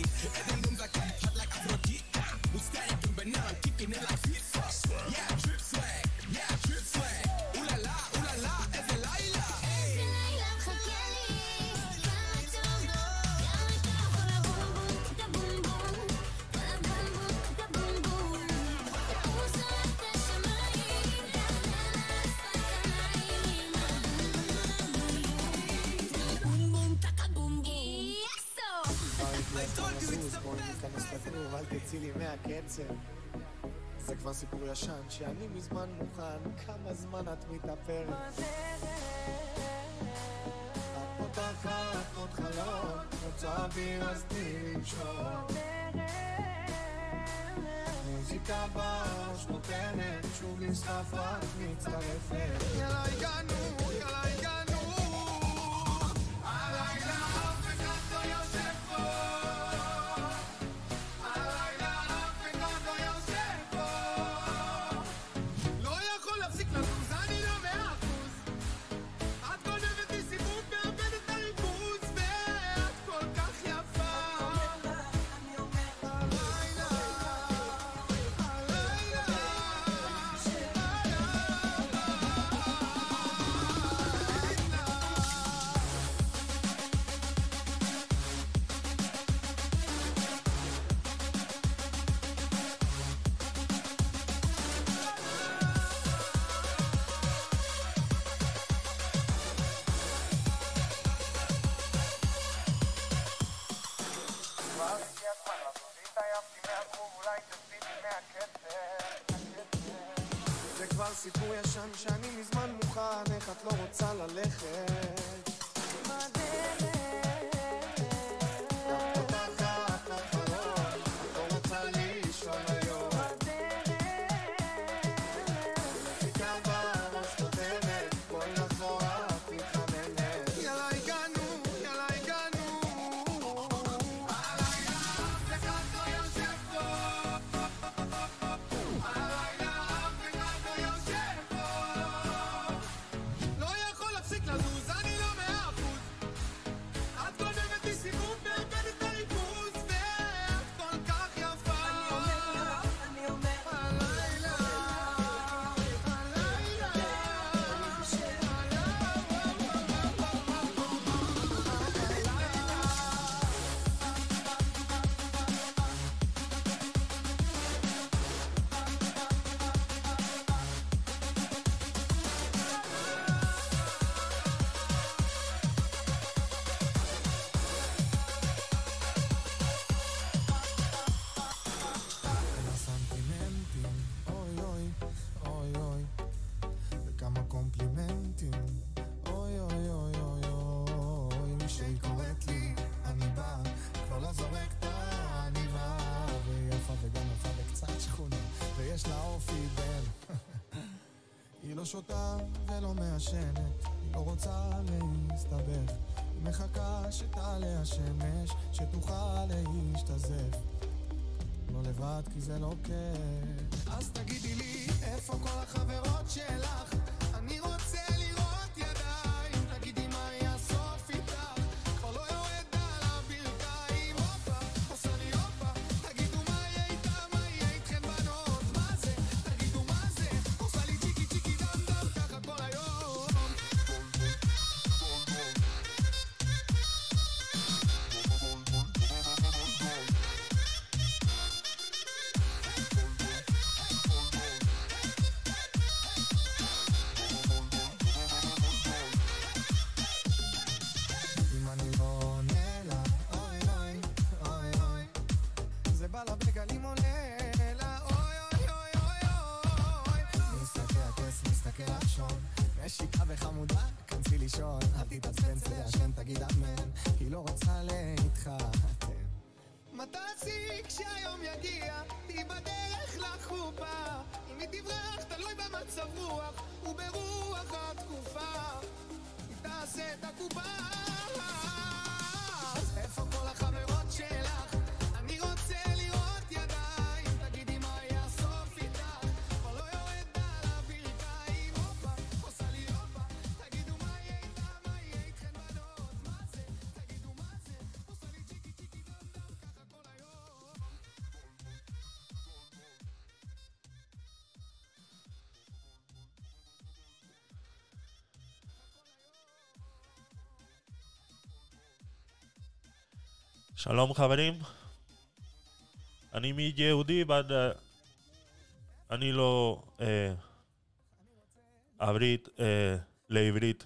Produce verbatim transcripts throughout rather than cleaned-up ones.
And them guns are get hot like Aphrodite. We stand in banana, kicking it like FIFA. Yeah, drip swag, yeah, drip swag. Ooh la la, ooh la la, איזה לילה. איזה לילה מחכה לי. כמה טוב, כמה טוב. כל הבום בום, את הבום בום. כל הבום בום, את הבום בום. הוא שורף את השמיים. תחתן האספלט המים. בום בום, טקה בום בום. יסו! I told you it's the best. ניכנס לגרוב, אל תצאי לי מהקצב. זה כבר סיפור ישן שאני מזמן מוכן. כמה זמן את מתאפרת? את פותחת עוד חלון, רוצה אוויר אז תני לנשום. מוזיקה בראש נותנת, שוב נסחף רק מצטרפת. יאללה הגענו, יאללה הגענו. הלילה אף אחד לא יושב פה. הלילה אף אחד לא יושב פה. לא יכול להפסיק לזוז, אני לא מאה אחוז. את גונבת לי סיבוב, מאבדת את הריכוז, ואת כל כך יפה. הלילה, הלילה, כבר הגיע הזמן לזוז, התעייפתי מהגרוב, אולי תזיזי מהקצב. זה כבר סיפור ישן שאני מזמן מוכן. איך את לא רוצה ללכת? בדרך את פותחת לחלון, את לא רוצה לישון היום. מוזיקה בראש נותנת, בואי נחזור את מתחננת. יאללה הגענו, יאללה הגענו. הלילה אף אחד לא יושב פה. הלילה אף אחד לא יושב פה. לא יכול להפסיק לזוז, אני לא מאה אחוז. את גונבת לי סיבוב, מאבדת את הריכוז, ואת כל כך יפה. אני אומר, הלילה, הלילה, כמה סנטימנטים, אוי אוי, אוי אוי, וכמה קומפלימנטים, אוי אוי אוי אוי אוי. מי שהיא קוראת לי, אני בא, כבר לא זורק את העניבה. והיא יפה וגם יפה וקצת שכונה, ויש לה אופי בן. היא לא שותה ולא מעשנת, היא לא רוצה להסתבך, היא מחכה שתעלה השמש, שתוכל להשתזף. לא לבד כי זה לא כיף. אז תגידי לי, איפה כל החברות שלך? אני רוצה לראות ידיים. תגידי מה יהיה הסוף איתך, כבר לא יורד על הברכיים. הופה, עושה לי הופה, תגידו מה יהיה איתה, מה יהיה איתכם בנות. מה זה? תגידו מה זה? עושה לי צ'יקי צ'יקי דם דם, ככה כל היום. אם אני לא עונה לה, אוי אוי, אוי אוי, זה בא לה בגלים עולה לה, אוי אוי אוי אוי אוי. מסתכל הכס, מסתכל השון, משיקה וחמודה, כנסי לישון. אל תתעצבן, צא השם, תגיד אמן, היא לא רוצה להתחתן. מה תעשי כשהיום יגיע, תהי בדרך לחופה. אם היא תברח, תלוי במצב רוח, וברוח התקופה היא תעשה את הקופה. אז איפה כל החברות שלך? אני רוצה לראות ידיים. תגידי מה יהיה הסוף איתך, כבר לא יורד על הברכיים. הופה, עושה לי הופה, תגידו מה יהיה איתה, מה יהיה איתכן בנות. מה זה? תגידו מה זה? עושה לי צ'יקי צ'יקי דם דם, ככה כל שלום חברים, אני מיהודי, אבל אני לא אה, עברית אה, לעברית.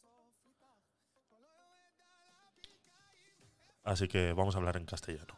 Así que vamos a hablar en castellano.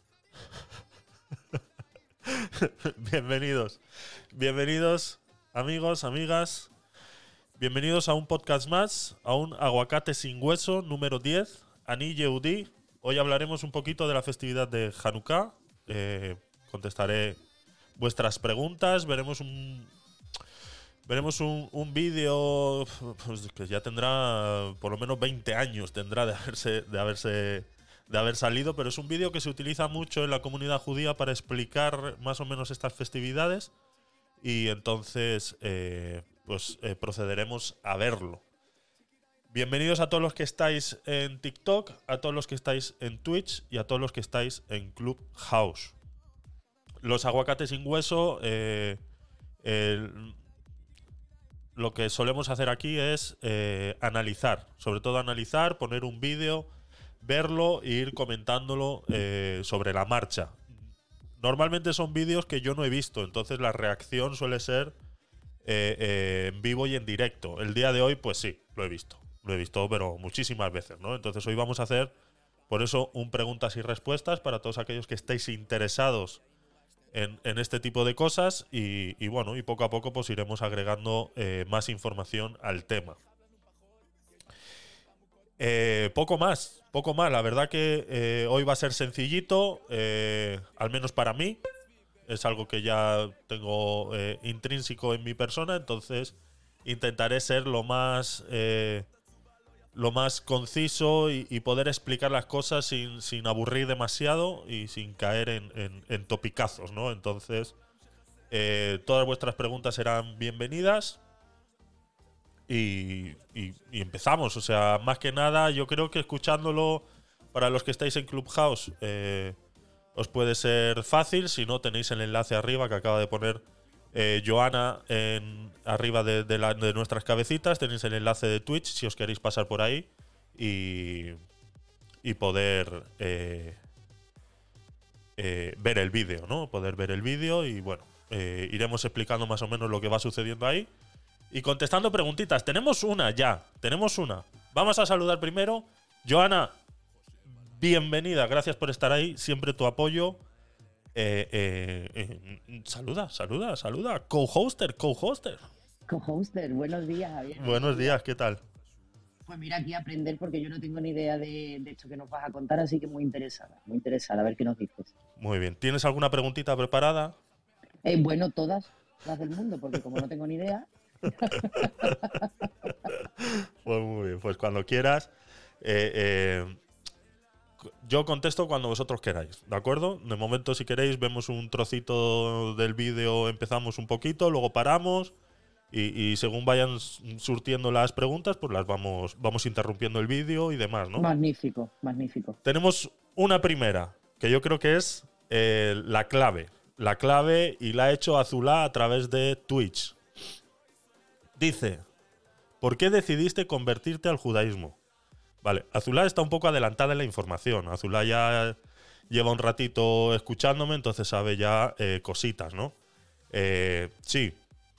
Bienvenidos, bienvenidos amigos, amigas. Bienvenidos a un podcast más, a un aguacate sin hueso número diez, Ani Yehudi. Hoy hablaremos un poquito de la festividad de Hanukkah. Eh, contestaré vuestras preguntas. Veremos un veremos un, un vídeo pues, que ya tendrá por lo menos veinte años tendrá de haberse de haberse de haber salido, pero es un vídeo que se utiliza mucho en la comunidad judía para explicar más o menos estas festividades y entonces eh, pues eh, procederemos a verlo. Bienvenidos a todos los que estáis en TikTok, a todos los que estáis en Twitch y a todos los que estáis en Clubhouse. Los aguacates sin hueso, eh, el, lo que solemos hacer aquí es eh, analizar, sobre todo analizar, poner un vídeo, verlo e ir comentándolo eh, sobre la marcha. Normalmente son vídeos que yo no he visto, entonces la reacción suele ser eh, eh, en vivo y en directo. El día de hoy, pues sí, lo he visto. Lo he visto, pero muchísimas veces, ¿no? Entonces hoy vamos a hacer, por eso, un preguntas y respuestas para todos aquellos que estéis interesados en, en este tipo de cosas y, y bueno, y poco a poco pues iremos agregando eh, más información al tema. Eh, poco más, poco más. La verdad que eh, hoy va a ser sencillito, eh, al menos para mí. Es algo que ya tengo eh, intrínseco en mi persona, entonces intentaré ser lo más... Eh, lo más conciso y, y poder explicar las cosas sin, sin aburrir demasiado y sin caer en, en, en topicazos, ¿no? Entonces, eh, todas vuestras preguntas serán bienvenidas y, y, y empezamos. O sea, más que nada, yo creo que escuchándolo, para los que estáis en Clubhouse, eh, os puede ser fácil. Si no, tenéis el enlace arriba que acaba de poner Eh, Joana en, arriba de, de, la, de nuestras cabecitas. Tenéis el enlace de Twitch si os queréis pasar por ahí y, y poder eh, eh, ver el vídeo, ¿no? Poder ver el vídeo y bueno, eh, iremos explicando más o menos lo que va sucediendo ahí y contestando preguntitas. Tenemos una ya, tenemos una. Vamos a saludar primero. Joana, bienvenida, gracias por estar ahí, siempre tu apoyo. Eh, eh, eh, saluda, saluda, saluda. Co-hoster, co-hoster. Co-hoster, buenos días, Javier. Buenos días, ¿qué tal? Pues mira, aquí a aprender porque yo no tengo ni idea de, de esto que nos vas a contar, así que muy interesada, muy interesada, a ver qué nos dices. Muy bien. ¿Tienes alguna preguntita preparada? Eh, bueno, todas las del mundo, porque como no tengo ni idea. Pues muy bien, pues cuando quieras. Eh, eh, Yo contesto cuando vosotros queráis, ¿de acuerdo? De momento, si queréis, vemos un trocito del vídeo, empezamos un poquito, luego paramos y, y según vayan surtiendo las preguntas, pues las vamos, vamos interrumpiendo el vídeo y demás, ¿no? Magnífico, magnífico. Tenemos una primera, que yo creo que es eh, la clave. La clave y la ha hecho Azulá a través de Twitch. Dice, ¿por qué decidiste convertirte al judaísmo? Vale, Azulá está un poco adelantada en la información. Azulá ya lleva un ratito escuchándome, entonces sabe ya eh, cositas, ¿no? Eh, sí.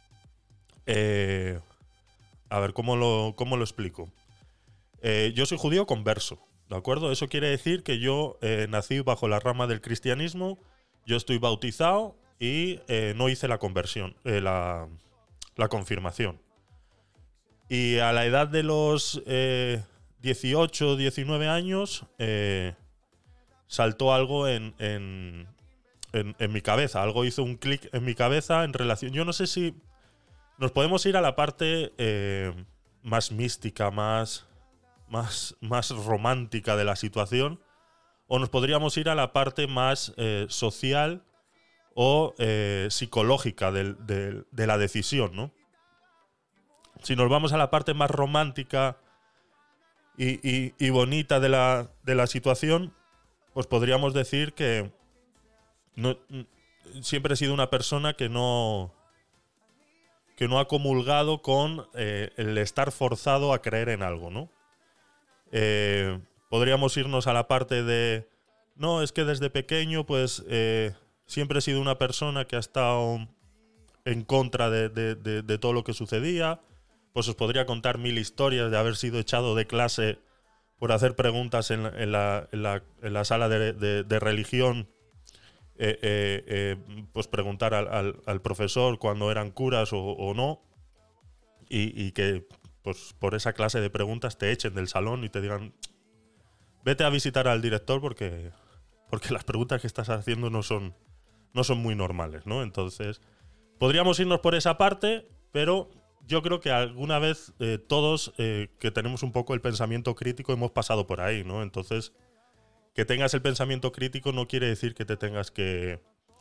Eh, a ver, ¿cómo lo, cómo lo explico? Eh, yo soy judío converso, ¿de acuerdo? Eso quiere decir que yo eh, nací bajo la rama del cristianismo, yo estoy bautizado y eh, no hice la conversión, eh, la, la confirmación. Y a la edad de los... Eh, dieciocho, diecinueve años, eh, saltó algo en, en, en, en mi cabeza. Algo hizo un clic en mi cabeza en relación... Yo no sé si nos podemos ir a la parte eh, más mística, más, más, más romántica de la situación, o nos podríamos ir a la parte más eh, social o eh, psicológica del, del, de la decisión, ¿no? Si nos vamos a la parte más romántica Y, y, y bonita de la, de la situación, pues podríamos decir que no, siempre he sido una persona que no, que no ha comulgado con eh, el estar forzado a creer en algo, ¿no? Eh, podríamos irnos a la parte de, no, es que desde pequeño pues eh, siempre he sido una persona que ha estado en contra de, de, de, de todo lo que sucedía. Pues os podría contar mil historias de haber sido echado de clase por hacer preguntas en, en, la, en, la, en la sala de, de, de religión. Eh, eh, eh, pues preguntar al, al, al profesor cuando eran curas o, o no. Y, y que pues por esa clase de preguntas te echen del salón y te digan, vete a visitar al director porque, porque las preguntas que estás haciendo no son, no son muy normales, ¿no? Entonces, podríamos irnos por esa parte, pero yo creo que alguna vez eh, todos eh, que tenemos un poco el pensamiento crítico hemos pasado por ahí, ¿no? Entonces, que tengas el pensamiento crítico no quiere decir que te tengas que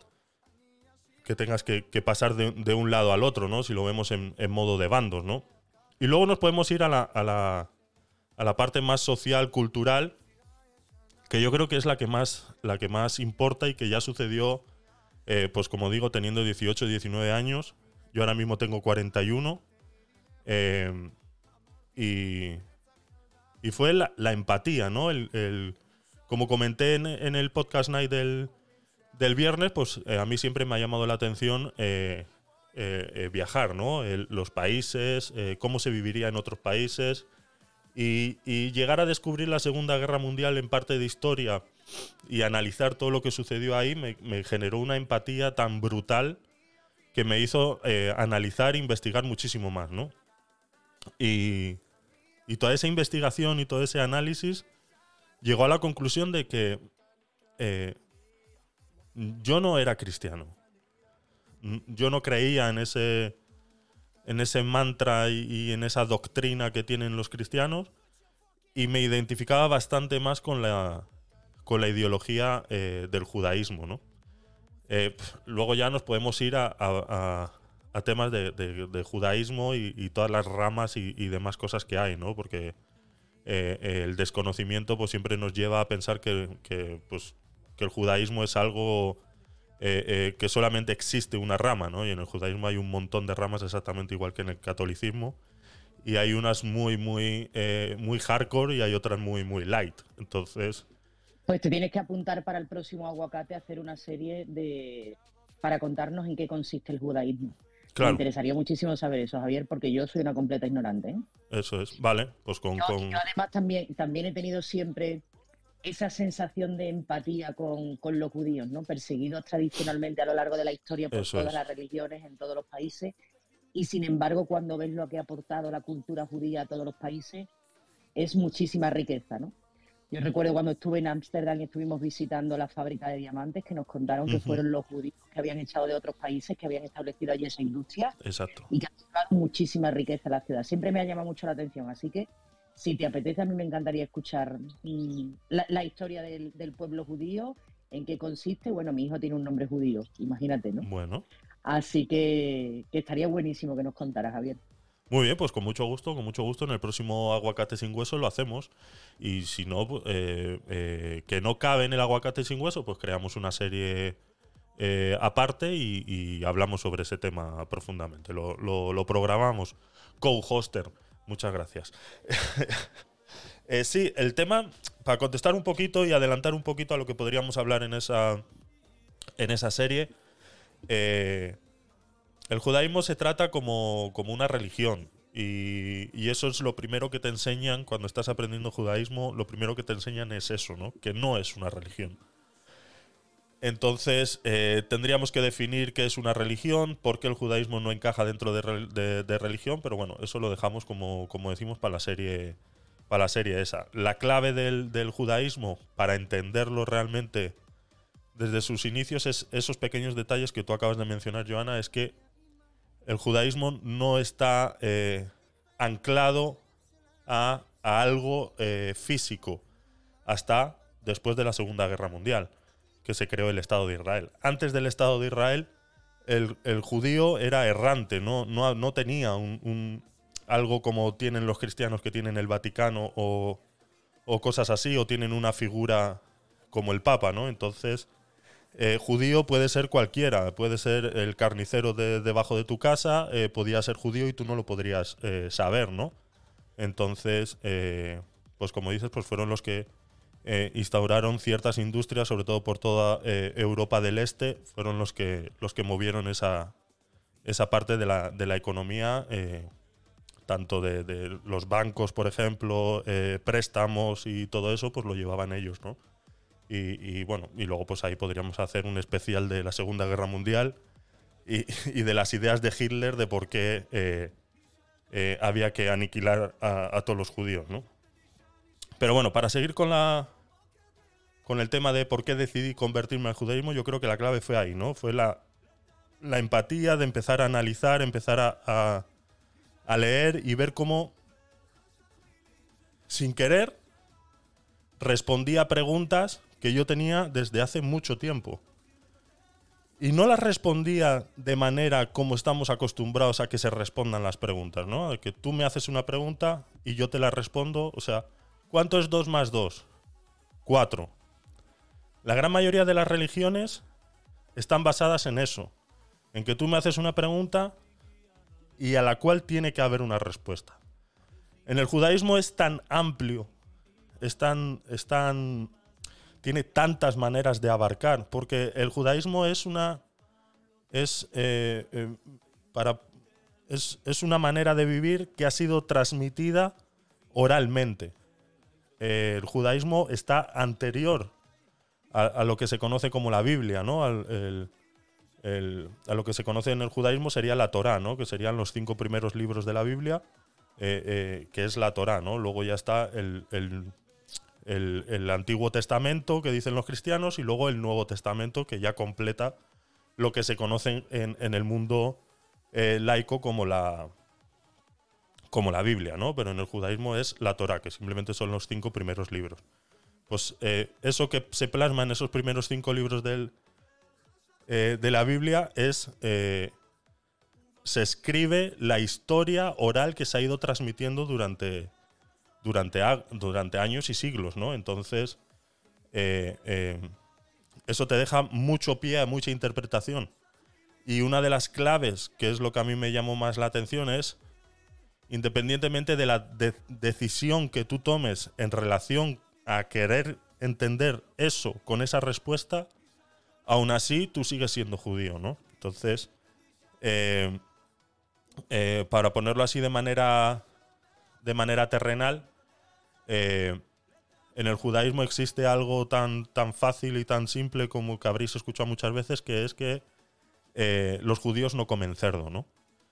que tengas que, que pasar de, de un lado al otro, ¿no? Si lo vemos en, en modo de bandos, ¿no? Y luego nos podemos ir a la, a la, a la parte más social, cultural, que yo creo que es la que más, la que más importa y que ya sucedió, eh, pues como digo, teniendo dieciocho, diecinueve años. Yo ahora mismo tengo cuarenta y uno. Eh, y, y fue la, la empatía, ¿no? El, el, como comenté en, en el podcast night del, del viernes, pues eh, a mí siempre me ha llamado la atención eh, eh, eh, viajar, ¿no? El, los países, eh, cómo se viviría en otros países y, y llegar a descubrir la Segunda Guerra Mundial en parte de historia y analizar todo lo que sucedió ahí me, me generó una empatía tan brutal que me hizo eh, analizar e investigar muchísimo más, ¿no? Y, y toda esa investigación y todo ese análisis llegó a la conclusión de que eh, yo no era cristiano. Yo no creía en ese, en ese mantra y, y en esa doctrina que tienen los cristianos y me identificaba bastante más con la, con la ideología eh, del judaísmo, ¿no? Eh, pf, luego ya nos podemos ir a, a, a, a temas de, de, de judaísmo y, y todas las ramas y, y demás cosas que hay, ¿no? Porque eh, el desconocimiento pues siempre nos lleva a pensar que, que pues que el judaísmo es algo eh, eh, que solamente existe una rama, ¿no? Y en el judaísmo hay un montón de ramas exactamente igual que en el catolicismo y hay unas muy, muy, eh, muy hardcore y hay otras muy, muy light. Entonces, Pues te tienes que apuntar para el próximo Aguacate a hacer una serie de para contarnos en qué consiste el judaísmo. Me claro, interesaría muchísimo saber eso, Javier, porque yo soy una completa ignorante, ¿eh? eso es. Vale, pues con... Yo, con yo además también, también he tenido siempre esa sensación de empatía con, con los judíos, ¿no? Perseguidos tradicionalmente a lo largo de la historia por Eso todas es. las religiones en todos los países. Y sin embargo, cuando ves lo que ha aportado la cultura judía a todos los países, es muchísima riqueza, ¿no? Yo recuerdo cuando estuve en Ámsterdam y estuvimos visitando la fábrica de diamantes, que nos contaron que Ujú. fueron los judíos que habían echado de otros países, que habían establecido allí esa industria Exacto. y que han llevado muchísima riqueza a la ciudad. Siempre me ha llamado mucho la atención, así que si te apetece, a mí me encantaría escuchar mm, la, la historia del, del pueblo judío, en qué consiste. Bueno, mi hijo tiene un nombre judío, imagínate, ¿no? Bueno. Así que, que estaría buenísimo que nos contaras, Javier. Muy bien, pues con mucho gusto, con mucho gusto. En el próximo Aguacate sin Hueso lo hacemos. Y si no, pues, eh, eh, que no cabe en el Aguacate sin Hueso, pues creamos una serie eh, aparte y, y hablamos sobre ese tema profundamente. Lo, lo, lo programamos. Co-hoster. Muchas gracias. eh, sí, el tema, para contestar un poquito y adelantar un poquito a lo que podríamos hablar en esa, en esa serie, eh, el judaísmo se trata como, como una religión y, y eso es lo primero que te enseñan cuando estás aprendiendo judaísmo. Lo primero que te enseñan es eso, ¿no? Que no es una religión. Entonces eh, tendríamos que definir qué es una religión, por qué el judaísmo no encaja dentro de, re- de, de religión, pero bueno, eso lo dejamos como, como decimos para la serie, para la serie esa. La clave del, del judaísmo, para entenderlo realmente desde sus inicios, es esos pequeños detalles que tú acabas de mencionar, Joana, es que el judaísmo no está eh, anclado a, a algo eh, físico hasta después de la Segunda Guerra Mundial, que se creó el Estado de Israel. Antes del Estado de Israel, el, el judío era errante, no, no, no tenía un, un, algo como tienen los cristianos que tienen el Vaticano o, o cosas así, o tienen una figura como el Papa, ¿no? Entonces, eh, judío puede ser cualquiera, puede ser el carnicero de debajo de tu casa, eh, podía ser judío y tú no lo podrías eh, saber, ¿no? Entonces, eh, pues como dices, pues fueron los que eh, instauraron ciertas industrias, sobre todo por toda eh, Europa del Este, fueron los que, los que movieron esa, esa parte de la, de la economía, eh, tanto de, de los bancos, por ejemplo, eh, préstamos y todo eso, pues lo llevaban ellos, ¿no? Y, y bueno, y luego pues ahí podríamos hacer un especial de la Segunda Guerra Mundial y, y de las ideas de Hitler de por qué eh, eh, había que aniquilar a, a todos los judíos, ¿no? Pero bueno, para seguir con la con el tema de por qué decidí convertirme al judaísmo, yo creo que la clave fue ahí, ¿no? Fue la, la empatía de empezar a analizar, empezar a, a, a leer y ver cómo, sin querer, respondía a preguntas que yo tenía desde hace mucho tiempo. Y no las respondía de manera como estamos acostumbrados a que se respondan las preguntas, ¿no? Que tú me haces una pregunta y yo te la respondo. O sea, ¿cuánto es dos más dos? Cuatro. La gran mayoría de las religiones están basadas en eso. En que tú me haces una pregunta y a la cual tiene que haber una respuesta. En el judaísmo es tan amplio, es tan, es tan, tiene tantas maneras de abarcar, porque el judaísmo es una, es, eh, eh, para, es, es una manera de vivir que ha sido transmitida oralmente. Eh, el judaísmo está anterior a, a lo que se conoce como la Biblia, ¿no? Al, el, el, a lo que se conoce en el judaísmo sería la Torá, ¿no? Que serían los cinco primeros libros de la Biblia, eh, eh, que es la Torá, ¿no? Luego ya está el, el, el, el Antiguo Testamento, que dicen los cristianos, y luego el Nuevo Testamento, que ya completa lo que se conoce en, en el mundo eh, laico como la, como la Biblia, ¿no? Pero en el judaísmo es la Torá, que simplemente son los cinco primeros libros. Pues eh, eso que se plasma en esos primeros cinco libros del, eh, de la Biblia es... Eh, se escribe la historia oral que se ha ido transmitiendo durante, durante, durante años y siglos, ¿no? Entonces, eh, eh, eso te deja mucho pie a mucha interpretación. Y una de las claves, que es lo que a mí me llamó más la atención, es, independientemente de la de- decisión que tú tomes en relación a querer entender eso con esa respuesta, aún así tú sigues siendo judío, ¿no? Entonces, eh, eh, para ponerlo así de manera, de manera terrenal, eh, en el judaísmo existe algo tan, tan fácil y tan simple como que habréis escuchado muchas veces, que es que eh, los judíos no comen cerdo, ¿no?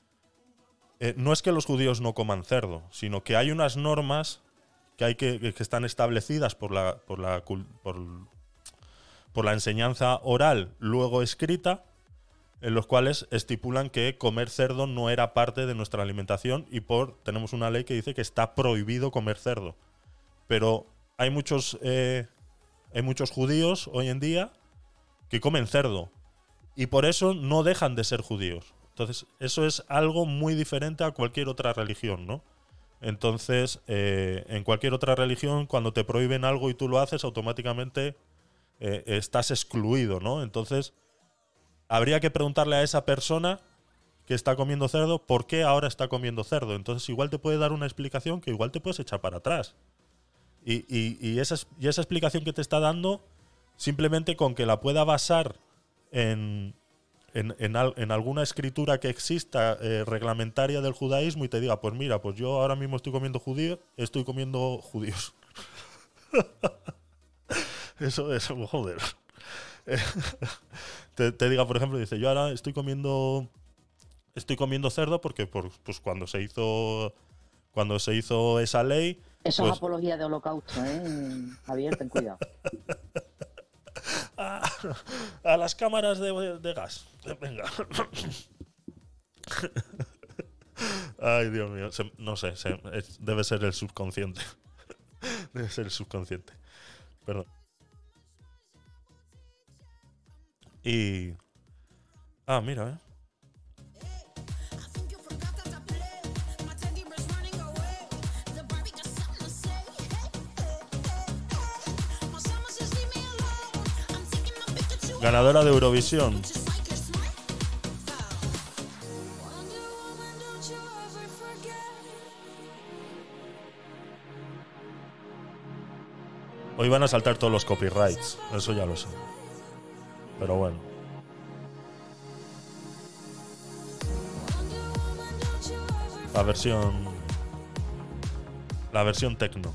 Eh, no es que los judíos no coman cerdo, sino que hay unas normas que, hay que, que están establecidas por la, por, la, cul- por, por la enseñanza oral, luego escrita, en los cuales estipulan que comer cerdo no era parte de nuestra alimentación y por tenemos una ley que dice que está prohibido comer cerdo. Pero hay muchos, eh, hay muchos judíos hoy en día que comen cerdo y por eso no dejan de ser judíos. Entonces, eso es algo muy diferente a cualquier otra religión, ¿no? Entonces, eh, en cualquier otra religión, cuando te prohíben algo y tú lo haces, automáticamente eh, estás excluido, ¿no? Entonces, habría que preguntarle a esa persona que está comiendo cerdo por qué ahora está comiendo cerdo. Entonces, igual te puede dar una explicación que igual te puedes echar para atrás. Y, y, y, esa, y esa explicación que te está dando, simplemente con que la pueda basar en, en, en, al, en alguna escritura que exista eh, reglamentaria del judaísmo y te diga, pues mira, pues yo ahora mismo estoy comiendo judío, estoy comiendo judíos. Eso es, joder. te, te diga, por ejemplo, dice, yo ahora estoy comiendo estoy comiendo cerdo porque por, pues cuando se hizo cuando se hizo esa ley, Eso pues, es apología de holocausto, ¿eh? Javier, ten cuidado. a, a las cámaras de, de gas. Venga. Ay, Dios mío. Se, no sé, se, es, debe ser el subconsciente. Debe ser el subconsciente. Perdón. Y... Ah, mira, ¿eh? Ganadora de Eurovisión. Hoy van a saltar todos los copyrights, eso ya lo sé. Pero bueno. La versión... La versión tecno.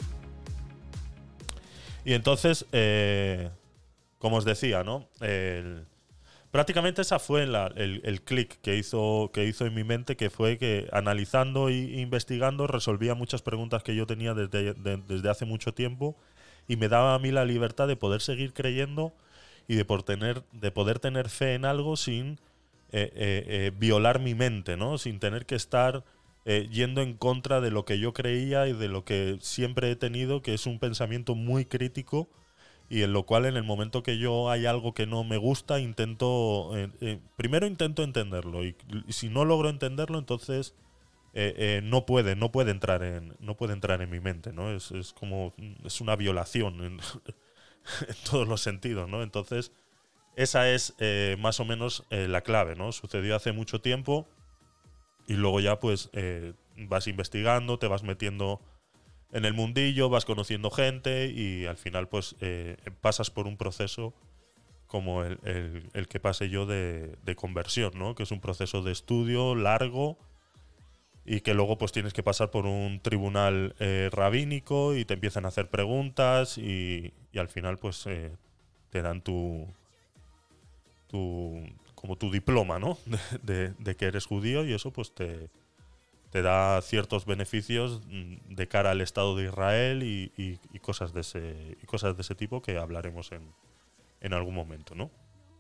Y entonces, eh, como os decía, ¿no? El, prácticamente esa fue la, el, el clic que hizo, que hizo en mi mente, que fue que analizando e investigando resolvía muchas preguntas que yo tenía desde, de, desde hace mucho tiempo y me daba a mí la libertad de poder seguir creyendo y de, por tener, de poder tener fe en algo sin eh, eh, eh, violar mi mente, ¿no? Sin tener que estar eh, yendo en contra de lo que yo creía y de lo que siempre he tenido, que es un pensamiento muy crítico y en lo cual en el momento que yo hay algo que no me gusta, intento, eh, eh, primero intento entenderlo y, y si no logro entenderlo, entonces eh, eh, no puede, no puede entrar en, no puede entrar en mi mente, ¿no? Es, es como, es una violación en, en todos los sentidos, ¿no? Entonces esa es eh, más o menos eh, la clave, ¿no? Sucedió hace mucho tiempo y luego ya pues eh, vas investigando, te vas metiendo en el mundillo, vas conociendo gente y al final pues eh, pasas por un proceso como el, el, el que pasé yo de, de conversión, ¿no? Que es un proceso de estudio largo y que luego pues tienes que pasar por un tribunal eh, rabínico y te empiezan a hacer preguntas y, y al final pues eh, te dan tu, tu como tu diploma, ¿no? De, de, de que eres judío y eso pues te, te da ciertos beneficios de cara al Estado de Israel y, y, y cosas de ese y cosas de ese tipo que hablaremos en, en algún momento, ¿no?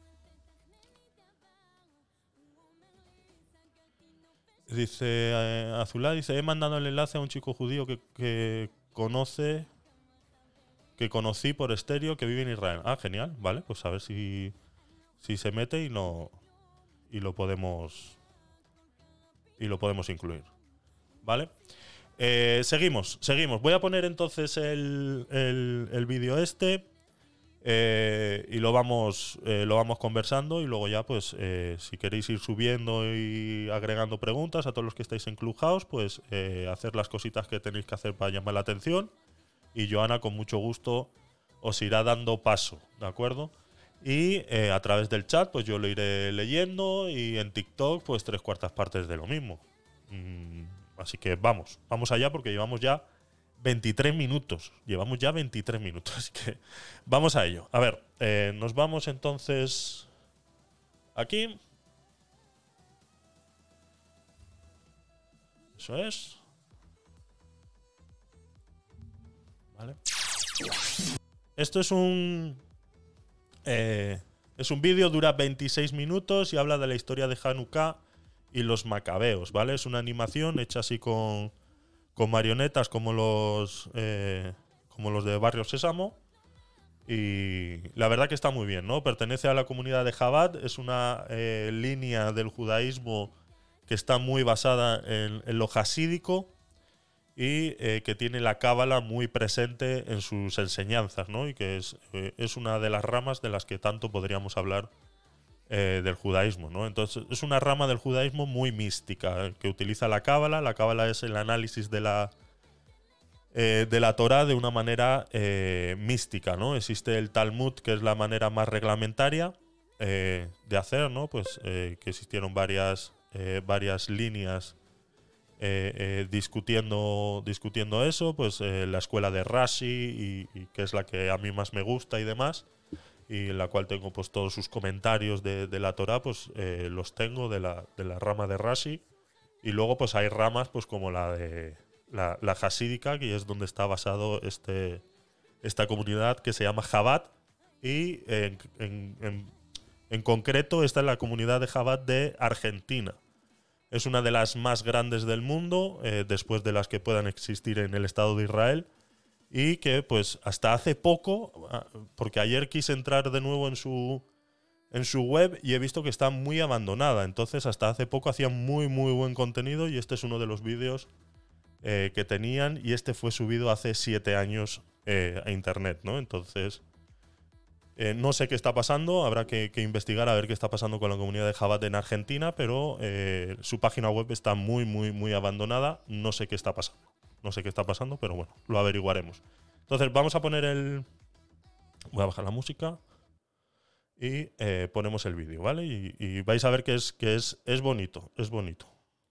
Dice eh, Azulá, dice, he mandado el enlace a un chico judío que, que conoce, que conocí por estéreo que vive en Israel. Ah, genial, vale, pues a ver si, si se mete y no y lo podemos y lo podemos incluir, ¿vale? Eh, seguimos, seguimos. Voy a poner entonces el, el, el vídeo este. Eh, y lo vamos eh, lo vamos conversando y luego ya pues eh, si queréis ir subiendo y agregando preguntas a todos los que estáis en Clubhouse, pues eh, hacer las cositas que tenéis que hacer para llamar la atención y Joana con mucho gusto os irá dando paso, ¿de acuerdo? Y eh, a través del chat pues yo lo iré leyendo y en TikTok pues tres cuartas partes de lo mismo. Mm, así que vamos, vamos allá porque llevamos ya veintitrés minutos. Llevamos ya veintitrés minutos, así que vamos a ello. A ver, eh, nos vamos entonces aquí. Eso es. Vale. Esto es un... Eh, es un vídeo, dura veintiséis minutos y habla de la historia de Hanukkah y los macabeos, ¿vale? Es una animación hecha así con... con marionetas como los eh, como los de Barrio Sésamo y la verdad que está muy bien, ¿no? Pertenece a la comunidad de Chabad, es una eh, línea del judaísmo que está muy basada en, en lo hasídico y eh, que tiene la cábala muy presente en sus enseñanzas, ¿no? Y que es, eh, es una de las ramas de las que tanto podríamos hablar Eh, del judaísmo, ¿no? Entonces es una rama del judaísmo muy mística eh, que utiliza la cábala. La cábala es el análisis de la eh, de la Torá de una manera eh, mística, ¿no? Existe el Talmud, que es la manera más reglamentaria eh, de hacer, ¿no? Pues eh, que existieron varias eh, varias líneas eh, eh, discutiendo discutiendo eso, pues eh, la escuela de Rashi y, y que es la que a mí más me gusta y demás. Y en la cual tengo pues todos sus comentarios de, de la Torá, pues eh, los tengo de la, de la rama de Rashi. Y luego pues hay ramas pues como la de la, la hasídica, que es donde está basado este, esta comunidad que se llama Chabad. Y en, en, en, en concreto esta es la comunidad de Chabad de Argentina. Es una de las más grandes del mundo, eh, después de las que puedan existir en el Estado de Israel. Y que pues hasta hace poco, porque ayer quise entrar de nuevo en su, en su web y he visto que está muy abandonada. Entonces hasta hace poco hacían muy muy buen contenido y este es uno de los vídeos eh, que tenían y este fue subido hace siete años eh, a internet, ¿no? Entonces eh, no sé qué está pasando, habrá que, que investigar a ver qué está pasando con la comunidad de Chabad en Argentina, pero eh, su página web está muy muy muy abandonada, no sé qué está pasando. No sé qué está pasando, pero bueno, lo averiguaremos. Entonces vamos a poner el... Voy a bajar la música y eh, ponemos el vídeo, ¿vale? Y, y vais a ver que es, que es, es bonito, es bonito.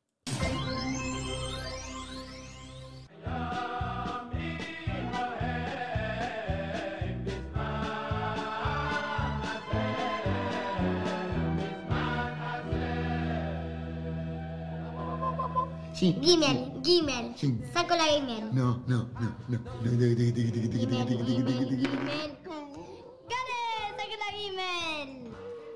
Sí. Gimel, Gimel. Sí. Saco la Gimel. No, no, no, no. Gimel, Gimel, Gimel. ¡Gané! ¡Saqué la Gimel!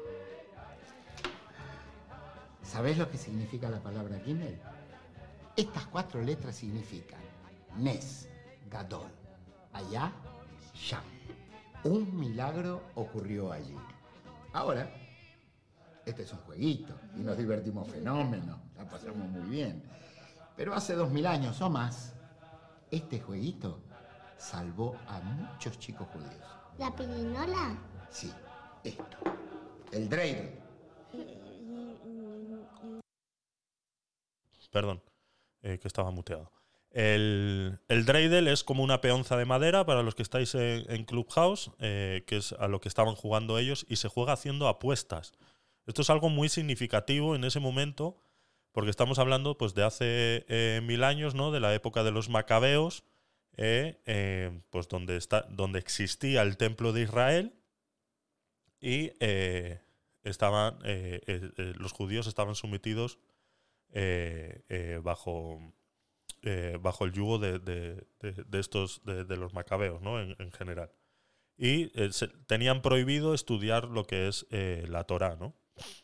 ¿Sabés lo que significa la palabra Gimel? Estas cuatro letras significan Nes, Gadol, allá, Sham. Un milagro ocurrió allí. Ahora, este es un jueguito y nos divertimos fenómeno, la pasamos muy bien. Pero hace dos mil años o más, este jueguito salvó a muchos chicos judíos. ¿La pirinola? Sí, esto, el dreidel. Perdón, eh, que estaba muteado. El, el dreidel es como una peonza de madera para los que estáis en, en Clubhouse, eh, que es a lo que estaban jugando ellos, y se juega haciendo apuestas. Esto es algo muy significativo en ese momento, porque estamos hablando pues, de hace eh, mil años, ¿no? De la época de los macabeos, eh, eh, pues donde, está, donde existía el templo de Israel y eh, estaban, eh, eh, eh, los judíos estaban sometidos eh, eh, bajo, eh, bajo el yugo de, de, de, de estos de, de los macabeos, ¿no? en, en general. Y eh, se, tenían prohibido estudiar lo que es eh, la Torá, ¿no?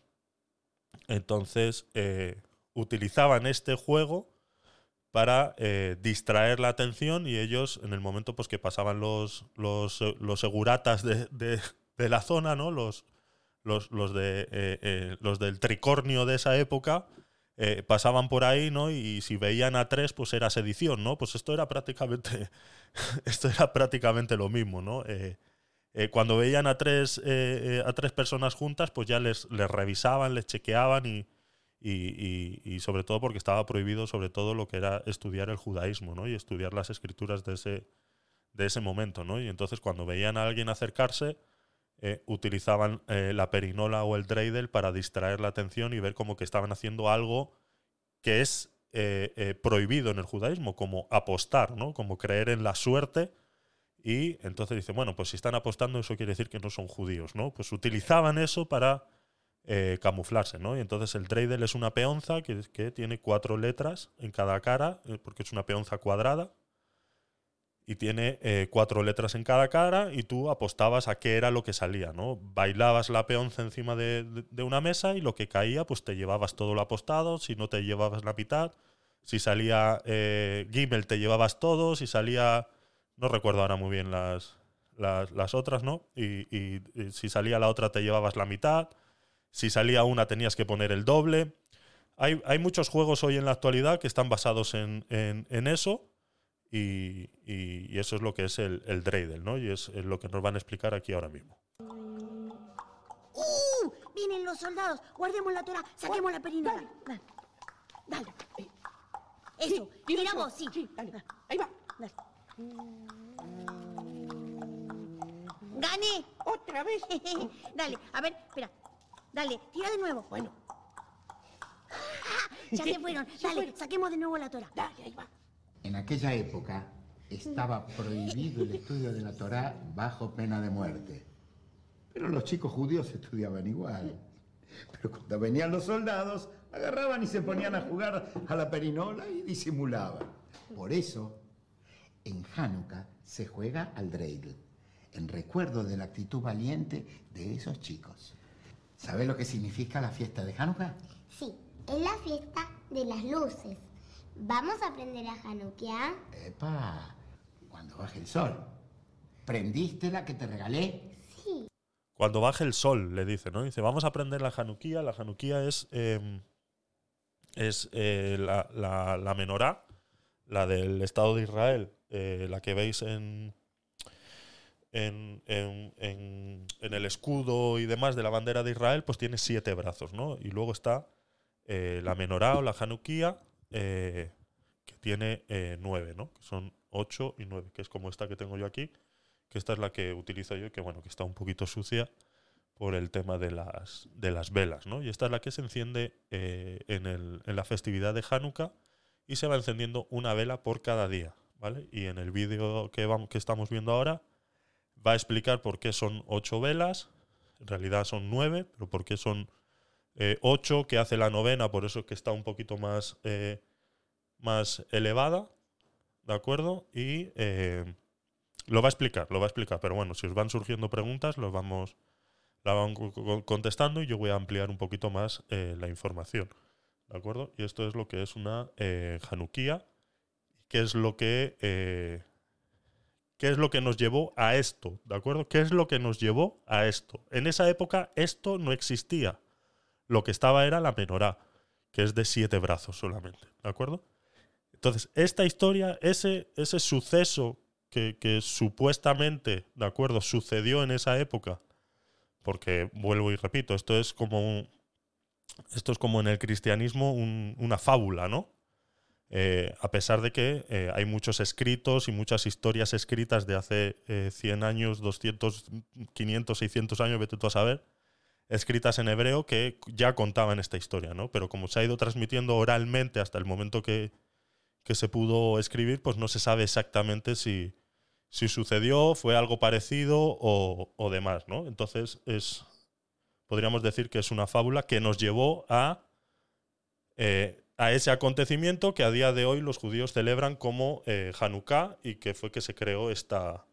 Entonces eh, utilizaban este juego para eh, distraer la atención, y ellos, en el momento pues, que pasaban los, los, los seguratas de, de, de la zona, ¿no? los, los, los, de, eh, eh, los del tricornio de esa época, eh, pasaban por ahí, ¿no? Y si veían a tres, pues era sedición, ¿no? Pues esto era prácticamente, esto era prácticamente lo mismo, ¿no? Eh, eh, cuando veían a tres, eh, eh, a tres personas juntas, pues ya les, les revisaban, les chequeaban y, y, y, y sobre todo porque estaba prohibido sobre todo lo que era estudiar el judaísmo, ¿no? Y estudiar las escrituras de ese, de ese momento, ¿no? Y entonces cuando veían a alguien acercarse, eh, utilizaban eh, la perinola o el dreidel para distraer la atención y ver como que estaban haciendo algo que es eh, eh, prohibido en el judaísmo, como apostar, ¿no? Como creer en la suerte. Y entonces dicen, bueno, pues si están apostando, eso quiere decir que no son judíos, ¿no? Pues utilizaban eso para eh, camuflarse, ¿no? Y entonces el dreidel es una peonza que, que tiene cuatro letras en cada cara, eh, porque es una peonza cuadrada, y tiene eh, cuatro letras en cada cara, y tú apostabas a qué era lo que salía, ¿no? Bailabas la peonza encima de, de, de una mesa y lo que caía, pues te llevabas todo lo apostado, si no te llevabas la mitad, si salía eh, Gimel te llevabas todo, si salía... No recuerdo ahora muy bien las, las, las otras, ¿no? Y, y, y si salía la otra te llevabas la mitad. Si salía una tenías que poner el doble. Hay, hay muchos juegos hoy en la actualidad que están basados en, en, en eso. Y, y, y eso es lo que es el, el dreidel, ¿no? Y es, es lo que nos van a explicar aquí ahora mismo. ¡Uh! Vienen los soldados. Guardemos la Torah. Saquemos la perinola. Dale. Dale. Eso. Tira vos, sí. Dale. Ahí va. Dale. ¡Gané! ¿Otra vez? Dale, a ver, espera. Dale, tira de nuevo. Bueno. Ya se fueron. Se Dale, fueron. saquemos de nuevo la Torah. Dale, ahí va. En aquella época estaba prohibido el estudio de la Torá bajo pena de muerte. Pero los chicos judíos estudiaban igual. Pero cuando venían los soldados, agarraban y se ponían a jugar a la perinola y disimulaban. Por eso, en Hanukkah se juega al dreidel, en recuerdo de la actitud valiente de esos chicos. ¿Sabés lo que significa la fiesta de Hanukkah? Sí, es la fiesta de las luces. ¿Vamos a aprender a Hanukkah? Epa, cuando baje el sol. ¿Prendiste la que te regalé? Sí. Cuando baje el sol, le dice, ¿no? Dice, vamos a aprender la Hanukkah. La Hanukkah es, eh, es eh, la, la, la menorá, la del Estado de Israel, eh, la que veis en, en, en, en, en el escudo y demás de la bandera de Israel, pues tiene siete brazos, ¿no? Y luego está eh, la menorá o la Hanukkah, eh, que tiene eh, nueve, ¿no? Que son ocho y nueve, que es como esta que tengo yo aquí, que esta es la que utilizo yo, que bueno, que está un poquito sucia por el tema de las, de las velas, ¿no? Y esta es la que se enciende eh, en, el, en la festividad de Hanukkah y se va encendiendo una vela por cada día, ¿vale? Y en el vídeo que, vamos, que estamos viendo ahora va a explicar por qué son ocho velas, en realidad son nueve, pero por qué son eh, ocho, que hace la novena, por eso que está un poquito más, eh, más elevada, ¿de acuerdo? Y eh, lo va a explicar, lo va a explicar, pero bueno, si os van surgiendo preguntas, los vamos, la van co- co- contestando y yo voy a ampliar un poquito más eh, la información, ¿de acuerdo? Y esto es lo que es una eh, Hanukkah, que es lo que... Eh, ¿Qué es lo que nos llevó a esto? ¿De acuerdo? ¿Qué es lo que nos llevó a esto? En esa época esto no existía. Lo que estaba era la menorá, que es de siete brazos solamente. ¿De acuerdo? Entonces, esta historia, ese, ese suceso que, que supuestamente, ¿de acuerdo?, sucedió en esa época, porque, vuelvo y repito, esto es como, un, esto es como en el cristianismo un- una fábula, ¿no? Eh, a pesar de que eh, hay muchos escritos y muchas historias escritas de hace eh, cien años, doscientos, quinientos, seiscientos años, vete tú a saber, escritas en hebreo que ya contaban esta historia, ¿no? Pero como se ha ido transmitiendo oralmente hasta el momento que, que se pudo escribir, pues no se sabe exactamente si, si sucedió, fue algo parecido o, o demás, ¿no? Entonces es, podríamos decir que es una fábula que nos llevó a... Eh, a ese acontecimiento que a día de hoy los judíos celebran como eh, Hanukkah y que fue que se creó esta,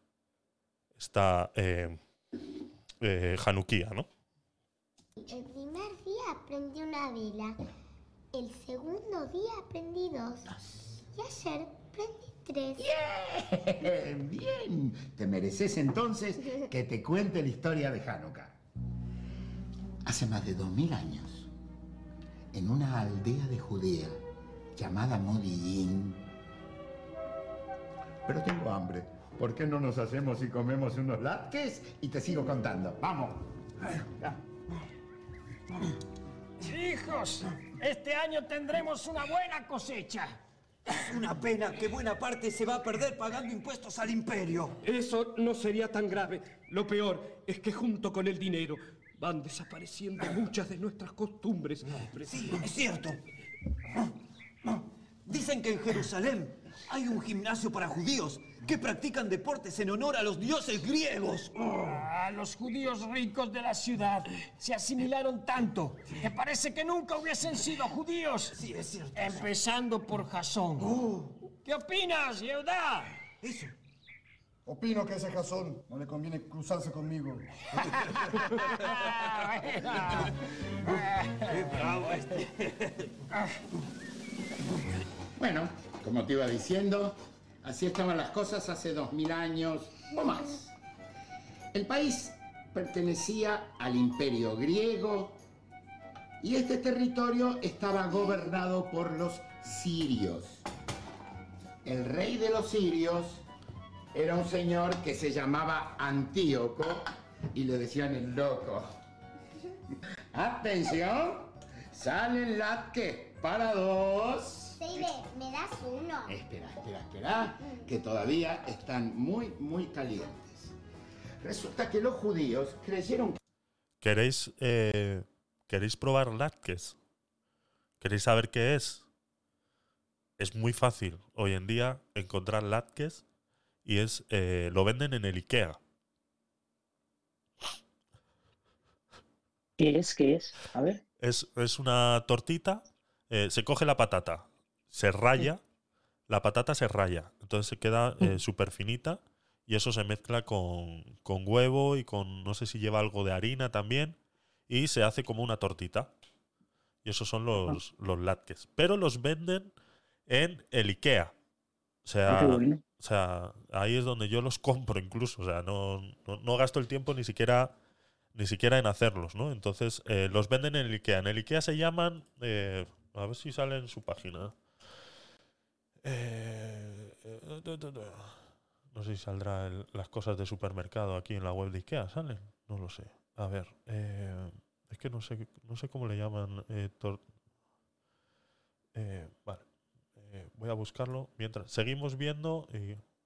esta eh, eh, Hanukkah, ¿no? El primer día prendí una vela. El segundo día prendí dos. Y ayer prendí tres. Bien, bien. Te mereces entonces que te cuente la historia de Hanukkah. Hace más de dos mil años, en una aldea de Judea llamada Modi'in. Pero tengo hambre. ¿Por qué no nos hacemos y comemos unos latkes? Y te sigo contando. ¡Vamos! Hijos, este año tendremos una buena cosecha. Una pena que buena parte se va a perder pagando impuestos al imperio. Eso no sería tan grave. Lo peor es que junto con el dinero van desapareciendo muchas de nuestras costumbres. Sí, es cierto. Dicen que en Jerusalén hay un gimnasio para judíos que practican deportes en honor a los dioses griegos. Ah, los judíos ricos de la ciudad se asimilaron tanto que parece que nunca hubiesen sido judíos. Sí, es cierto. Empezando por Jasón. ¿Qué opinas, Yehuda? Eso. Opino que a ese Jasón no le conviene cruzarse conmigo. Qué bravo este. Bueno, como te iba diciendo, así estaban las cosas hace dos mil años o más. El país pertenecía al imperio griego y este territorio estaba gobernado por los sirios. El rey de los sirios era un señor que se llamaba Antíoco y le decían el loco. ¡Atención! Salen latkes para dos. Seide, ¿me das uno? Espera, espera, espera, que todavía están muy, muy calientes. Resulta que los judíos creyeron que... ¿Queréis, eh, ¿Queréis probar latkes? ¿Queréis saber qué es? Es muy fácil hoy en día encontrar latkes y es eh, lo venden en el IKEA. ¿Qué es? ¿Qué es? A ver. Es, es una tortita, eh, se coge la patata, se raya, la patata se raya, entonces se queda eh, súper finita y eso se mezcla con, con huevo y con, no sé si lleva algo de harina también, y se hace como una tortita. Y esos son los, los latkes. Pero los venden en el IKEA. O sea, Qué bueno. o sea, ahí es donde yo los compro incluso. O sea, no, no, no gasto el tiempo ni siquiera, ni siquiera en hacerlos, ¿no? Entonces, eh, los venden en el IKEA. En el IKEA se llaman... Eh, a ver si sale en su página. Eh, eh, eh, eh, no sé si saldrá el- las cosas de supermercado aquí en la web de IKEA. ¿Salen? No lo sé. A ver. Eh, es que no sé, no sé cómo le llaman. Eh, tor- eh, vale. Eh, voy a buscarlo. Mientras seguimos viendo y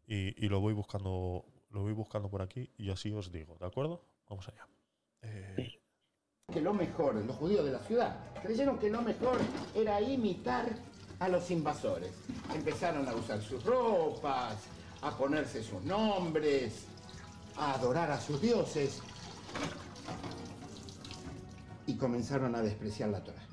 y, y lo voy buscando lo voy buscando por aquí y así os digo, ¿de acuerdo? Vamos allá. Eh, Que lo mejor, los judíos de la ciudad, creyeron que lo mejor era imitar a los invasores. Empezaron a usar sus ropas, a ponerse sus nombres, a adorar a sus dioses y comenzaron a despreciar la Torá.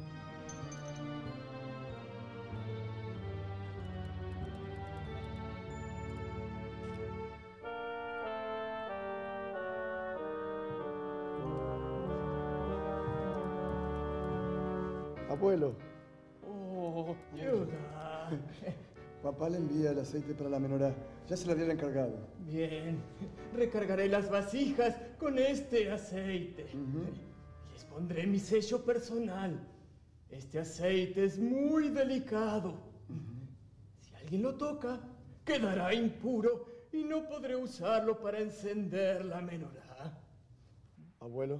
Abuelo, Oh, Yehuda. papá le envía el aceite para la menorá. Ya se lo había encargado. Bien, recargaré las vasijas con este aceite. Y les pondré mi sello personal. Este aceite es muy delicado. Si alguien lo toca, quedará impuro y no podré usarlo para encender la menorá. Abuelo,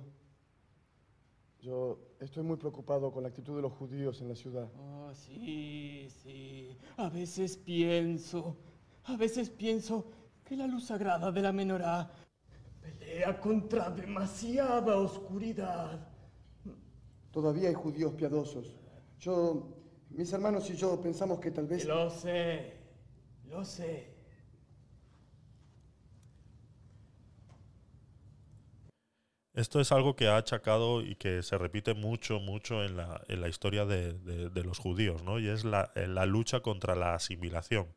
yo estoy muy preocupado con la actitud de los judíos en la ciudad. Oh, sí, sí. A veces pienso, a veces pienso que la luz sagrada de la menorá pelea contra demasiada oscuridad. Todavía hay judíos piadosos. Yo, mis hermanos y yo pensamos que tal vez... Lo sé, lo sé. Esto es algo que ha achacado y que se repite mucho, mucho en la, en la historia de, de- de los judíos, ¿no? Y es la, eh, la lucha contra la asimilación.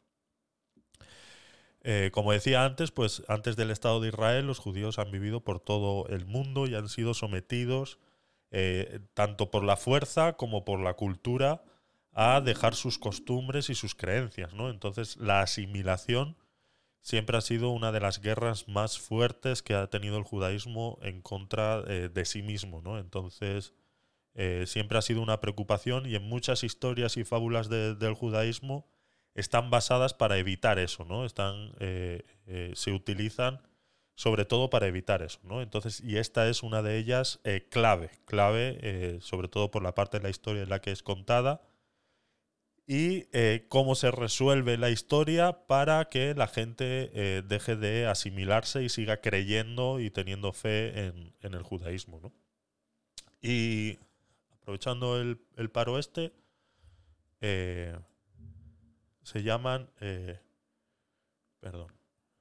Eh, como decía antes, pues antes del Estado de Israel, los judíos han vivido por todo el mundo y han sido sometidos eh, tanto por la fuerza como por la cultura a dejar sus costumbres y sus creencias, ¿no? Entonces, la asimilación siempre ha sido una de las guerras más fuertes que ha tenido el judaísmo en contra eh, de sí mismo, ¿no? Entonces, eh, siempre ha sido una preocupación y en muchas historias y fábulas de- del judaísmo están basadas para evitar eso, ¿no? Están, eh, eh, se utilizan sobre todo para evitar eso, ¿no? Entonces, y esta es una de ellas eh, clave, clave, eh, sobre todo por la parte de la historia en la que es contada, y eh, cómo se resuelve la historia para que la gente eh, deje de asimilarse y siga creyendo y teniendo fe en, en el judaísmo, ¿no? Y aprovechando el, el paro este, eh, se llaman... eh, perdón.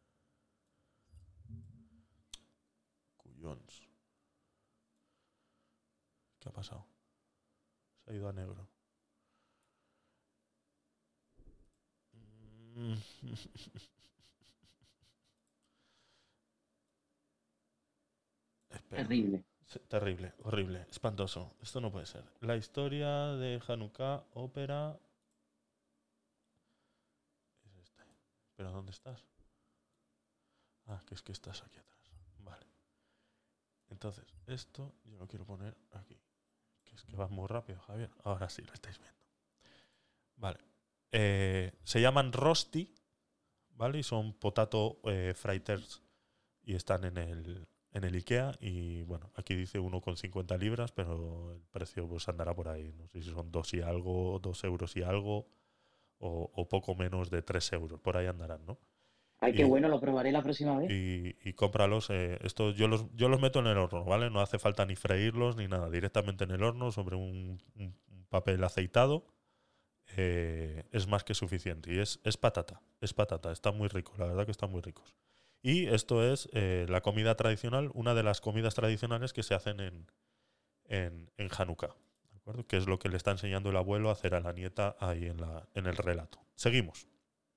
Cuyons. ¿Qué ha pasado? Se ha ido a negro. Espera. Terrible. Sí, terrible, horrible, espantoso. Esto no puede ser. La historia de Hanukkah, ópera. Es este. ¿Pero dónde estás? Ah, que es que estás aquí atrás. Vale. Entonces, esto yo lo quiero poner aquí. Que es que va muy rápido, Javier. Ahora sí lo estáis viendo. Vale. Eh, se llaman rosti, ¿vale? Y son potato eh, fritters y están en el, en el IKEA. Y bueno, aquí dice uno con cincuenta libras, pero el precio pues andará por ahí. No sé si son dos y algo, dos euros y algo, o, o poco menos de tres euros. Por ahí andarán, ¿no? Ay, qué Y- bueno, lo probaré la próxima vez. y, y cómpralos. Eh, esto yo los, yo los meto en el horno, ¿vale? No hace falta ni freírlos ni nada. Directamente en el horno sobre un, un- un papel aceitado. eh, es más que suficiente. Y es, es patata. Es patata. Está muy rico. La verdad que están muy ricos. Y esto es eh, la comida tradicional, una de las comidas tradicionales que se hacen en, en, en Hanukkah. ¿De acuerdo? Que es lo que le está enseñando el abuelo a hacer a la nieta ahí en, la, en el relato. Seguimos.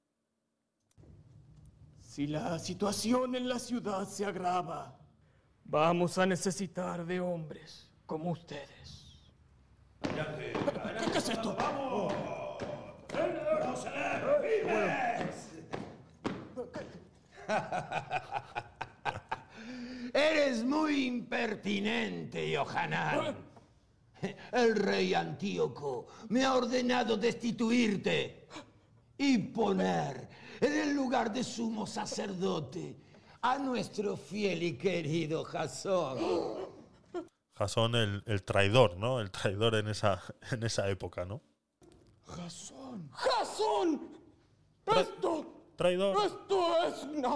Si la situación en la ciudad se agrava, vamos a necesitar de hombres como ustedes. Adelante, ¿Qué es esto? ¡Vamos! Eres muy impertinente, Yohanan. El rey Antíoco me ha ordenado destituirte y poner en el lugar de sumo sacerdote a nuestro fiel y querido Jasón. Jasón el, el traidor, ¿no? El traidor en esa, en esa época, ¿no? Jasón. ¡Jasón! ¡Esto! traidor. ¡Esto es una...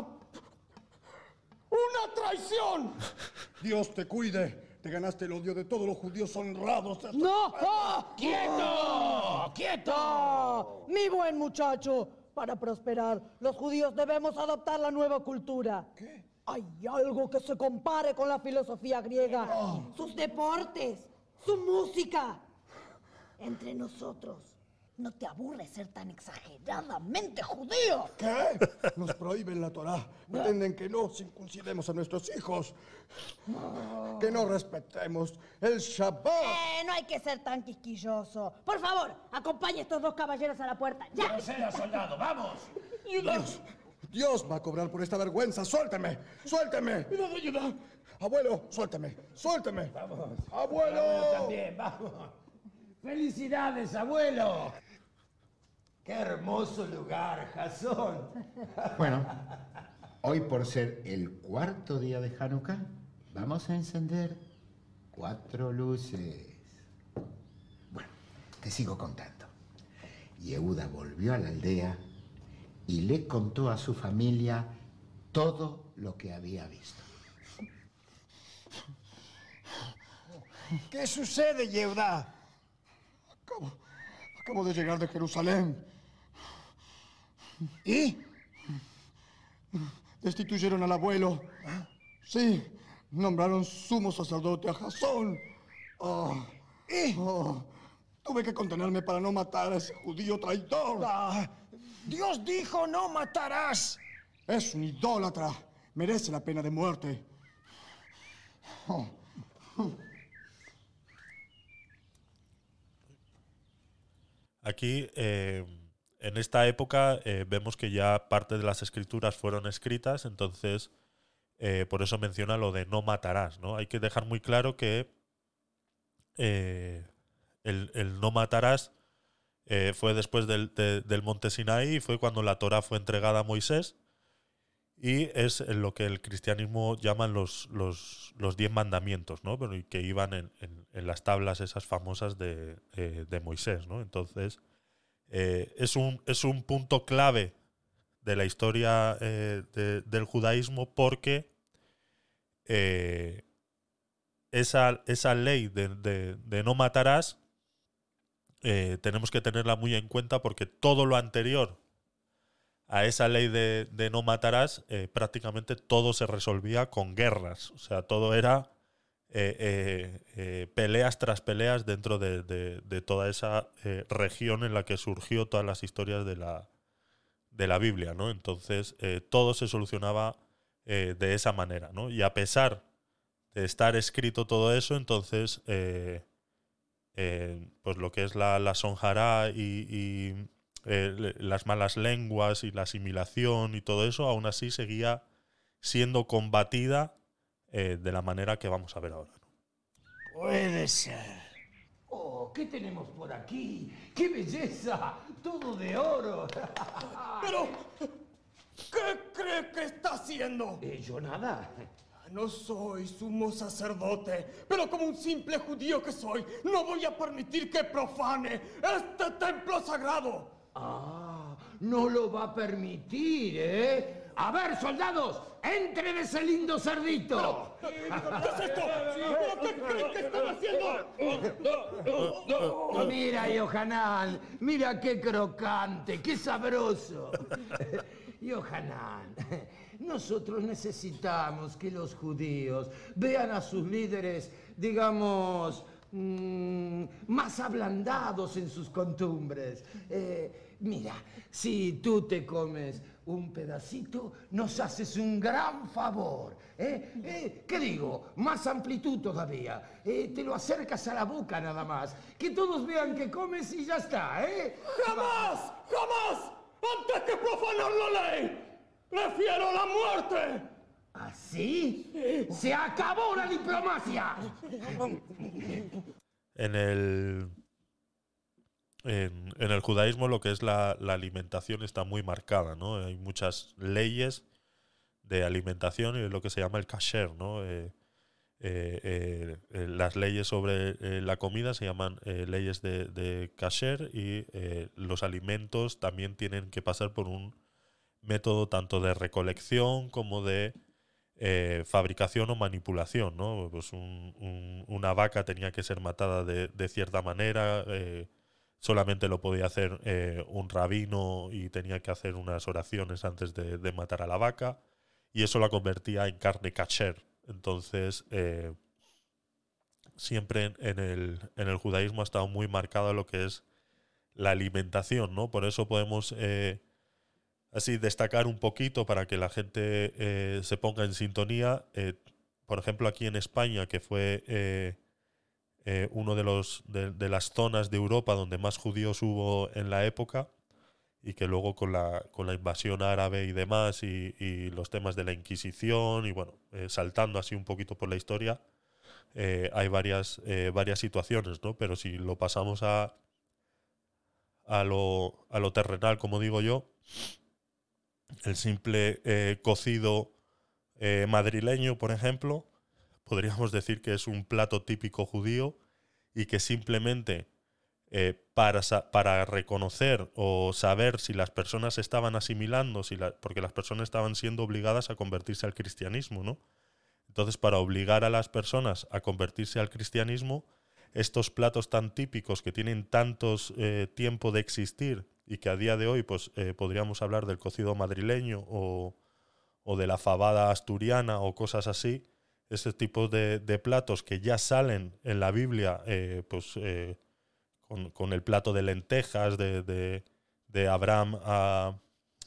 ¡una traición! Dios te cuide. Te ganaste el odio de todos los judíos honrados. ¡No! ¡Oh! ¡Quieto! ¡Quieto! Mi buen muchacho, para prosperar, los judíos debemos adoptar la nueva cultura. ¿Qué? Hay algo que se compare con la filosofía griega. Sus deportes, su música. Entre nosotros, ¿no te aburre ser tan exageradamente judío? ¿Qué? Nos prohíben la Torá. Pretenden que no circuncidemos a nuestros hijos. Que no respetemos el Shabbat. Eh, no hay que ser tan quisquilloso. Por favor, acompañe a estos dos caballeros a la puerta. ¡Ya! Proceda, soldado, vamos. Dios, Dios va a cobrar por esta vergüenza. ¡Suélteme! ¡Suélteme! ¡Ayuda! Abuelo, suélteme. ¡Suélteme! Vamos. ¡Abuelo! Vamos también, vamos. ¡Felicidades, abuelo! ¡Qué hermoso lugar, Jasón! Bueno, hoy por ser el cuarto día de Hanukkah, vamos a encender cuatro luces. Bueno, te sigo contando. Yehuda volvió a la aldea y le contó a su familia todo lo que había visto. ¿Qué sucede, Yehuda? Acabo, acabo de llegar de Jerusalén. ¿Y? Destituyeron al abuelo. Sí, nombraron sumo sacerdote a Jasón. Oh, ¿Y? Oh, tuve que contenerme para no matar a ese judío traidor. Ah, Dios dijo no matarás. Es un idólatra. Merece la pena de muerte. Oh. Aquí, eh, en esta época, eh, vemos que ya parte de las escrituras fueron escritas, entonces eh, por eso menciona lo de no matarás, ¿no? Hay que dejar muy claro que eh, el, el no matarás eh, fue después del, de, del monte Sinaí, y fue cuando la Torá fue entregada a Moisés, y es lo que el cristianismo llaman los, los, los diez mandamientos, ¿no? Pero que iban en, en, en las tablas esas famosas de, eh, de Moisés, ¿no? Entonces, eh, es, un, es un punto clave de la historia eh, de, del judaísmo, porque eh, esa, esa ley de, de, de no matarás eh, tenemos que tenerla muy en cuenta, porque todo lo anterior a esa ley de, de no matarás, eh, prácticamente todo se resolvía con guerras. O sea, todo era eh, eh, eh, peleas tras peleas dentro de, de, de toda esa eh, región en la que surgió todas las historias de la, de la Biblia, ¿no? Entonces, eh, todo se solucionaba eh, de esa manera, ¿no? Y a pesar de estar escrito todo eso, entonces, eh, eh, pues lo que es la, la Sonjará y... y Eh, las malas lenguas y la asimilación y todo eso, aún así seguía siendo combatida eh, de la manera que vamos a ver ahora, ¿no? Puede ser. Oh, ¿qué tenemos por aquí? ¡Qué belleza! Todo de oro. Pero, ¿qué cree que está haciendo? Eh, yo nada. No soy sumo sacerdote, pero como un simple judío que soy, no voy a permitir que profane este templo sagrado. Ah, no lo va a permitir, ¿eh? A ver, soldados, entren ese lindo cerdito. ¿Qué es esto? ¿Pero qué creen que están haciendo? Mira, Yohanan, mira qué crocante, qué sabroso. Yohanan, nosotros necesitamos que los judíos vean a sus líderes, digamos, mmm, más ablandados en sus costumbres. Eh, Mira, si tú te comes un pedacito, nos haces un gran favor. ¿eh? ¿Eh? ¿Qué digo? Más amplitud todavía. Eh, te lo acercas a la boca nada más. Que todos vean que comes y ya está, ¿eh? ¡Jamás! ¡Jamás! ¡Antes que profanar la ley! ¡Prefiero la muerte! ¿Así? ¡Se acabó la diplomacia! En el... En, en el judaísmo lo que es la, la alimentación está muy marcada, ¿no? Hay muchas leyes de alimentación y lo que se llama el kasher, ¿no? Eh, eh, eh, eh, las leyes sobre eh, la comida se llaman eh, leyes de, de kasher, y eh, los alimentos también tienen que pasar por un método tanto de recolección como de eh, fabricación o manipulación, ¿no? Pues un, un, una vaca tenía que ser matada de, de cierta manera, eh, solamente lo podía hacer eh, un rabino y tenía que hacer unas oraciones antes de, de matar a la vaca, y eso la convertía en carne kasher. Entonces, eh, siempre en, en, el, en el judaísmo ha estado muy marcado lo que es la alimentación, ¿no? Por eso podemos eh, así destacar un poquito para que la gente eh, se ponga en sintonía. Eh, por ejemplo, aquí en España, que fue eh, eh, uno de los de, de las zonas de Europa donde más judíos hubo en la época, y que luego con la, con la invasión árabe y demás, y, y los temas de la Inquisición, y bueno, eh, saltando así un poquito por la historia, eh, hay varias, eh, varias situaciones, ¿no? Pero si lo pasamos a, a, lo, a lo terrenal, como digo yo, el simple eh, cocido eh, madrileño, por ejemplo, podríamos decir que es un plato típico judío, y que simplemente eh, para, para reconocer o saber si las personas estaban asimilando, si la, porque las personas estaban siendo obligadas a convertirse al cristianismo, ¿no? Entonces, para obligar a las personas a convertirse al cristianismo, estos platos tan típicos que tienen tantos eh, tiempo de existir, y que a día de hoy pues eh, podríamos hablar del cocido madrileño o, o de la fabada asturiana o cosas así, ese tipo de, de platos que ya salen en la Biblia, eh, pues eh, con, con el plato de lentejas de, de, de Abraham a,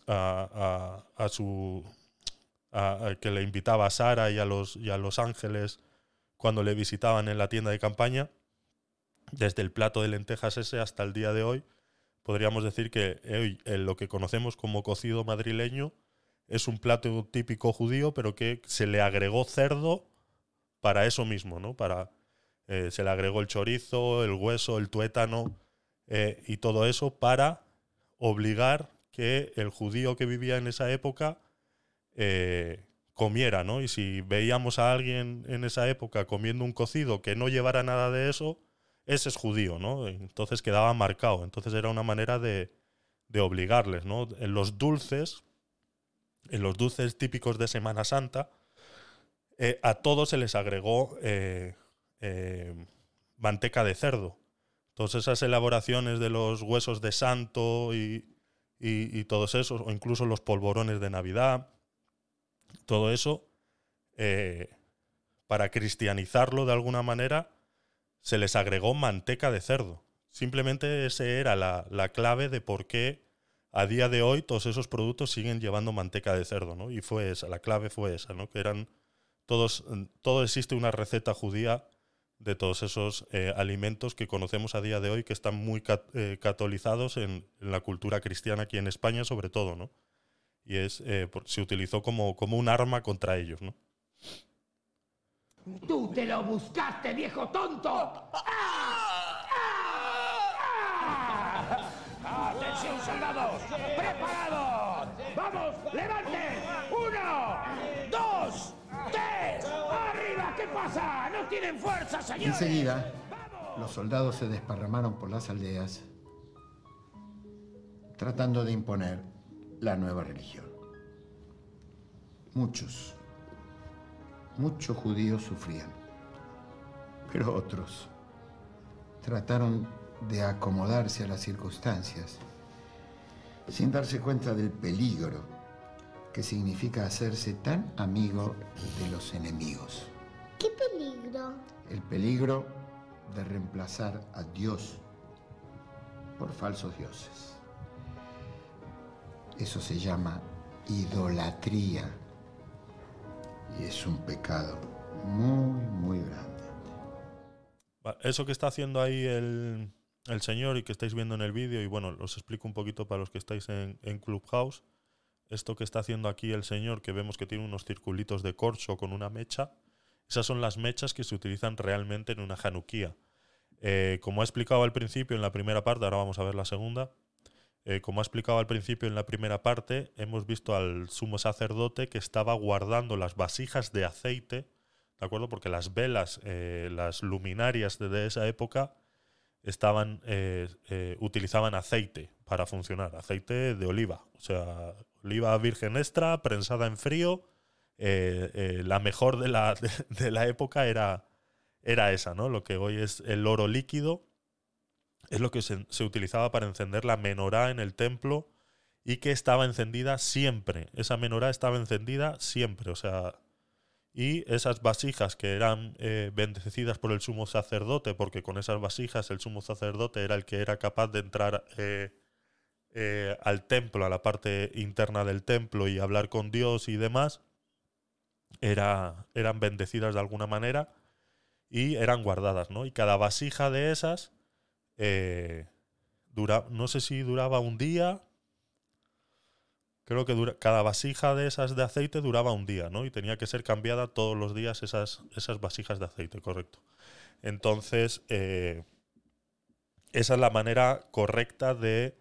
a, a, a su a, a que le invitaba a Sara y a los y a los ángeles cuando le visitaban en la tienda de campaña. Desde el plato de lentejas ese hasta el día de hoy, podríamos decir que hoy eh, lo que conocemos como cocido madrileño es un plato típico judío, pero que se le agregó cerdo para eso mismo, ¿no? Para, eh, se le agregó el chorizo, el hueso, el tuétano eh, y todo eso para obligar que el judío que vivía en esa época eh, comiera, ¿no? Y si veíamos a alguien en esa época comiendo un cocido que no llevara nada de eso, ese es judío, ¿no? Entonces quedaba marcado. Entonces era una manera de, de obligarles, ¿no? En los dulces, en los dulces típicos de Semana Santa, eh, a todos se les agregó eh, eh, manteca de cerdo. Entonces esas elaboraciones de los huesos de santo y, y, y todos esos, o incluso los polvorones de Navidad, todo eso, eh, para cristianizarlo de alguna manera, se les agregó manteca de cerdo. Simplemente esa era la, la clave de por qué a día de hoy todos esos productos siguen llevando manteca de cerdo, ¿no? Y fue esa, la clave fue esa, ¿no? Que eran todos, todo existe una receta judía de todos esos eh, alimentos que conocemos a día de hoy, que están muy cat, eh, catolizados en, en la cultura cristiana aquí en España, sobre todo, ¿no? Y es eh, por, se utilizó como, como un arma contra ellos, ¿no? ¡Tú te lo buscaste, viejo tonto! ¡Ah! ¡Ah! ¡Ah! ¡Atención, soldados! ¡Preparados! ¡Vamos, levanten! ¡Uno! ¡Dos! ¡Tres! ¡Arriba! ¿Qué pasa? ¡No tienen fuerza, señores! Enseguida, los soldados se desparramaron por las aldeas tratando de imponer la nueva religión. Muchos, muchos judíos sufrían, pero otros trataron de acomodarse a las circunstancias sin darse cuenta del peligro que significa hacerse tan amigo de los enemigos. ¿Qué peligro? El peligro de reemplazar a Dios por falsos dioses. Eso se llama idolatría y es un pecado muy, muy grande. Eso que está haciendo ahí el, el señor y que estáis viendo en el vídeo, y bueno, os explico un poquito para los que estáis en, en Clubhouse, esto que está haciendo aquí el señor, que vemos que tiene unos circulitos de corcho con una mecha, esas son las mechas que se utilizan realmente en una Hanukkía. Eh, como he explicado al principio en la primera parte, ahora vamos a ver la segunda, eh, como he explicado al principio en la primera parte, hemos visto al sumo sacerdote que estaba guardando las vasijas de aceite, ¿de acuerdo? Porque las velas, eh, las luminarias de, de esa época estaban eh, eh, utilizaban aceite para funcionar, aceite de oliva, o sea, Oliva virgen extra, prensada en frío. Eh, eh, la mejor de la, de, de la época era, era esa, ¿no? Lo que hoy es el oro líquido. Es lo que se, se utilizaba para encender la menorá en el templo y que estaba encendida siempre. Esa menorá estaba encendida siempre. O sea, y esas vasijas que eran eh, bendecidas por el sumo sacerdote, porque con esas vasijas el sumo sacerdote era el que era capaz de entrar eh, eh, al templo, a la parte interna del templo y hablar con Dios y demás, era, eran bendecidas de alguna manera y eran guardadas, ¿no? Y cada vasija de esas... Eh, dura, no sé si duraba un día, creo que dura, cada vasija de esas de aceite duraba un día, ¿no? Y tenía que ser cambiada todos los días esas, esas vasijas de aceite, correcto. Entonces, eh, esa es la manera correcta de,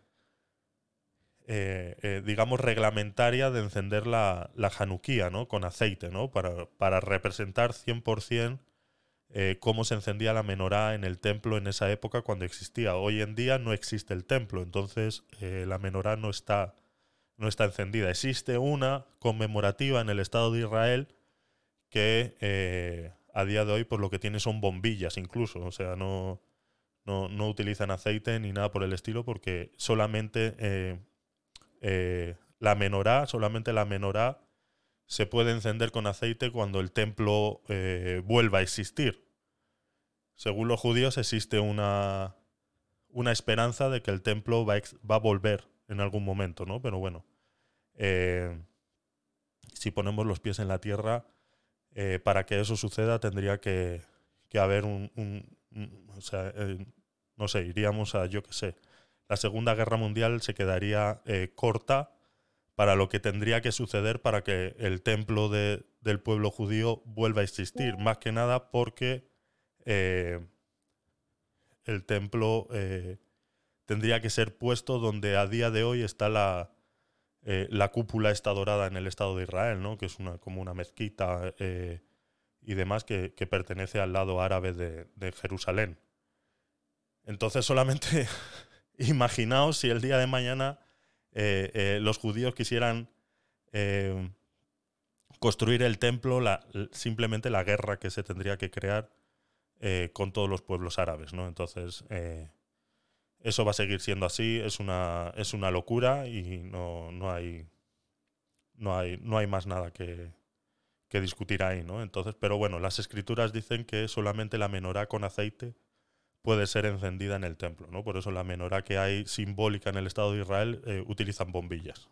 eh, eh, digamos, reglamentaria de encender la, la januquía, ¿no? Con aceite, ¿no? Para, para representar cien por ciento Eh, cómo se encendía la menorá en el templo en esa época cuando existía. Hoy en día no existe el templo, entonces eh, la menorá no está, no está encendida. Existe una conmemorativa en el Estado de Israel que eh, a día de hoy por lo que tiene son bombillas incluso, o sea, no, no, no utilizan aceite ni nada por el estilo porque solamente eh, eh, la menorá, solamente la menorá se puede encender con aceite cuando el templo eh, vuelva a existir. Según los judíos existe una, una esperanza de que el templo va a, va a volver en algún momento, ¿no? Pero bueno, eh, si ponemos los pies en la tierra, eh, para que eso suceda tendría que, que haber un... un, un o sea, eh, no sé, iríamos a, yo qué sé, la Segunda Guerra Mundial se quedaría eh, corta para lo que tendría que suceder para que el templo de, del pueblo judío vuelva a existir. Más que nada porque eh, el templo eh, tendría que ser puesto donde a día de hoy está la, eh, la cúpula esta dorada en el Estado de Israel, ¿no? Que es una, como una mezquita eh, y demás que, que pertenece al lado árabe de, de Jerusalén. Entonces solamente imaginaos si el día de mañana... Eh, eh, los judíos quisieran eh, construir el templo, la, simplemente la guerra que se tendría que crear eh, con todos los pueblos árabes, ¿no? Entonces, eh, eso va a seguir siendo así, es una, es una locura y no, no, hay, no, hay, no hay más nada que, que discutir ahí, ¿no? Entonces, pero bueno, las escrituras dicen que solamente la menorá con aceite puede ser encendida en el templo, ¿no? Por eso la menorá que hay simbólica en el Estado de Israel eh, utilizan bombillas.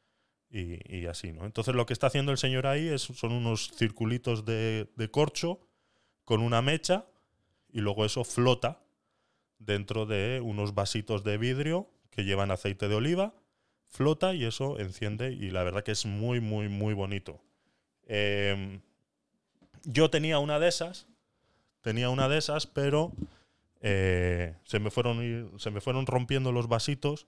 Y, y así, ¿no? Entonces lo que está haciendo el Señor ahí es, son unos circulitos de, de corcho con una mecha y luego eso flota dentro de unos vasitos de vidrio que llevan aceite de oliva, flota y eso enciende y la verdad que es muy, muy, muy bonito. Eh, yo tenía una de esas, tenía una de esas, pero... Eh, se me fueron se me fueron rompiendo los vasitos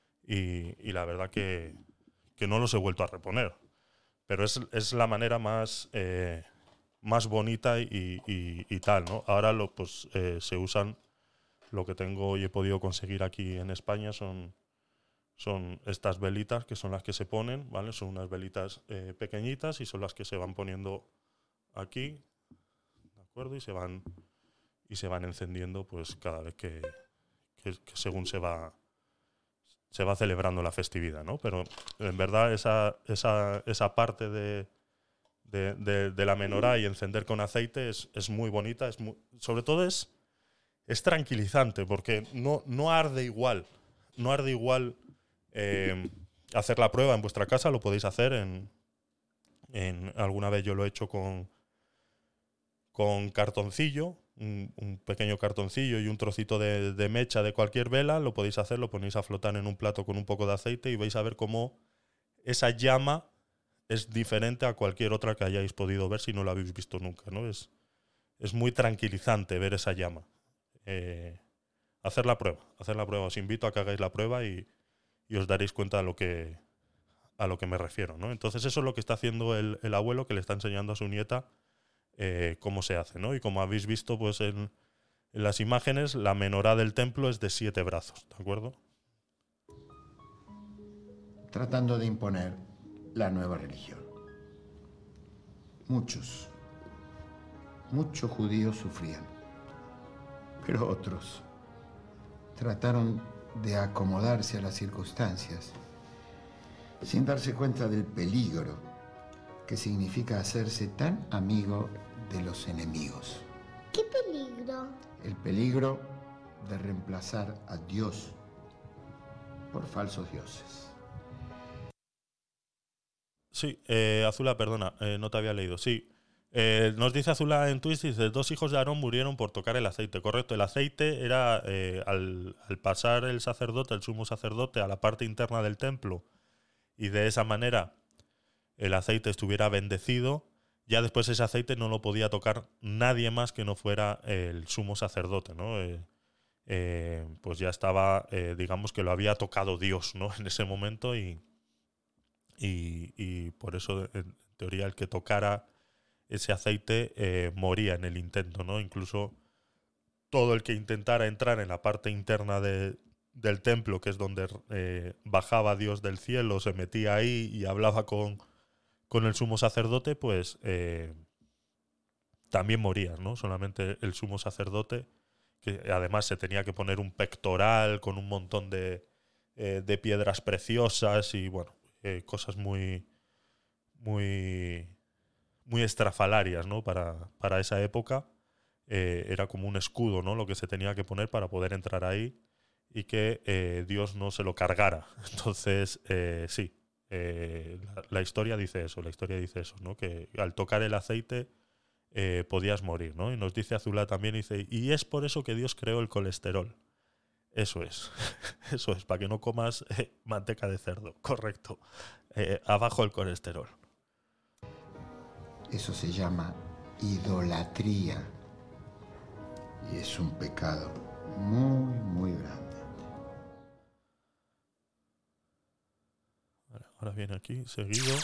y, y la verdad que, que no los he vuelto a reponer. Pero es, es la manera más, eh, más bonita y, y, y tal, ¿no? Ahora lo, pues, eh, se usan, lo que tengo y he podido conseguir aquí en España son, son estas velitas que son las que se ponen, ¿vale? Son unas velitas eh, pequeñitas y son las que se van poniendo aquí, ¿de acuerdo? Y se van... y se van encendiendo pues cada vez que, que, que según se va se va celebrando la festividad, ¿no? Pero en verdad esa, esa, esa parte de, de, de, de la menorá y encender con aceite es, es muy bonita, es muy, sobre todo es, es tranquilizante porque no, no arde igual, no arde igual eh, hacer la prueba en vuestra casa, lo podéis hacer en, en alguna vez yo lo he hecho con, con cartoncillo, Un, un pequeño cartoncillo y un trocito de, de mecha de cualquier vela, lo podéis hacer, lo ponéis a flotar en un plato con un poco de aceite y vais a ver cómo esa llama es diferente a cualquier otra que hayáis podido ver si no la habéis visto nunca, ¿no? Es, es muy tranquilizante ver esa llama. Eh, hacer la prueba, hacer la prueba. Os invito a que hagáis la prueba y, y os daréis cuenta a lo que, a lo que me refiero, ¿no? Entonces eso es lo que está haciendo el, el abuelo, que le está enseñando a su nieta Eh, cómo se hace, ¿no? Y como habéis visto pues en, en las imágenes, la menorá del templo es de siete brazos, ¿de acuerdo? Tratando de imponer la nueva religión. Muchos, muchos judíos sufrían, pero otros trataron de acomodarse a las circunstancias sin darse cuenta del peligro que significa hacerse tan amigo de los enemigos. ¿Qué peligro? El peligro de reemplazar a Dios por falsos dioses. Sí, eh, Azula, perdona, eh, no te había leído. Sí, eh, nos dice Azula en Twitch, dice, dos hijos de Aarón murieron por tocar el aceite. Correcto, el aceite era eh, al, al pasar el sacerdote, el sumo sacerdote, a la parte interna del templo y de esa manera el aceite estuviera bendecido, ya después ese aceite no lo podía tocar nadie más que no fuera el sumo sacerdote, ¿no? Eh, eh, pues ya estaba, eh, digamos que lo había tocado Dios, ¿no? En ese momento y, y, y por eso, en teoría, el que tocara ese aceite eh, moría en el intento, ¿no? Incluso todo el que intentara entrar en la parte interna de, del templo, que es donde eh, bajaba Dios del cielo, se metía ahí y hablaba con, con el sumo sacerdote, pues eh, también moría, ¿no? Solamente el sumo sacerdote, que además se tenía que poner un pectoral con un montón de, eh, de piedras preciosas y, bueno, eh, cosas muy, muy, muy estrafalarias, ¿no? Para, para esa época. Eh, era como un escudo, ¿no? Lo que se tenía que poner para poder entrar ahí y que eh, Dios no se lo cargara. Entonces, eh, sí, eh, la, la historia dice eso, la historia dice eso, ¿no? Que al tocar el aceite eh, podías morir, ¿no? Y nos dice Azula también, dice, y es por eso que Dios creó el colesterol. Eso es, eso es, para que no comas eh, manteca de cerdo, correcto. Eh, abajo el colesterol. Eso se llama idolatría. Y es un pecado muy, muy grande. Vale, ahora viene aquí, seguido.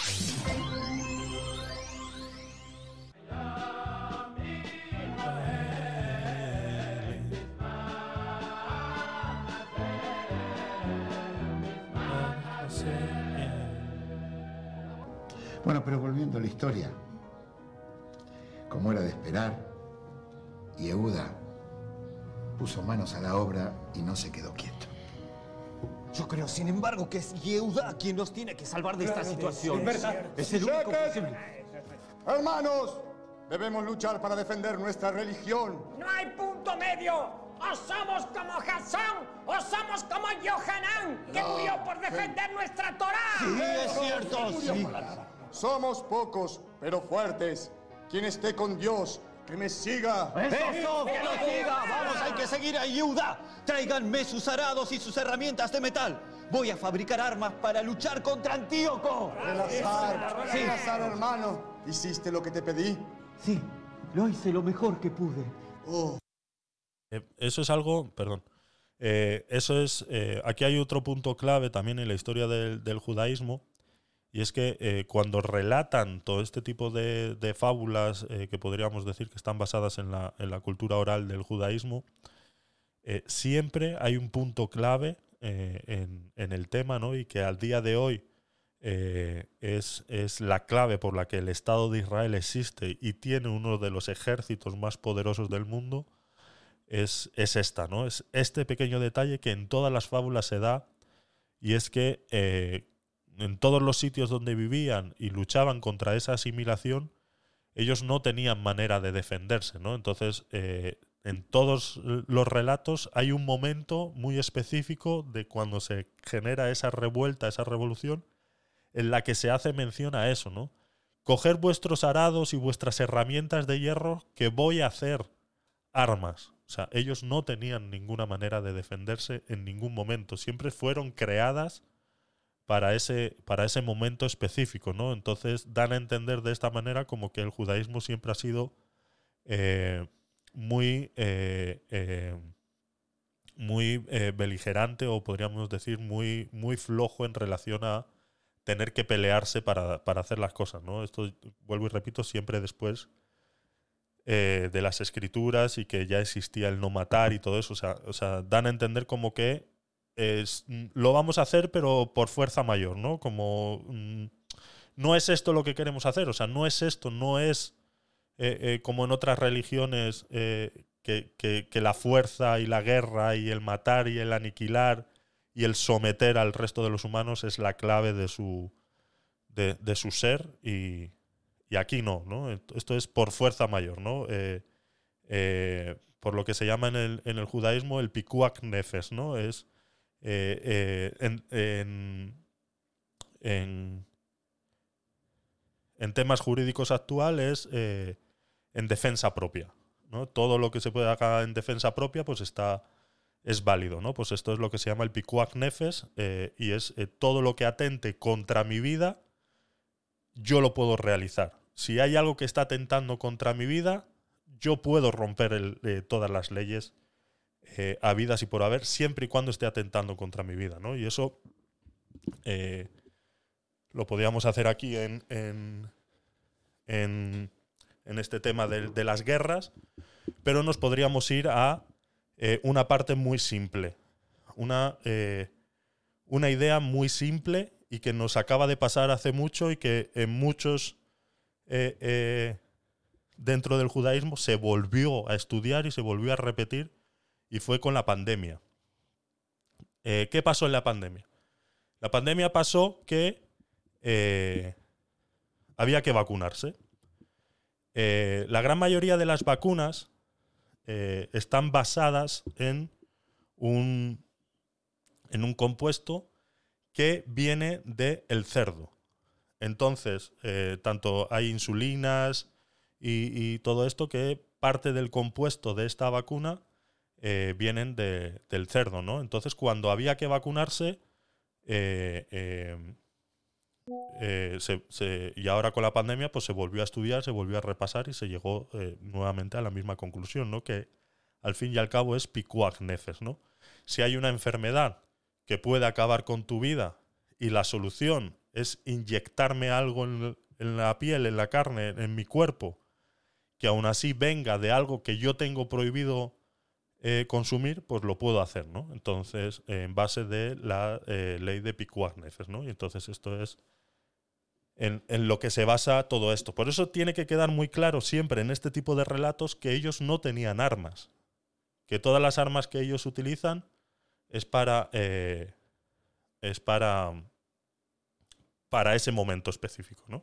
Bueno, pero volviendo a la historia, como era de esperar, Yehuda puso manos a la obra y no se quedó quieto. Yo creo, sin embargo, que es Yehuda quien nos tiene que salvar de esta situación. Es verdad. Es el único ¡Cheques! posible. Hermanos, debemos luchar para defender nuestra religión. No hay punto medio. O somos como Jasón o somos como Yohanan, que No, murió por defender nuestra Torá. Sí. Somos pocos, pero fuertes. Quien esté con Dios, que me siga. ¡Eso! ¡Que nos siga! ¡Vamos, hay que seguir a Yehuda! Tráiganme sus arados y sus herramientas de metal. Voy a fabricar armas para luchar contra Antíoco. Elazar, Sí. Elazar, hermano. ¿Hiciste lo que te pedí? Sí, lo hice lo mejor que pude. Oh. Eh, eso es algo, perdón, eh, eso es, eh, aquí hay otro punto clave también en la historia del, del judaísmo, y es que eh, cuando relatan todo este tipo de, de fábulas eh, que podríamos decir que están basadas en la, en la cultura oral del judaísmo, eh, siempre hay un punto clave eh, en, en el tema, ¿no? Y que al día de hoy eh, es, es la clave por la que el Estado de Israel existe y tiene uno de los ejércitos más poderosos del mundo. Es, es esta, ¿no? Es este pequeño detalle que en todas las fábulas se da, y es que eh, en todos los sitios donde vivían y luchaban contra esa asimilación, ellos no tenían manera de defenderse, ¿no? Entonces, eh, en todos los relatos hay un momento muy específico de cuando se genera esa revuelta, esa revolución, en la que se hace mención a eso, ¿no? Coger vuestros arados y vuestras herramientas de hierro, que voy a hacer armas. O sea, ellos no tenían ninguna manera de defenderse en ningún momento. Siempre fueron creadas para ese, para ese momento específico, ¿no? Entonces dan a entender de esta manera como que el judaísmo siempre ha sido eh, muy, eh, eh, muy eh, beligerante, o podríamos decir muy, muy flojo en relación a tener que pelearse para, para hacer las cosas, ¿no? Esto, vuelvo y repito, siempre después Eh, de las escrituras, y que ya existía el no matar y todo eso. O sea, o sea dan a entender como que es, lo vamos a hacer pero por fuerza mayor, ¿no? Como mm, no es esto lo que queremos hacer, o sea, no es esto, no es eh, eh, como en otras religiones eh, que, que, que la fuerza y la guerra y el matar y el aniquilar y el someter al resto de los humanos es la clave de su, de, de su ser, y, y aquí no, ¿no? Esto es por fuerza mayor, ¿no? Eh, eh, por lo que se llama en el, en el judaísmo el pikuach nefesh, ¿no? Es eh, eh, en, en, en, en temas jurídicos actuales eh, en defensa propia, ¿no? Todo lo que se puede hacer en defensa propia pues está, es válido, ¿no? Pues esto es lo que se llama el pikuach nefesh, eh, y es eh, todo lo que atente contra mi vida, yo lo puedo realizar. Si hay algo que está atentando contra mi vida, yo puedo romper el, eh, todas las leyes eh, habidas y por haber, siempre y cuando esté atentando contra mi vida, ¿no? Y eso eh, lo podríamos hacer aquí en, en, en, en este tema de, de las guerras, pero nos podríamos ir a eh, una parte muy simple, una, eh, una idea muy simple y que nos acaba de pasar hace mucho y que en muchos eh, eh, dentro del judaísmo se volvió a estudiar y se volvió a repetir, y fue con la pandemia. Eh, ¿Qué pasó en la pandemia? La pandemia pasó que eh, había que vacunarse. Eh, la gran mayoría de las vacunas eh, están basadas en un, en un compuesto que viene del cerdo. Entonces, eh, tanto hay insulinas y, y todo esto que parte del compuesto de esta vacuna eh, vienen de, del cerdo, ¿no? Entonces, cuando había que vacunarse, eh, eh, eh, se, se, y ahora con la pandemia, pues se volvió a estudiar, se volvió a repasar y se llegó eh, nuevamente a la misma conclusión, ¿no? Que al fin y al cabo es pikuach nefesh, ¿no? Si hay una enfermedad que puede acabar con tu vida y la solución es inyectarme algo en, en la piel, en la carne, en mi cuerpo, que aún así venga de algo que yo tengo prohibido eh, consumir, pues lo puedo hacer, ¿no? Entonces, eh, en base de la eh, ley de pikuach nefesh, ¿no? Y entonces esto es en, en lo que se basa todo esto. Por eso tiene que quedar muy claro siempre en este tipo de relatos que ellos no tenían armas, que todas las armas que ellos utilizan es para eh, es para para ese momento específico, ¿no?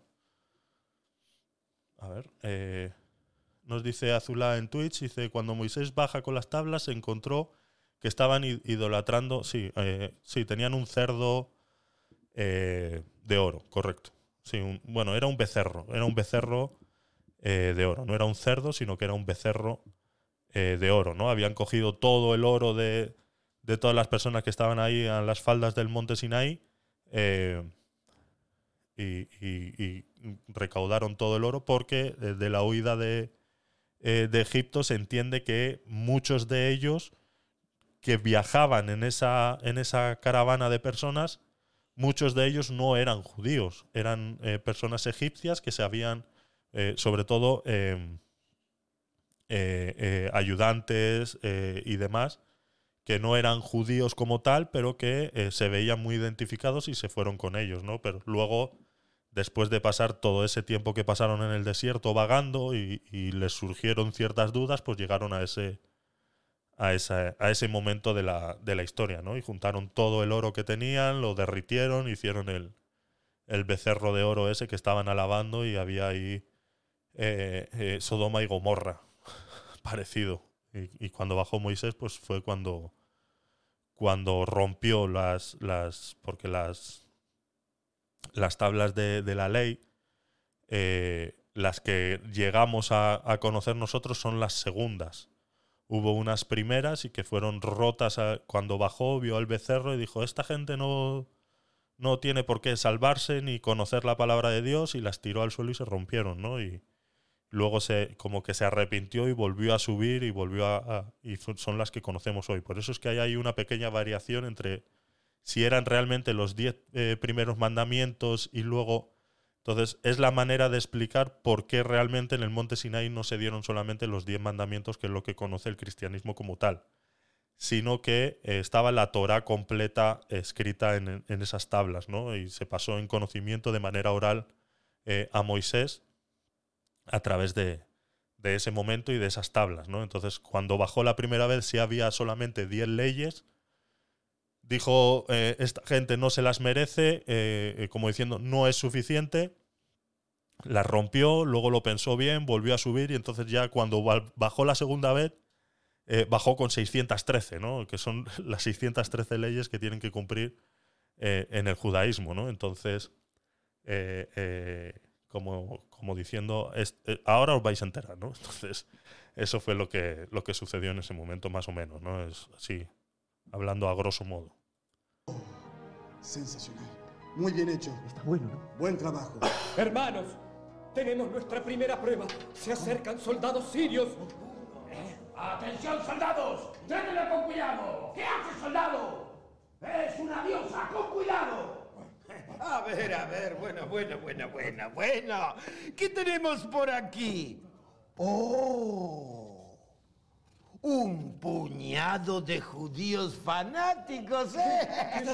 A ver, eh, nos dice Azulá en Twitch, dice, cuando Moisés baja con las tablas se encontró que estaban idolatrando, sí, eh, sí, tenían un cerdo eh, de oro, correcto. Sí, un, bueno, era un becerro, era un becerro eh, de oro, no era un cerdo, sino que era un becerro eh, de oro, ¿no? Habían cogido todo el oro de, de todas las personas que estaban ahí en las faldas del monte Sinaí, eh, Y, y, y recaudaron todo el oro porque desde la huida de, eh, de Egipto se entiende que muchos de ellos que viajaban en esa, en esa caravana de personas, muchos de ellos no eran judíos, eran eh, personas egipcias que se habían, eh, sobre todo eh, eh, eh, ayudantes eh, y demás, que no eran judíos como tal, pero que eh, se veían muy identificados y se fueron con ellos, ¿no? Pero luego, después de pasar todo ese tiempo que pasaron en el desierto vagando y, y les surgieron ciertas dudas, pues llegaron a ese, a esa, a ese momento de la, de la historia, ¿no? Y juntaron todo el oro que tenían, lo derritieron, hicieron el, el becerro de oro ese que estaban alabando, y había ahí eh, eh, Sodoma y Gomorra parecido. Y, y cuando bajó Moisés, pues fue cuando, cuando rompió las, las porque las, las tablas de, de la ley, eh, las que llegamos a, a conocer nosotros son las segundas. Hubo unas primeras y que fueron rotas a, cuando bajó, vio al becerro y dijo, esta gente no, no tiene por qué salvarse ni conocer la palabra de Dios, y las tiró al suelo y se rompieron, ¿no? Y luego se, como que se arrepintió y volvió a subir y volvió a, a y son las que conocemos hoy. Por eso es que hay ahí una pequeña variación entre si eran realmente los diez eh, primeros mandamientos y luego... Entonces es la manera de explicar por qué realmente en el monte Sinaí no se dieron solamente los diez mandamientos, que es lo que conoce el cristianismo como tal, sino que eh, estaba la Torá completa escrita en, en esas tablas, ¿no? Y se pasó en conocimiento de manera oral eh, a Moisés a través de, de ese momento y de esas tablas, ¿no? Entonces, cuando bajó la primera vez, sí había solamente diez leyes. Dijo, eh, esta gente no se las merece, eh, eh, como diciendo, no es suficiente. Las rompió, luego lo pensó bien, volvió a subir y entonces ya cuando bajó la segunda vez, eh, bajó con seiscientas trece, ¿no? Que son las seiscientas trece leyes que tienen que cumplir eh, en el judaísmo, ¿no? Entonces, eh, eh, como, como diciendo, es, eh, ahora os vais a enterar, ¿no? Entonces, eso fue lo que, lo que sucedió en ese momento, más o menos, ¿no? Es así, hablando a grosso modo. Sensacional. Muy bien hecho. Está bueno, ¿no? Buen trabajo. Hermanos, tenemos nuestra primera prueba. Se acercan soldados sirios. ¡Atención, soldados! ¡Trátenla con cuidado! ¿Qué hace, soldado? ¡Es una diosa! ¡Con cuidado! A ver, a ver, bueno, bueno, bueno, bueno, bueno. ¿Qué tenemos por aquí? ¡Oh! Un puñado de judíos fanáticos, ¿eh?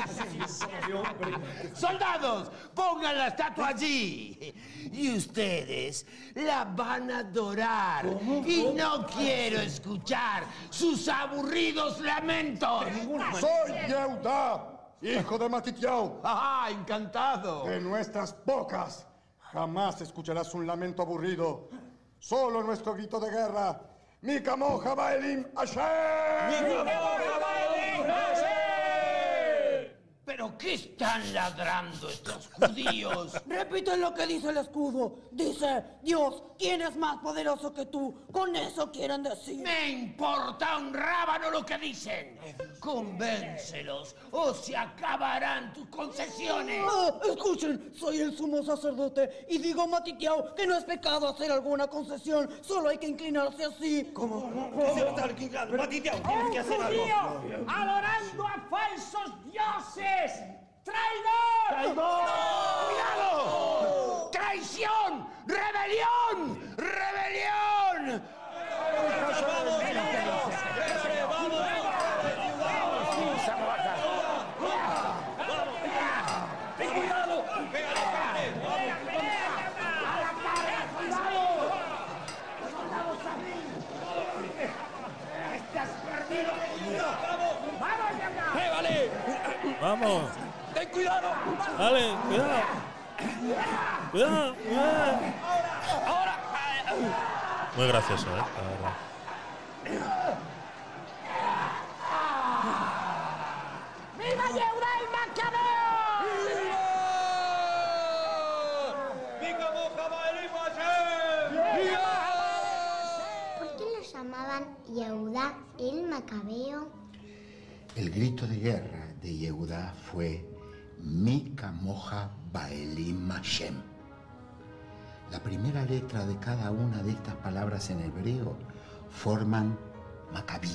¡Soldados! ¡Pongan la estatua allí! Y ustedes la van a adorar. Y no quiero escuchar sus aburridos lamentos. Soy Yehuda, hijo de Matitiao. ¡Ah, encantado! De nuestras bocas jamás escucharás un lamento aburrido. Solo nuestro grito de guerra. Mi camoja Baelim Hashem. ¡Mi camoja Baelim Hashem! ¿Pero qué están ladrando estos judíos? Repite lo que dice el escudo. Dice, Dios, ¿quién es más poderoso que tú? Con eso quieren decir. Me importa un rábano lo que dicen. Convéncelos o se acabarán tus concesiones. Ah, escuchen, soy el sumo sacerdote y digo, Matitiao, que no es pecado hacer alguna concesión. Solo hay que inclinarse así. ¿Cómo? ¿Qué se va a estar inclinando? Matitiao, tienes que hacer algo. ¡Judío! ¡Adorando a falsos dioses! ¡Traidor! ¡Traidor! ¡Cuidado! ¡Traición! ¡Rebelión! ¡Rebelión! ¡Vamos! ¡Ten cuidado! ¡Dale! ¡Cuidado! ¡Cuidado! ¡Cuidado! ¡Ahora! Muy gracioso, ¿eh? La verdad. ¡Viva Yehuda el Macabeo! ¡Viva Moja Baelim Hashem! ¿Por qué lo llamaban Yehuda el Macabeo? El grito de guerra de Yehudá fue Mi Camoja Baelim Hashem. La primera letra de cada una de estas palabras en hebreo forman Macabí.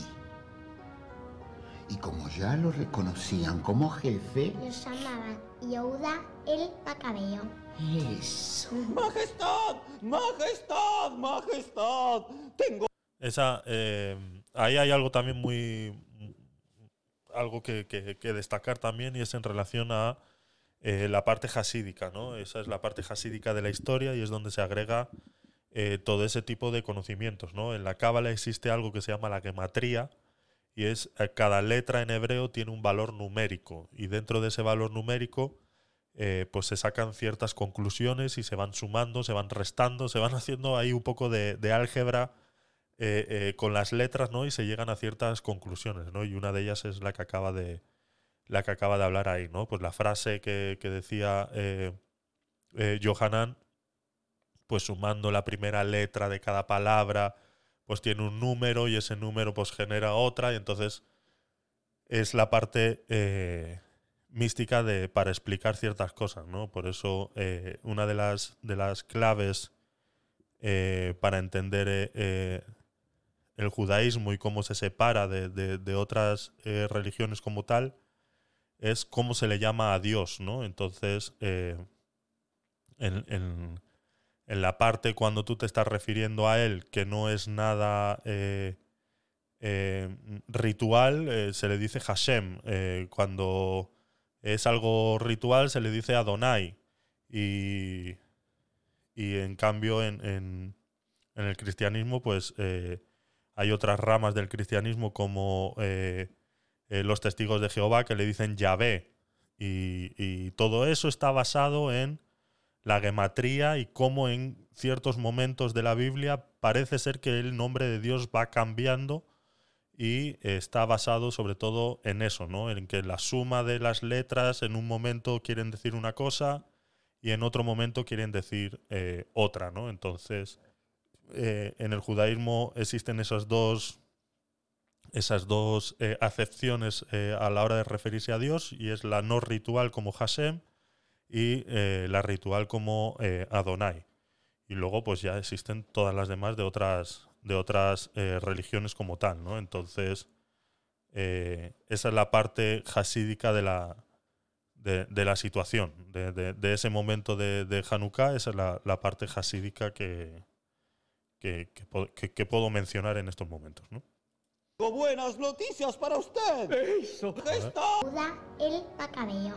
Y como ya lo reconocían como jefe, Lo llamaban Yehuda el Macabeo. eso. ¡Majestad! ¡Majestad! ¡Majestad! Tengo... Esa, eh, ahí hay algo también muy... algo que, que, que destacar también, y es en relación a eh, la parte jasídica, ¿no? Esa es la parte jasídica de la historia y es donde se agrega eh, todo ese tipo de conocimientos, ¿no? En la cábala existe algo que se llama la gematría, y es eh, cada letra en hebreo tiene un valor numérico, y dentro de ese valor numérico eh, pues se sacan ciertas conclusiones y se van sumando, se van restando, se van haciendo ahí un poco de, de álgebra Eh, eh, con las letras, ¿no? Y se llegan a ciertas conclusiones, ¿no? Y una de ellas es la que acaba de la que acaba de hablar ahí, ¿no? Pues la frase que, que decía eh, eh, Yohanan, pues sumando la primera letra de cada palabra, pues tiene un número y ese número pues genera otra, y entonces es la parte eh, mística de para explicar ciertas cosas, ¿no? Por eso eh, una de las de las claves eh, para entender eh, eh, el judaísmo y cómo se separa de, de, de otras eh, religiones como tal, es cómo se le llama a Dios, ¿no? Entonces, eh, en, en, en la parte cuando tú te estás refiriendo a Él, que no es nada eh, eh, ritual, eh, se le dice Hashem. Eh, cuando es algo ritual, se le dice Adonai. Y, y en cambio en, en, en el cristianismo pues eh, hay otras ramas del cristianismo como eh, eh, los testigos de Jehová que le dicen Yahvé, y, y todo eso está basado en la gematría y cómo en ciertos momentos de la Biblia parece ser que el nombre de Dios va cambiando y está basado sobre todo en eso, ¿no? En que la suma de las letras en un momento quieren decir una cosa y en otro momento quieren decir eh, otra, ¿no? Entonces, eh, en el judaísmo existen esas dos, esas dos eh, acepciones eh, a la hora de referirse a Dios, y es la no ritual como Hashem y eh, la ritual como eh, Adonai. Y luego pues ya existen todas las demás de otras, de otras eh, religiones como tal, ¿no? Entonces, eh, esa es la parte hasídica de la, de, de la situación, de, de, de ese momento de, de Hanukkah. Esa es la, la parte hasídica que, que, que, que, que puedo mencionar en estos momentos, ¿no? Tengo buenas noticias para usted. Eso. Majestad. Judá el Macabeo.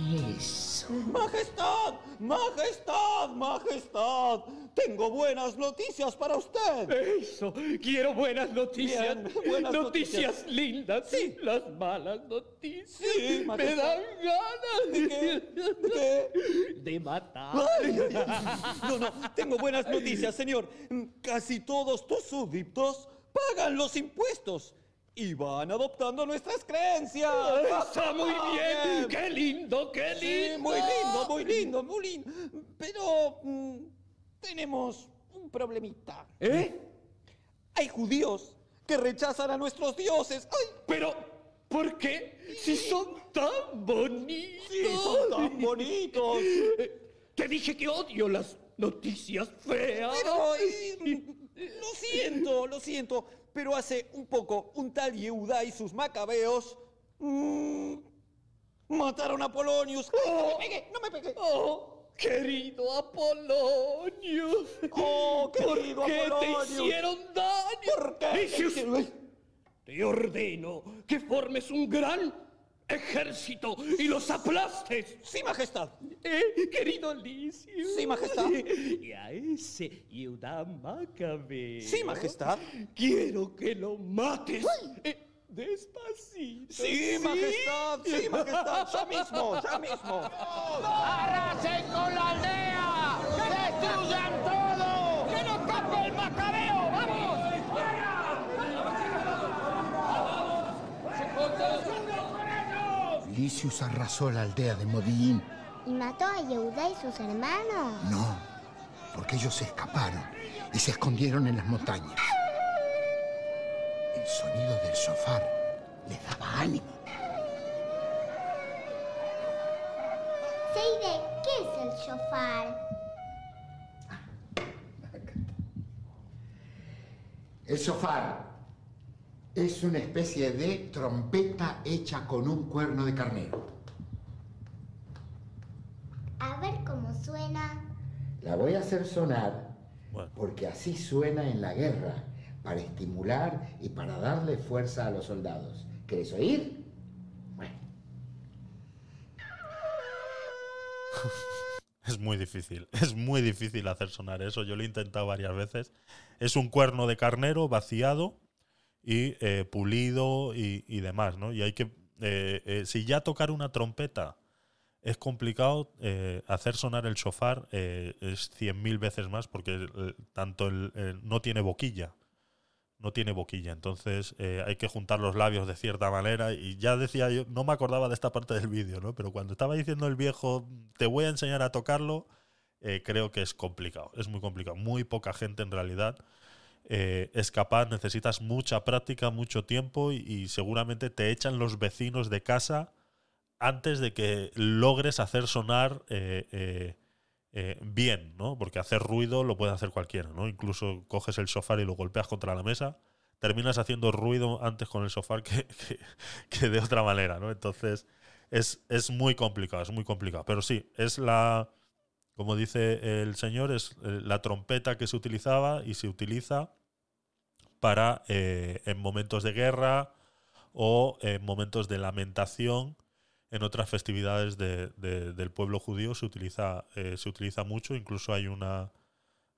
Eso. Majestad, majestad, majestad. Tengo buenas noticias para usted. Eso. Quiero buenas noticias. Bien, buenas noticias, noticias. lindas. Sí. Las malas noticias. Sí, Me majestad. dan ganas ¿De qué? ¿De qué? de matar. Ay, ay, ay. No, no, tengo buenas noticias, señor. Casi todos tus súbditos pagan los impuestos y van adoptando nuestras creencias. Está muy bien. Qué lindo, qué lindo. Sí, muy lindo, muy lindo, muy lindo. Pero mm, tenemos un problemita. ¿Eh? Hay judíos que rechazan a nuestros dioses. ¡Ay! Pero, ¿por qué? Si son tan bonitos. Sí, son tan bonitos. Te dije que odio las noticias feas. Pero, eh, lo siento, lo siento, pero hace un poco un tal Yehudá y sus macabeos mmm, mataron a Polonius. ¡Ay, no me pegué, no me pegué! Oh, querido Apolonio. ¡Oh, querido ¿Por qué Apolonio! te hicieron daño? ¿Por qué? Jesús, te ordeno que formes un gran ejército y los aplastes. Sí, majestad. ¿Eh, querido Licio? Sí, majestad. Y a ese Yehudá Macabeo. Sí, majestad. Quiero que lo mates. Eh, despacito. Sí, majestad. Sí, majestad. Ya mismo, ya mismo. ¡Arrasen con la aldea! ¡Destruyan todo! ¡Que no tape el Macabeo! ¡Vamos! Licius arrasó la aldea de Modi'in. ¿Y mató a Yehudá y sus hermanos? No, porque ellos se escaparon y se escondieron en las montañas. El sonido del shofar les daba ánimo. Seide, ¿qué es el shofar? El shofar es una especie de trompeta hecha con un cuerno de carnero. A ver cómo suena. La voy a hacer sonar Bueno. porque así suena en la guerra, para estimular y para darle fuerza a los soldados. ¿Querés oír? Bueno. Es muy difícil, es muy difícil hacer sonar eso. Yo lo he intentado varias veces. Es un cuerno de carnero vaciado y eh, pulido y, y demás, ¿no? Y hay que, eh, eh, si ya tocar una trompeta es complicado, eh, hacer sonar el shofar eh, es cien mil veces más, porque eh, tanto el, el- no tiene boquilla, no tiene boquilla, entonces eh, hay que juntar los labios de cierta manera. Y ya decía yo, no me acordaba de esta parte del vídeo, ¿no? Pero cuando estaba diciendo el viejo, te voy a enseñar a tocarlo, eh, creo que es complicado, es muy complicado. Muy poca gente en realidad eh, es capaz, necesitas mucha práctica, mucho tiempo, y, y seguramente te echan los vecinos de casa antes de que logres hacer sonar eh, eh, eh, bien, ¿no? Porque hacer ruido lo puede hacer cualquiera, ¿no? Incluso coges el shofar y lo golpeas contra la mesa, terminas haciendo ruido antes con el shofar que, que, que de otra manera, ¿no? Entonces es, es muy complicado, es muy complicado. Pero sí, es la, como dice el señor, es eh, la trompeta que se utilizaba y se utiliza para eh, en momentos de guerra o en momentos de lamentación. En otras festividades de, de, del pueblo judío se utiliza, eh, se utiliza mucho. Incluso hay una,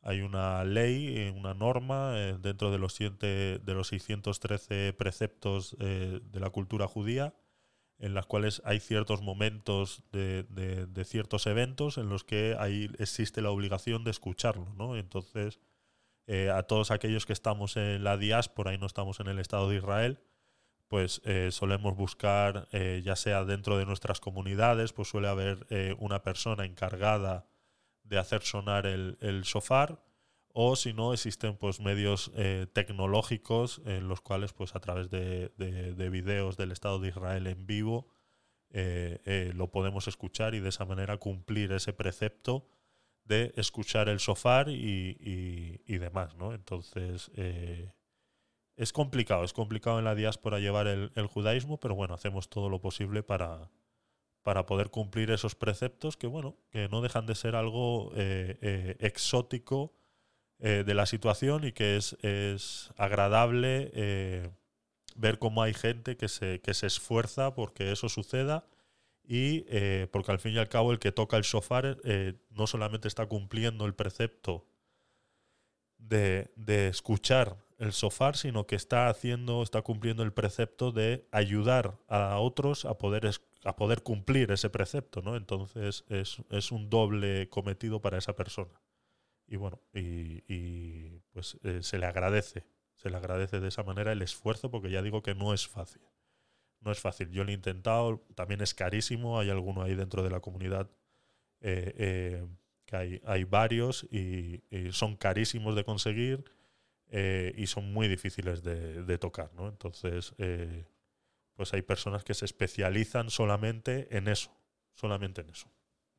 hay una ley, eh, una norma eh, dentro de los, siete, de los seiscientos trece preceptos eh, de la cultura judía, en las cuales hay ciertos momentos de, de, de ciertos eventos en los que ahí existe la obligación de escucharlo, ¿no? Entonces, eh, a todos aquellos que estamos en la diáspora y no estamos en el Estado de Israel, pues eh, solemos buscar, eh, ya sea dentro de nuestras comunidades, pues suele haber eh, una persona encargada de hacer sonar el, el shofar, o si no, existen pues medios eh, tecnológicos en los cuales pues a través de, de, de videos del Estado de Israel en vivo eh, eh, lo podemos escuchar y de esa manera cumplir ese precepto de escuchar el shofar y, y, y demás, ¿no? Entonces eh, es complicado, es complicado en la diáspora llevar el, el judaísmo, pero bueno, hacemos todo lo posible para, para poder cumplir esos preceptos que, bueno, que no dejan de ser algo eh, eh, exótico eh, de la situación y que es, es agradable eh, ver cómo hay gente que se, que se esfuerza porque eso suceda y eh, porque al fin y al cabo el que toca el shofar eh, no solamente está cumpliendo el precepto de, de escuchar el shofar, sino que está haciendo, está cumpliendo el precepto de ayudar a otros a poder, a poder cumplir ese precepto, ¿no? Entonces es, es un doble cometido para esa persona. Y bueno, y, y pues eh, se le agradece, se le agradece de esa manera el esfuerzo, porque ya digo que no es fácil. No es fácil. Yo lo he intentado, también es carísimo, hay alguno ahí dentro de la comunidad eh, eh, que hay, hay varios y, y son carísimos de conseguir. Eh, y son muy difíciles de, de tocar, ¿no? Entonces, eh, pues hay personas que se especializan solamente en eso, solamente en eso.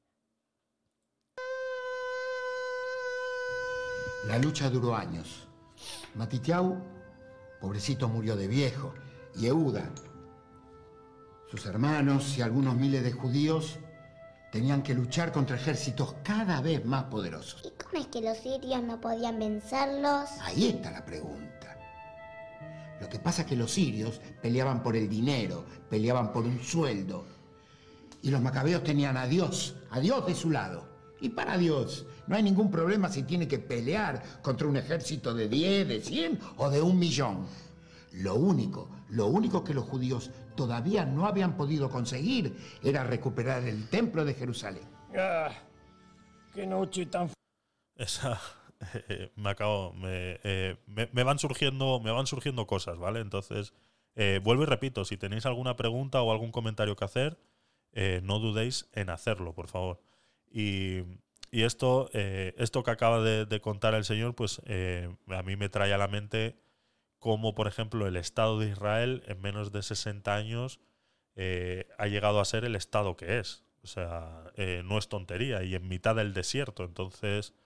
La lucha duró años. Matitiau, pobrecito, murió de viejo. Y Yehuda, sus hermanos y algunos miles de judíos tenían que luchar contra ejércitos cada vez más poderosos. ¿Y cómo es que los sirios no podían vencerlos? Ahí está la pregunta. Lo que pasa es que los sirios peleaban por el dinero, peleaban por un sueldo. Y los macabeos tenían a Dios, a Dios de su lado. Y para Dios no hay ningún problema si tiene que pelear contra un ejército de diez, de cien o de un millón. Lo único, lo único que los judíos todavía no habían podido conseguir era recuperar el templo de Jerusalén. Ah, qué noche tan... Esa, eh, me acabo, me, eh, me, me van surgiendo, me van surgiendo cosas, ¿vale? Entonces, eh, vuelvo y repito, si tenéis alguna pregunta o algún comentario que hacer, eh, no dudéis en hacerlo, por favor. Y, y esto, eh, esto que acaba de, de contar el señor, pues eh, a mí me trae a la mente cómo, por ejemplo, el Estado de Israel en menos de sesenta años eh, ha llegado a ser el Estado que es. O sea, eh, no es tontería, y en mitad del desierto. Entonces,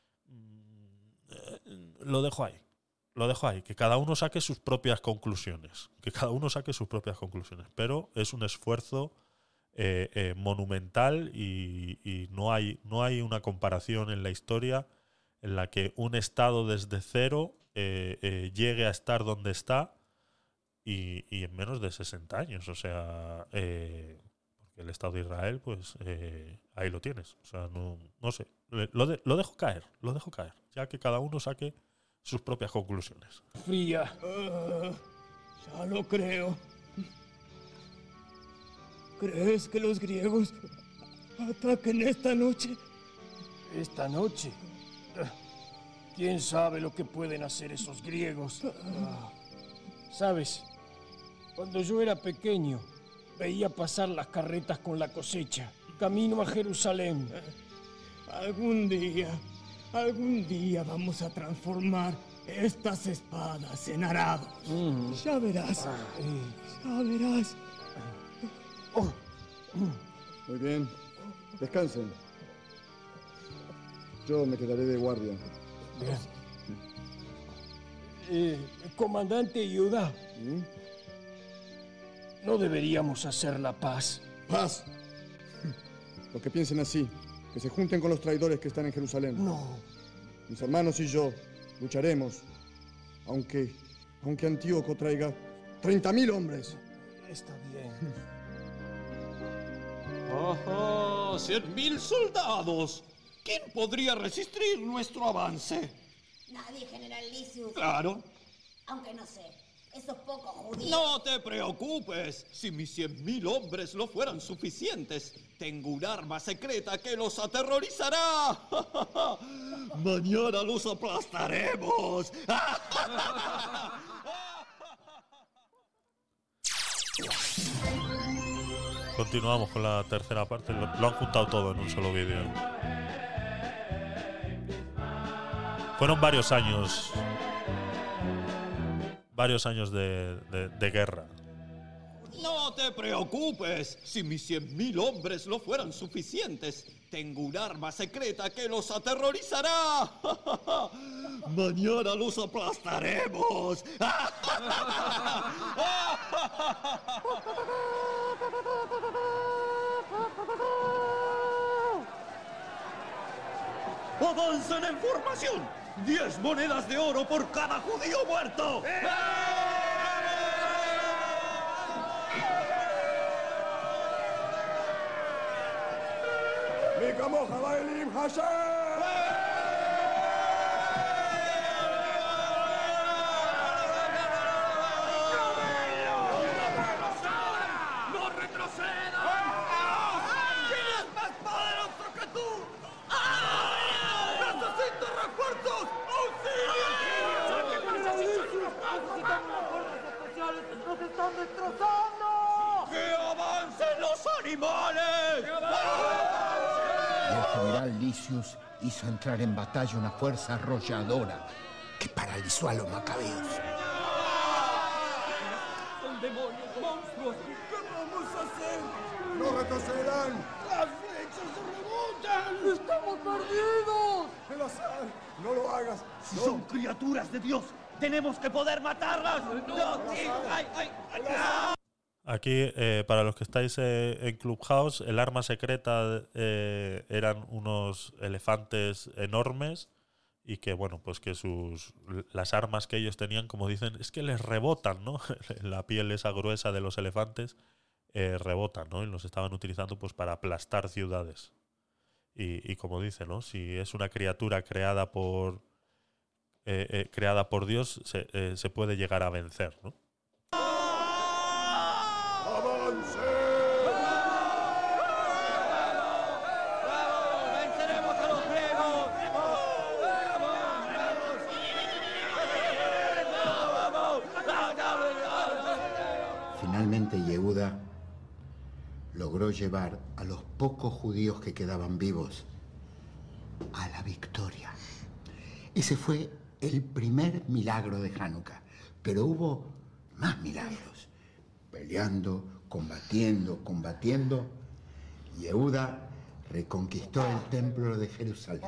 eh, lo dejo ahí. Lo dejo ahí. Que cada uno saque sus propias conclusiones. Que cada uno saque sus propias conclusiones. Pero es un esfuerzo eh, eh, monumental y, y no hay, no hay una comparación en la historia en la que un Estado desde cero Eh, eh, llegue a estar donde está y, y en menos de sesenta años. O sea, eh, porque el Estado de Israel, pues eh, ahí lo tienes. O sea, no, no sé. Lo, de, lo dejo caer, lo dejo caer. Ya que cada uno saque sus propias conclusiones. Fría. Uh, ya lo creo. ¿Crees que los griegos ataquen esta noche? ¿Esta noche? ¿Quién sabe lo que pueden hacer esos griegos? Ah, ¿sabes? Cuando yo era pequeño, veía pasar las carretas con la cosecha, camino a Jerusalén. Algún día, algún día vamos a transformar estas espadas en arados. Mm. Ya verás, ya verás. Oh. Muy bien, descansen. Yo me quedaré de guardia. Bien. Eh, comandante Yehuda, ¿Mm? ¿no deberíamos hacer la paz? ¡Paz! Los que piensen así, que se junten con los traidores que están en Jerusalén. No. Mis hermanos y yo lucharemos, aunque, aunque Antíoco traiga treinta mil hombres. Está bien. ¡Ajá! ¡Cien mil soldados! ¿Quién podría resistir nuestro avance? Nadie, General Lysius. Claro. Aunque no sé, esos pocos judíos... No te preocupes. Si mis cien mil hombres no fueran suficientes, tengo un arma secreta que los aterrorizará. Mañana los aplastaremos. Continuamos con la tercera parte. Lo, lo han juntado todo en un solo vídeo. Fueron varios años. Varios años de, de, de guerra. No te preocupes. Si mis cien mil hombres no fueran suficientes, tengo un arma secreta que los aterrorizará. Mañana los aplastaremos. ¡Avancen en formación! ¡Diez monedas de oro por cada judío muerto! ¡No retrocedas! ¿Quién es más poderoso que tú? ¡Necesito refuerzos! ¡Nos están destrozando! ¡Que avancen los animales! Y el general Lysius hizo entrar en batalla una fuerza arrolladora que paralizó a los macabeos. ¡Son demonios, monstruos! ¿Qué vamos a hacer? ¡No retrocedan! ¡Las flechas se rebotan! ¡Estamos perdidos! ¡El azar! ¡No lo hagas! Si no. son criaturas de Dios, tenemos que poder matarlas. No, sí, ay, ay, ay, no. Aquí, eh, para los que estáis eh, en Clubhouse, el arma secreta eh, eran unos elefantes enormes y que, bueno, pues que sus las armas que ellos tenían, como dicen, es que les rebotan, ¿no? La piel esa gruesa de los elefantes eh, rebotan, ¿no? Y los estaban utilizando pues para aplastar ciudades. Y, y como dice, ¿no? Si es una criatura creada por eh, eh, creada por Dios, se, eh, se puede llegar a vencer, ¿no? ¡Venceremos a los griegos! Finalmente Yehuda logró llevar a los pocos judíos que quedaban vivos a la victoria. Ese fue el primer milagro de Hanukkah, pero hubo más milagros. Peleando, combatiendo, combatiendo, Yehuda reconquistó el templo de Jerusalén.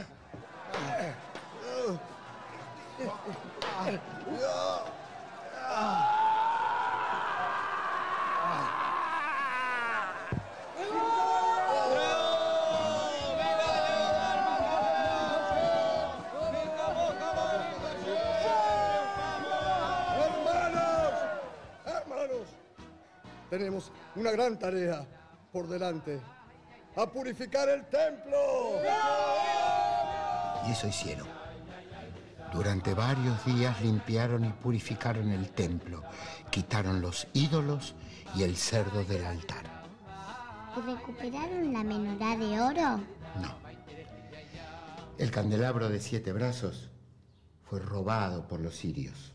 ¡Hermanos! ¡Hermanos! Tenemos una gran tarea por delante. ¡A purificar el templo! Y eso hicieron. Durante varios días limpiaron y purificaron el templo, quitaron los ídolos y el cerdo del altar. ¿Y recuperaron la menorá de oro? No. El candelabro de siete brazos fue robado por los sirios.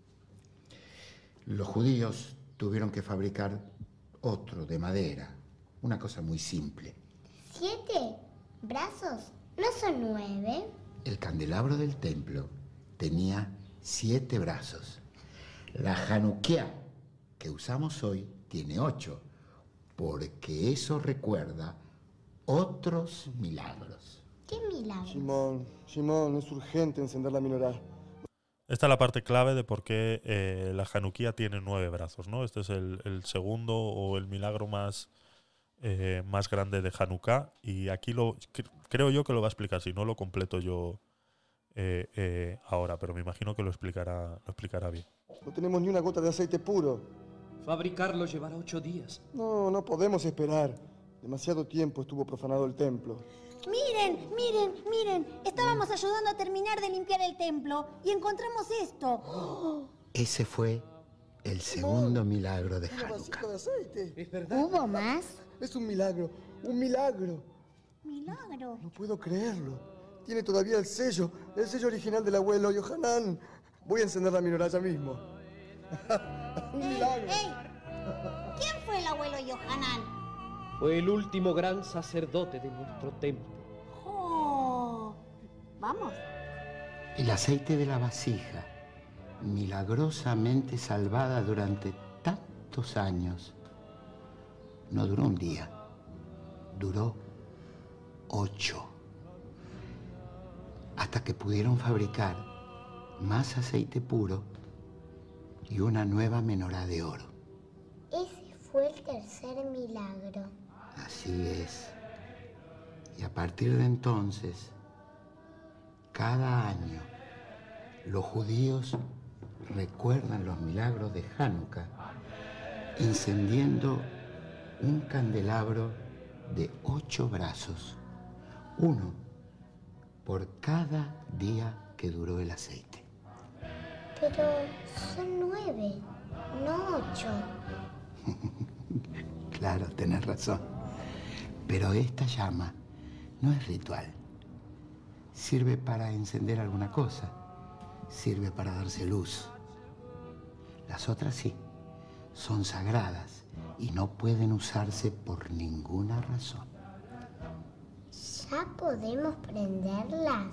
Los judíos tuvieron que fabricar otro de madera, una cosa muy simple. ¿Siete brazos? ¿No son nueve? El candelabro del templo tenía siete brazos. La Hanukkah que usamos hoy tiene ocho, porque eso recuerda otros milagros. ¿Qué milagro? Simón, Simón, es urgente encender la menorá. Esta es la parte clave de por qué eh, la Hanukkah tiene nueve brazos, ¿no? Este es el, el segundo o el milagro más, eh, más grande de Hanukkah. Y aquí lo cre- creo yo que lo va a explicar, si no lo completo yo eh, eh, ahora, pero me imagino que lo explicará, lo explicará bien. No tenemos ni una gota de aceite puro. Fabricarlo llevará ocho días. No, no podemos esperar. Demasiado tiempo estuvo profanado el templo. Miren, miren, miren. Estábamos ayudando a terminar de limpiar el templo y encontramos esto. Ese fue el segundo milagro de Una Hanukkah. vasija de aceite. ¿Es verdad? ¿Hubo más? Es un milagro, un milagro. Milagro. No puedo creerlo. Tiene todavía el sello, el sello original del abuelo Yohanan. Voy a encender la menorá ya mismo. Un milagro. ¡Ey! ¿Quién fue el abuelo Yohanan? Fue el último gran sacerdote de nuestro templo. Oh. Vamos. El aceite de la vasija, milagrosamente salvada durante tantos años, no duró un día, duró ocho. Hasta que pudieron fabricar más aceite puro y una nueva menorá de oro. Ese fue el tercer milagro. Así es. Y a partir de entonces, cada año, los judíos recuerdan los milagros de Hanukkah encendiendo un candelabro de ocho brazos, uno por cada día que duró el aceite. Pero son nueve, no ocho. Claro, tenés razón. Pero esta llama no es ritual. Sirve para encender alguna cosa. Sirve para darse luz. Las otras sí, son sagradas y no pueden usarse por ninguna razón. ¿Ya podemos prenderlas?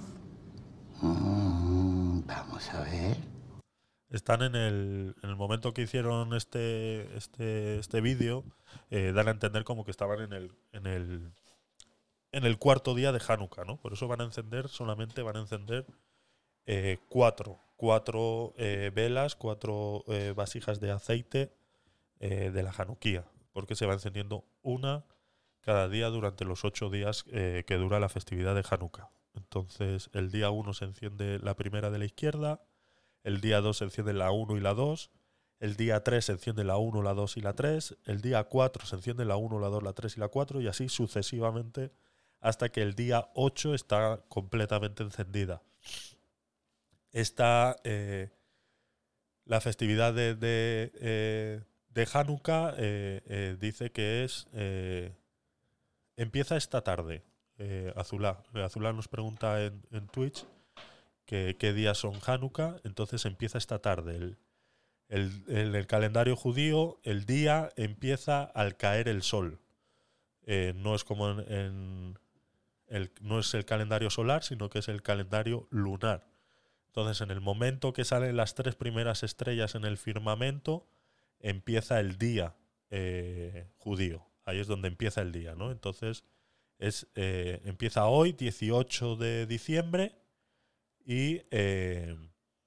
Mm, vamos a ver. Están en el, en el momento que hicieron este, este, este vídeo, eh, dan a entender como que estaban en el, en el en el cuarto día de Hanukkah, ¿no? Por eso van a encender, solamente van a encender eh, cuatro, cuatro eh, velas, cuatro eh, vasijas de aceite eh, de la Hanukkah, porque se va encendiendo una cada día durante los ocho días eh, que dura la festividad de Hanukkah. Entonces, el día uno se enciende la primera de la izquierda, el día dos se enciende la uno y la dos, el día tres se enciende la uno, la dos y la tres, el día cuatro se enciende la uno, la dos, la tres y la cuatro, y así sucesivamente hasta que el día ocho está completamente encendida. Esta, eh, la festividad de, de, eh, de Hanukkah eh, eh, dice que es eh, empieza esta tarde. Eh, Azulá. Azulá nos pregunta en, en Twitch que qué días son Hanukkah, entonces empieza esta tarde. El, el, el, el calendario judío, el día empieza al caer el sol. Eh, no es como en, en el, no es el calendario solar, sino que es el calendario lunar. Entonces, en el momento que salen las tres primeras estrellas en el firmamento, empieza el día eh, judío. Ahí es donde empieza el día, ¿no? Entonces, es, eh, empieza hoy, dieciocho de diciembre, y eh,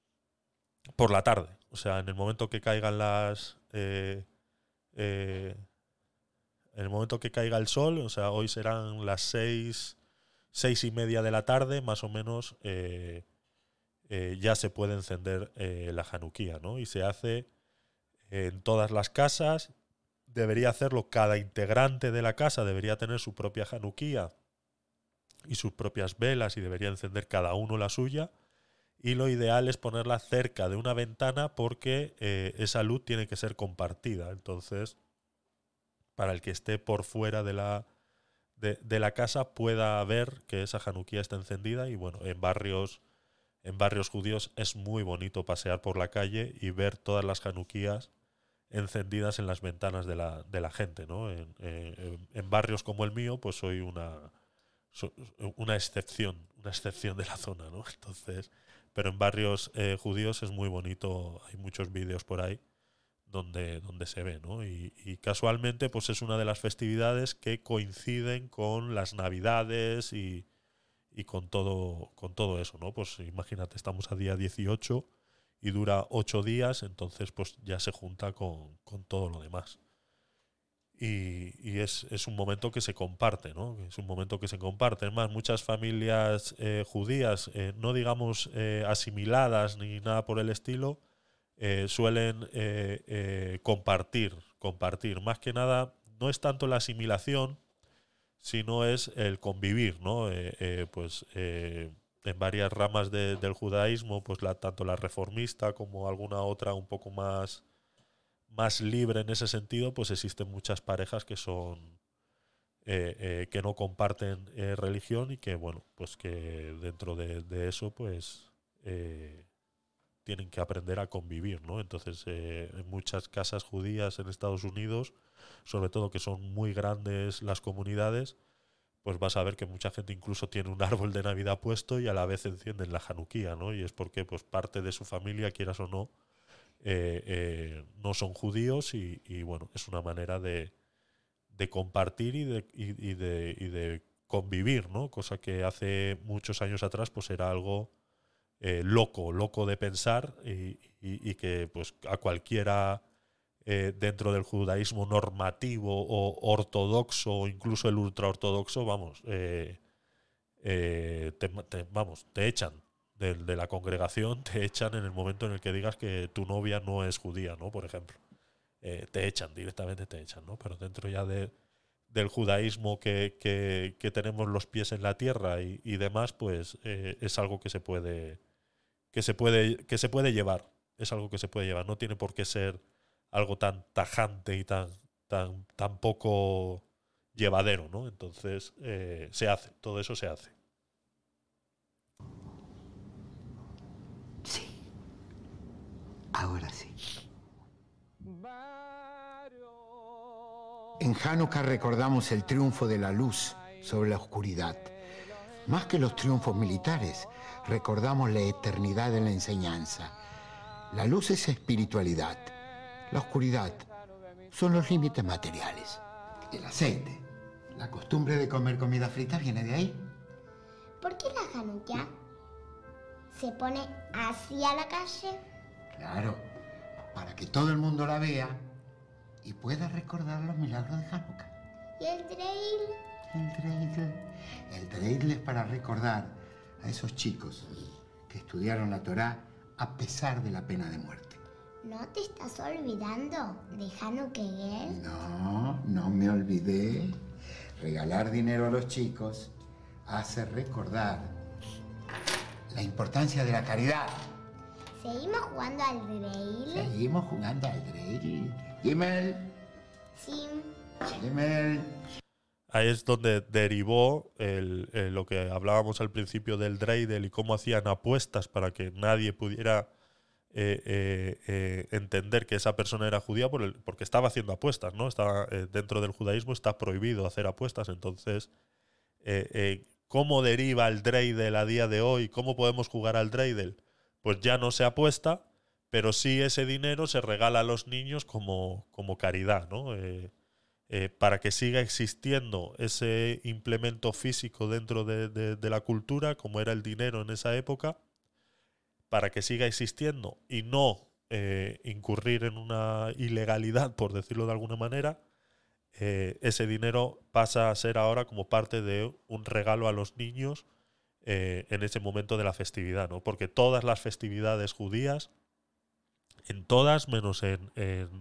por la tarde. O sea, en el momento que caigan las... Eh, eh, en el momento que caiga el sol, o sea, hoy serán las seis, seis y media de la tarde, más o menos, eh, eh, ya se puede encender eh, la Hanukkah, ¿no? Y se hace en todas las casas. Debería hacerlo cada integrante de la casa, debería tener su propia Hanukkah y sus propias velas, y debería encender cada uno la suya. Y lo ideal es ponerla cerca de una ventana, porque eh, esa luz tiene que ser compartida. Entonces, para el que esté por fuera de la, de, de la casa pueda ver que esa Hanukkah está encendida. Y bueno, en barrios, en barrios judíos es muy bonito pasear por la calle y ver todas las Hanukkahs encendidas en las ventanas de la, de la gente, ¿no? En, en, en barrios como el mío, pues soy una, soy una excepción, una excepción de la zona, ¿no? Entonces, pero en barrios eh, judíos es muy bonito, hay muchos vídeos por ahí donde, donde se ve, ¿no? Y, y casualmente, pues es una de las festividades que coinciden con las Navidades y, y con todo, con todo eso, ¿no? Pues imagínate, estamos a día dieciocho y dura ocho días, entonces pues ya se junta con, con todo lo demás. Y, y es, es un momento que se comparte, ¿no? Es un momento que se comparte. Es más, muchas familias eh, judías, eh, no digamos eh, asimiladas ni nada por el estilo, eh, suelen eh, eh, compartir, compartir. Más que nada, no es tanto la asimilación, sino es el convivir, ¿no? Eh, eh, pues eh, en varias ramas de- del judaísmo, pues la, tanto la reformista como alguna otra un poco más, más libre en ese sentido, pues existen muchas parejas que son eh, eh, que no comparten eh, religión y que, bueno, pues que dentro de, de eso, pues eh, tienen que aprender a convivir, ¿no? Entonces, eh, en muchas casas judías en Estados Unidos, sobre todo que son muy grandes las comunidades, pues vas a ver que mucha gente incluso tiene un árbol de Navidad puesto y a la vez encienden la Januquía, ¿no? Y es porque pues parte de su familia, quieras o no, eh, eh, no son judíos y, y, bueno, es una manera de, de compartir y de, y, y de, y de convivir, ¿no? Cosa que hace muchos años atrás pues era algo eh, loco, loco de pensar y, y, y que pues a cualquiera eh, dentro del judaísmo normativo o ortodoxo o incluso el ultraortodoxo, vamos, eh, eh, te, te- vamos, te echan de, de la congregación, te echan en el momento en el que digas que tu novia no es judía, ¿no? Por ejemplo. Eh, te echan, directamente te echan, ¿no? Pero dentro ya de, del judaísmo que, que, que tenemos los pies en la tierra y, y demás, pues eh, es algo que se puede que se puede que se puede llevar, es algo que se puede llevar, no tiene por qué ser algo tan tajante y tan tan tan poco llevadero, ¿no? Entonces eh, se hace, todo eso se hace. Ahora sí. En Hanukkah recordamos el triunfo de la luz sobre la oscuridad. Más que los triunfos militares, recordamos la eternidad de la enseñanza. La luz es espiritualidad. La oscuridad son los límites materiales. El aceite. La costumbre de comer comida frita viene de ahí. ¿Por qué la Hanukkah se pone hacia la calle? Claro, para que todo el mundo la vea y pueda recordar los milagros de Hanukkah. ¿Y el Dreil? El dreidel. El dreidel es para recordar a esos chicos que estudiaron la Torá a pesar de la pena de muerte. ¿No te estás olvidando de Hanukkah Girl? No, no me olvidé. Regalar dinero a los chicos hace recordar la importancia de la caridad. ¿Seguimos jugando al Dreil? Seguimos jugando al dreidel. Gimel, Sí. Gimel. Ahí es donde derivó el, el- lo que hablábamos al principio del dreidel y cómo hacían apuestas para que nadie pudiera eh, eh, eh, entender que esa persona era judía por el- porque estaba haciendo apuestas, ¿no? Estaba, eh, dentro del judaísmo está prohibido hacer apuestas. Entonces, eh, eh, ¿cómo deriva el dreidel a día de hoy? ¿Cómo podemos jugar al dreidel? Pues ya no se apuesta, pero sí ese dinero se regala a los niños como, como caridad, ¿no? Eh, eh, para que siga existiendo ese implemento físico dentro de, de- de la cultura, como era el dinero en esa época, para que siga existiendo y no eh, incurrir en una ilegalidad, por decirlo de alguna manera, eh, ese dinero pasa a ser ahora como parte de un regalo a los niños eh, en ese momento de la festividad, ¿no? Porque todas las festividades judías, en todas, menos en, en,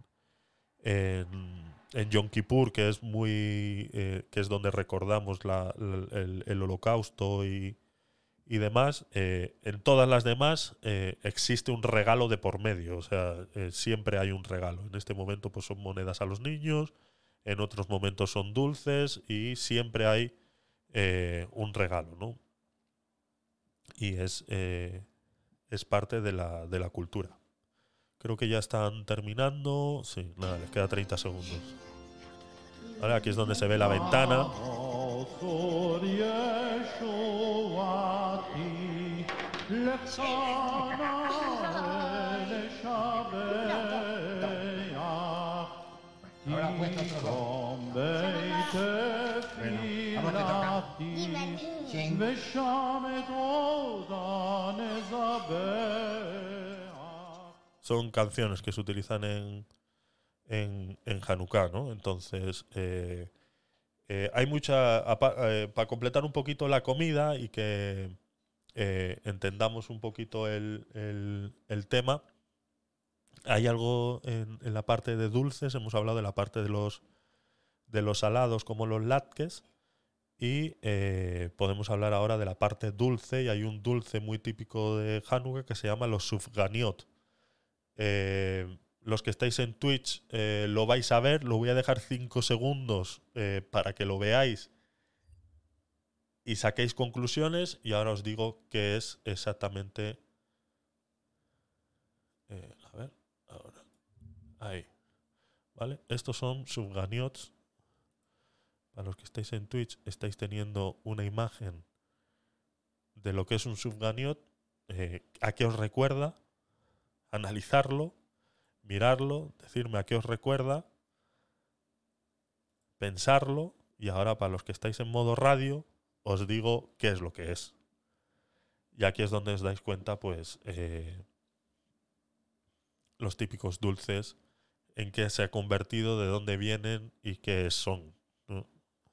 en, en Yom Kippur, que es muy eh, que es donde recordamos la- la- el, el holocausto y, y demás, eh, en todas las demás eh, existe un regalo de por medio, o sea, eh, siempre hay un regalo. En este momento pues son monedas a los niños, en otros momentos son dulces y siempre hay eh, un regalo, ¿no? Y es, eh, es parte de la, de la cultura. Creo que ya están terminando. Sí, nada, les queda treinta segundos. Vale, aquí es donde se ve la ventana. Ahora puesto otro dos. Bueno, ¿a vos te toca? Sí. Son canciones que se utilizan en, en, en Hanukkah, ¿no? Entonces, eh, eh, hay mucha... Eh, para completar un poquito la comida y que eh, entendamos un poquito el, el, el tema, hay algo en, en la parte de dulces, hemos hablado de la parte de los, de los salados como los latkes, Y eh, podemos hablar ahora de la parte dulce, y hay un dulce muy típico de Hanukkah que se llama los sufganiot. Eh, los que estáis en Twitch eh, lo vais a ver, lo voy a dejar cinco segundos eh, para que lo veáis y saquéis conclusiones, y ahora os digo qué es exactamente. Eh, a ver, ahora. Ahí. ¿Vale? Estos son sufganiots. Para los que estáis en Twitch, estáis teniendo una imagen de lo que es un sufganiot. Eh, ¿A qué os recuerda? Analizarlo, mirarlo, decirme a qué os recuerda, pensarlo, y ahora para los que estáis en modo radio, os digo qué es lo que es. Y aquí es donde os dais cuenta, pues, eh, los típicos dulces, en qué se ha convertido, de dónde vienen y qué son, ¿no?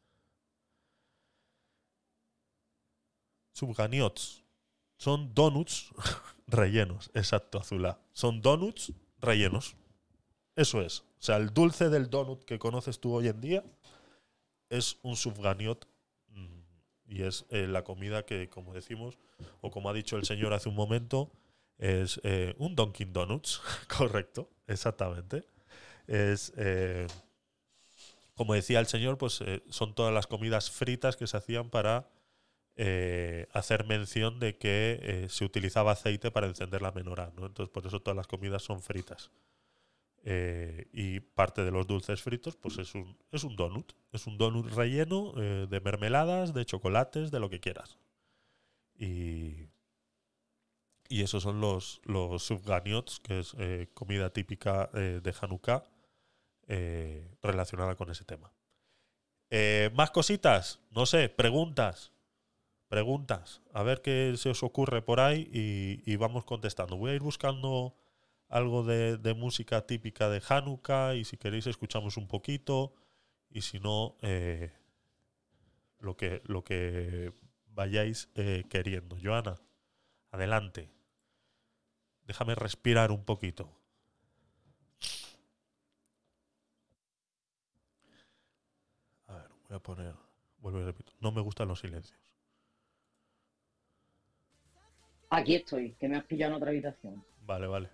Sufganiots son donuts rellenos, exacto, Azulá. Son donuts rellenos. Eso es. O sea, el dulce del donut que conoces tú hoy en día es un sufganiot, y es eh, la comida que, como decimos, o como ha dicho el señor hace un momento, es eh, un Dunkin' Donuts. Correcto, exactamente. Es, eh, como decía el señor, pues eh, son todas las comidas fritas que se hacían para Eh, hacer mención de que eh, se utilizaba aceite para encender la menorá, ¿no? Entonces, por eso todas las comidas son fritas. Eh, y parte de los dulces fritos, pues es un, es un donut. Es un donut relleno eh, de mermeladas, de chocolates, de lo que quieras. Y, y esos son los, los sufganiots, que es eh, comida típica eh, de Hanukkah eh, relacionada con ese tema. Eh, ¿Más cositas? No sé, preguntas. Preguntas, a ver qué se os ocurre por ahí, y, y vamos contestando. Voy a ir buscando algo de, de música típica de Hanukkah, y si queréis escuchamos un poquito, y si no, eh, lo, que, lo que vayáis eh, queriendo. Joana, adelante. Déjame respirar un poquito. A ver, voy a poner, vuelvo y repito, no me gustan los silencios. Aquí estoy, que me has pillado en otra habitación. Vale, vale.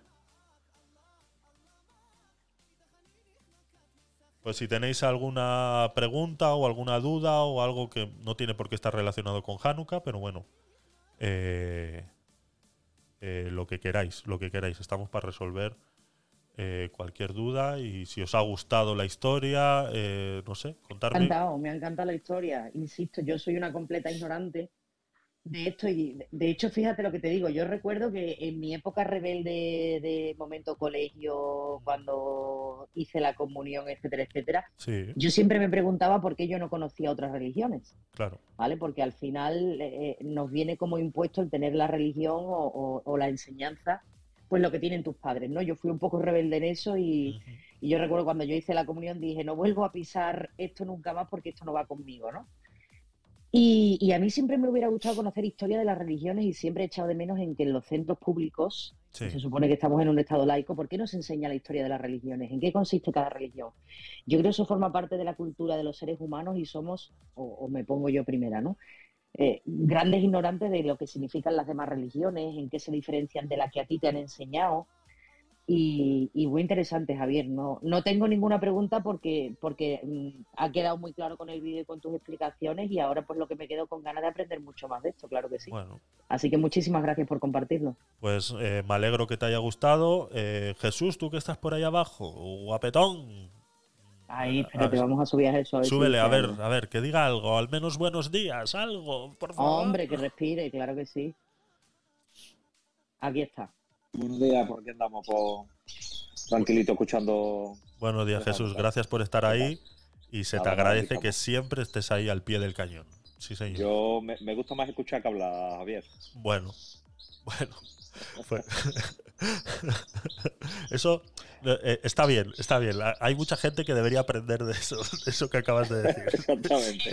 Pues si tenéis alguna pregunta o alguna duda o algo que no tiene por qué estar relacionado con Hanukkah, pero bueno, eh, eh, lo que queráis, lo que queráis. Estamos para resolver eh, cualquier duda, y si os ha gustado la historia, eh, no sé, contarme. Me ha encantado, me ha encantado la historia. Insisto, yo soy una completa ignorante de esto, y de, de hecho, fíjate lo que te digo, yo recuerdo que en mi época rebelde de momento colegio, cuando hice la comunión, etcétera, etcétera, Sí, yo siempre me preguntaba por qué yo no conocía otras religiones, claro. ¿vale? Porque al final eh, nos viene como impuesto el tener la religión o, o- o la enseñanza, pues lo que tienen tus padres, ¿no? Yo fui un poco rebelde en eso, y, y yo recuerdo cuando yo hice la comunión dije, no vuelvo a pisar esto nunca más porque esto no va conmigo, ¿no? Y, y a mí siempre me hubiera gustado conocer historia de las religiones, y siempre he echado de menos en que en los centros públicos, Sí. que se supone que estamos en un estado laico, ¿por qué no se enseña la historia de las religiones? ¿En qué consiste cada religión? Yo creo que eso forma parte de la cultura de los seres humanos, y somos, o, o me pongo yo primera, ¿no? Eh, grandes ignorantes de lo que significan las demás religiones, en qué se diferencian de la que a ti te han enseñado. Y, y muy interesante, Javier. No, no tengo ninguna pregunta porque, porque mm, ha quedado muy claro con el vídeo y con tus explicaciones, y ahora pues lo que me quedo con ganas de aprender mucho más de esto, claro que sí. Bueno, Así que muchísimas gracias por compartirlo. pues eh, me alegro que te haya gustado. Eh, Jesús, tú que estás por ahí abajo, guapetón. Ahí, A espérate, ver, vamos a subir a eso. A ver si súbele, dice a ver, algo. a ver, que diga algo, al menos buenos días, algo, por favor. Hombre, que respire, claro que sí. Aquí está. Buenos días, ¿por qué andamos por tranquilito escuchando? Buenos días, Jesús, gracias por estar ahí, y se te Nada, nada, agradece aquí que estamos. siempre estés ahí al pie del cañón. Sí, señor. Yo me, me gusta más escuchar que hablar, Javier. Bueno, bueno. Pues- eso eh, está bien, está bien. La- Hay mucha gente que debería aprender de eso, de eso que acabas de decir. Exactamente.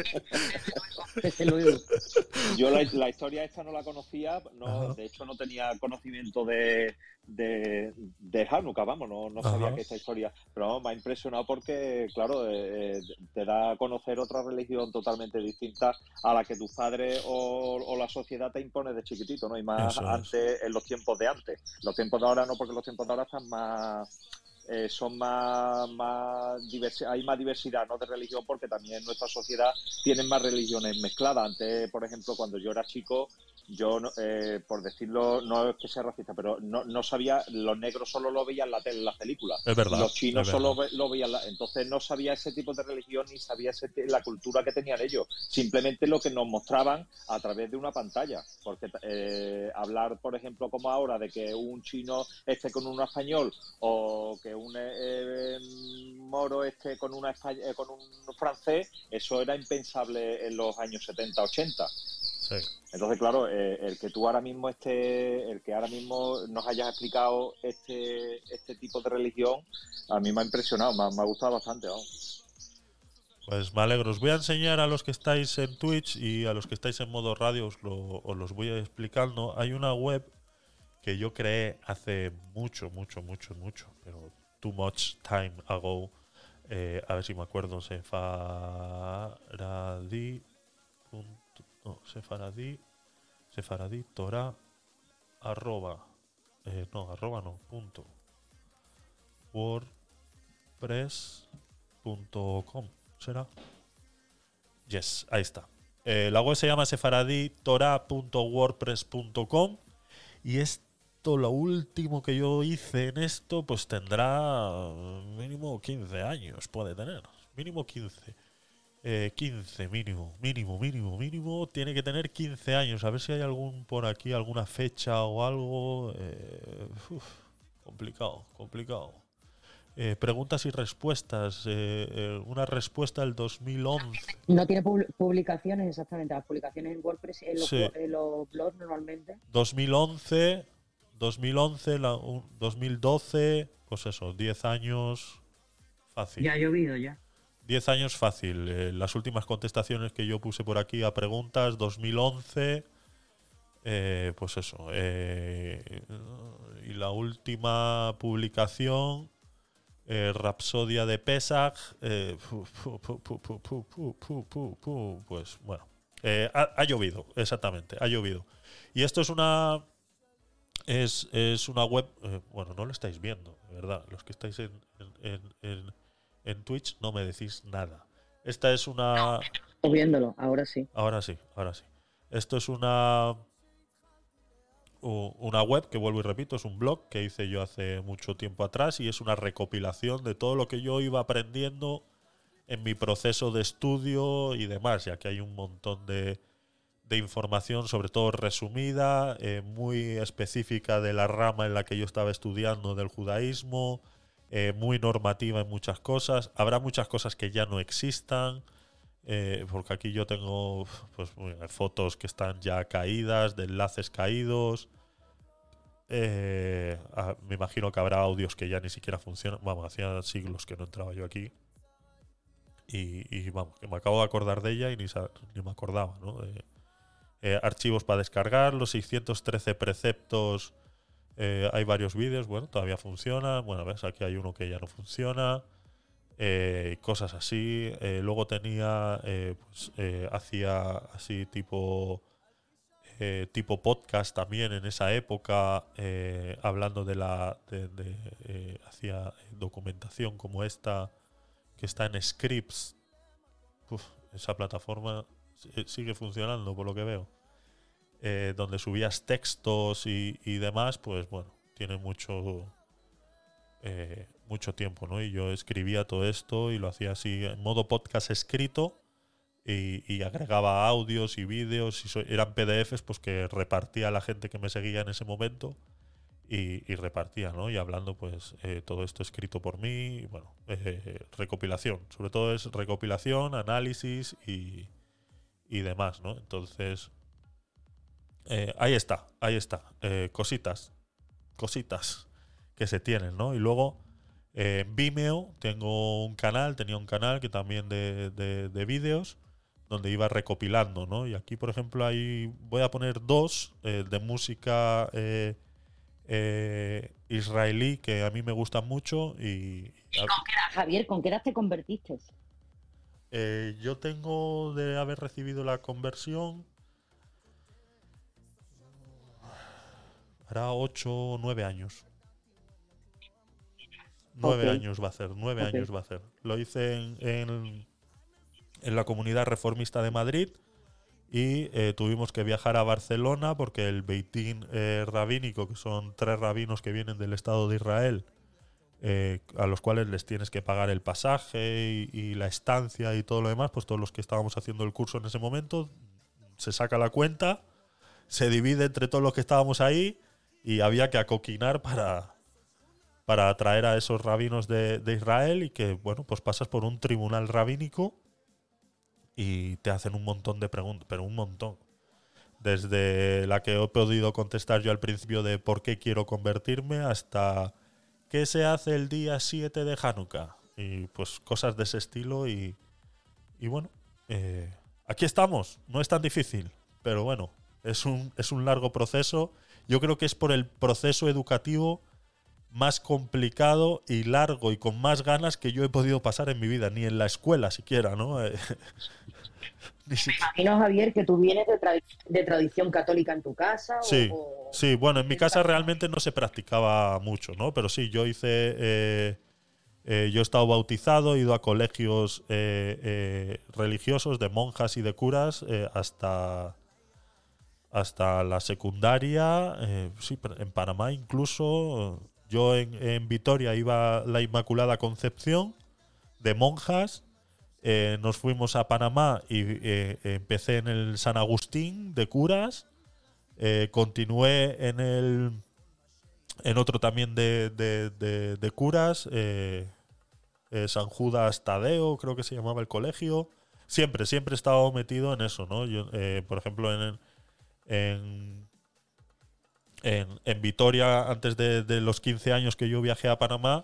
Yo la, la historia esta no la conocía, no, Ajá. de hecho no tenía conocimiento de, de, de Hanukkah, vamos, no, no sabía Ajá. que esta historia, pero vamos, me ha impresionado porque, claro, eh, te da a conocer otra religión totalmente distinta a la que tus padres o, o la sociedad te impone de chiquitito, ¿no? Y más Eso es. antes, en los tiempos de antes. Los tiempos de ahora no, porque los tiempos de ahora están más... Eh, son más, más diversi- hay más diversidad, ¿no?, de religión, porque también nuestra sociedad tiene más religiones mezcladas. Antes, por ejemplo, cuando yo era chico, yo, no- eh, por decirlo, no es que sea racista, pero no, no sabía, los negros solo lo veían en la tele, en las películas. Es verdad, Los chinos es solo verdad. ve- lo veían, la- entonces no sabía ese tipo de religión ni sabía ese ti- la cultura que tenían ellos. Simplemente lo que nos mostraban a través de una pantalla. Porque eh, hablar, por ejemplo, como ahora, de que un chino esté con un español o que un eh, moro esté con, una espa- eh, con un francés, eso era impensable en los años setenta, ochenta. Sí. Entonces, claro, eh, el que tú ahora mismo esté, el que ahora mismo nos hayas explicado este, este tipo de religión, a mí me ha impresionado, me ha, me ha gustado bastante, vamos. Pues me alegro. Os voy a enseñar a los que estáis en Twitch y a los que estáis en modo radio, os, lo, os los voy explicando. Hay una web que yo creé hace mucho, mucho, mucho, mucho, pero too much time ago. Eh, a ver si me acuerdo. Sefaradí. punto- No, Sefaradí. Sefaradí Torah. Arroba. Eh, no, arroba no. Punto. wordpress punto com. ¿Será? Yes, ahí está. Eh, la web se llama sefaraditorah punto wordpress punto com y esto, lo último que yo hice en esto, pues tendrá mínimo quince años, puede tener. Mínimo quince. Eh, quince mínimo, mínimo, mínimo, mínimo. Tiene que tener quince años. A ver si hay algún por aquí, alguna fecha o algo. Eh, uf, complicado, complicado. Eh, preguntas y respuestas. Eh, eh, una respuesta del dos mil once. No tiene pub- publicaciones, exactamente. Las publicaciones en WordPress, en los, Sí. blo- en los blogs normalmente. dos mil once, dos mil once, la, un- dos mil doce, pues eso, diez años fácil. Ya ha llovido ya. diez años fácil. Eh, las últimas contestaciones que yo puse por aquí a preguntas, dos mil once, eh, pues eso. eh, y la última publicación, eh, Rapsodia de Pesach, eh, pu, pu, pu, pu, pu, pu, pu, pu, pu, pu, pues bueno, eh, ha, ha llovido, exactamente, ha llovido. Y esto es una es, es una web, eh, bueno, no lo estáis viendo, de verdad, los que estáis en, en, en, en, en Twitch no me decís nada. Esta es una... Estoy viéndolo, ahora sí. Ahora sí, ahora sí. Esto es una u- una web que, vuelvo y repito, es un blog que hice yo hace mucho tiempo atrás y es una recopilación de todo lo que yo iba aprendiendo en mi proceso de estudio y demás, ya que hay un montón de, de información, sobre todo resumida, eh, muy específica de la rama en la que yo estaba estudiando del judaísmo, eh, muy normativa en muchas cosas. Habrá muchas cosas que ya no existan, eh, porque aquí yo tengo pues, bueno, fotos que están ya caídas, de enlaces caídos. Eh, ah, me imagino que habrá audios que ya ni siquiera funcionan. Vamos, hacía siglos que no entraba yo aquí. Y, y vamos, que me acabo de acordar de ella y ni, sa- ni me acordaba, ¿no? Eh, eh, archivos para descargar, los seiscientos trece preceptos. Eh, hay varios vídeos, bueno, todavía funciona. Bueno, ves, aquí hay uno que ya no funciona. Eh, cosas así. Eh, luego tenía, eh, pues, eh, hacía así tipo, eh, tipo podcast también en esa época, eh, hablando de la, de, de, eh, hacía documentación como esta, que está en Scripts. Uf, esa plataforma si- sigue funcionando por lo que veo. Eh, donde subías textos y, y demás, pues bueno, tiene mucho eh, mucho tiempo, ¿no? Y yo escribía todo esto y lo hacía así en modo podcast escrito y, y agregaba audios y vídeos y so- eran P D Efes pues que repartía a la gente que me seguía en ese momento y, y repartía, ¿no? Y hablando pues eh, todo esto escrito por mí, y, bueno, eh, recopilación, sobre todo es recopilación, análisis y, y demás, ¿no? Entonces eh, ahí está, ahí está, eh, cositas, cositas que se tienen, ¿no? Y luego eh, en Vimeo tengo un canal, tenía un canal que también de, de, de vídeos donde iba recopilando, ¿no? Y aquí, por ejemplo, ahí voy a poner dos eh, de música eh, eh, israelí que a mí me gustan mucho. Y, ¿Y con qué edad, Javier? ¿Con qué edad te convertiste? eh, yo tengo de haber recibido la conversión hará ocho o nueve años. Nueve Ok. años va a ser, nueve Ok. años va a ser. Lo hice en, en, en la Comunidad Reformista de Madrid y eh, tuvimos que viajar a Barcelona porque el Beitín eh, rabínico, que son tres rabinos que vienen del Estado de Israel, eh, a los cuales les tienes que pagar el pasaje y, y la estancia y todo lo demás, pues todos los que estábamos haciendo el curso en ese momento, se saca la cuenta, se divide entre todos los que estábamos ahí y había que acoquinar para, para atraer a esos rabinos de, de Israel y que, bueno, pues pasas por un tribunal rabínico y te hacen un montón de preguntas, pero un montón. Desde la que he podido contestar yo al principio de por qué quiero convertirme hasta qué se hace el día siete de Hanukkah. Y pues cosas de ese estilo y, y bueno, eh, aquí estamos. No es tan difícil, pero bueno, es un, es un largo proceso. Yo creo que es por el proceso educativo más complicado y largo y con más ganas que yo he podido pasar en mi vida, ni en la escuela siquiera, ¿no? Eh, ni si- Imagino, Javier, que tú vienes de, tradi- de tradición católica en tu casa. o- Sí, o- sí, bueno, en mi casa realmente no se practicaba mucho, ¿no? Pero sí, yo hice, eh, eh, yo he estado bautizado, he ido a colegios eh, eh, religiosos de monjas y de curas eh, hasta, hasta la secundaria, eh, sí, pero en Panamá incluso. Yo en, en Vitoria iba a la Inmaculada Concepción de monjas. Eh, nos fuimos a Panamá y eh, empecé en el San Agustín de curas. Eh, continué en el en otro también de, de- de- de curas, eh, eh, San Judas Tadeo, creo que se llamaba el colegio. Siempre, siempre he estado metido en eso, ¿no? Yo, eh, por ejemplo, en, en, en, en Vitoria, antes de, de los quince años que yo viajé a Panamá,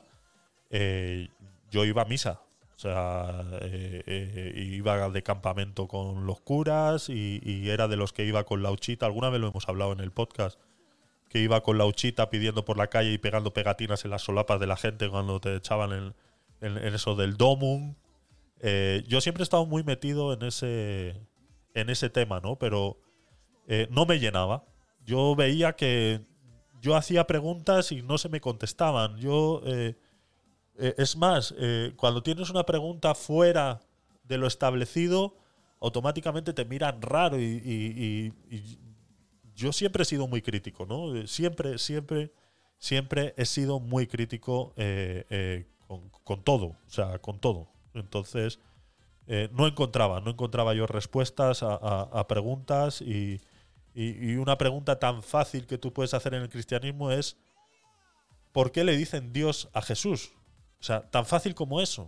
eh, yo iba a misa. O sea, eh, eh, iba de campamento con los curas y, y era de los que iba con la huchita. Alguna vez lo hemos hablado en el podcast, que iba con la huchita pidiendo por la calle y pegando pegatinas en las solapas de la gente cuando te echaban en, en- en eso del domum. Eh, yo siempre he estado muy metido en ese, en ese tema, ¿no? Pero eh, no me llenaba. Yo veía que yo hacía preguntas y no se me contestaban. Yo... eh, eh, es más, eh, cuando tienes una pregunta fuera de lo establecido, automáticamente te miran raro y, y- y- y yo siempre he sido muy crítico, ¿no? Eh, Siempre, siempre, siempre he sido muy crítico eh, eh, con, con todo, o sea, con todo. Entonces, eh, no encontraba, no encontraba yo respuestas a, a- a preguntas y, y- y una pregunta tan fácil que tú puedes hacer en el cristianismo es ¿por qué le dicen Dios a Jesús? O sea, tan fácil como eso.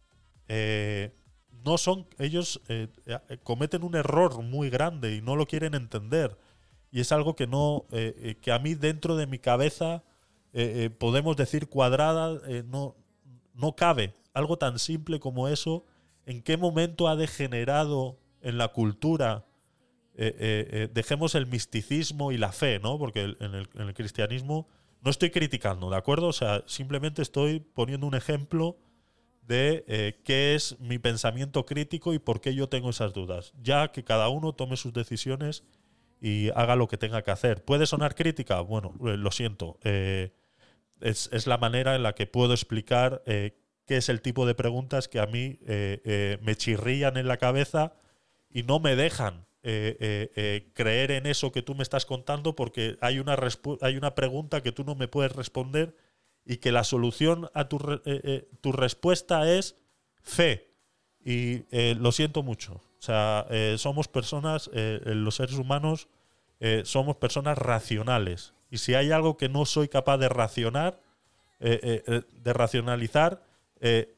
Eh, no son, ellos eh, eh, cometen un error muy grande y no lo quieren entender. Y es algo que no, eh, eh, que a mí dentro de mi cabeza eh, eh, podemos decir cuadrada, eh, no, no cabe. Algo tan simple como eso, ¿en qué momento ha degenerado en la cultura? Eh, eh, eh, dejemos el misticismo y la fe, ¿no? Porque el- en, el, en el cristianismo no estoy criticando, ¿de acuerdo? O sea, simplemente estoy poniendo un ejemplo de eh, qué es mi pensamiento crítico y por qué yo tengo esas dudas. Ya que cada uno tome sus decisiones y haga lo que tenga que hacer. ¿Puede sonar crítica? Bueno, eh, lo siento. Eh, es, es la manera en la que puedo explicar eh, qué es el tipo de preguntas que a mí eh, eh, me chirrían en la cabeza y no me dejan eh, eh, eh, creer en eso que tú me estás contando porque hay una, respu- hay una pregunta que tú no me puedes responder y que la solución a tu, re- eh, eh, tu respuesta es fe. Y eh, lo siento mucho. O sea, eh, somos personas, eh, eh, los seres humanos, eh, somos personas racionales. Y si hay algo que no soy capaz de racionar, eh, eh, eh, de racionalizar, eh,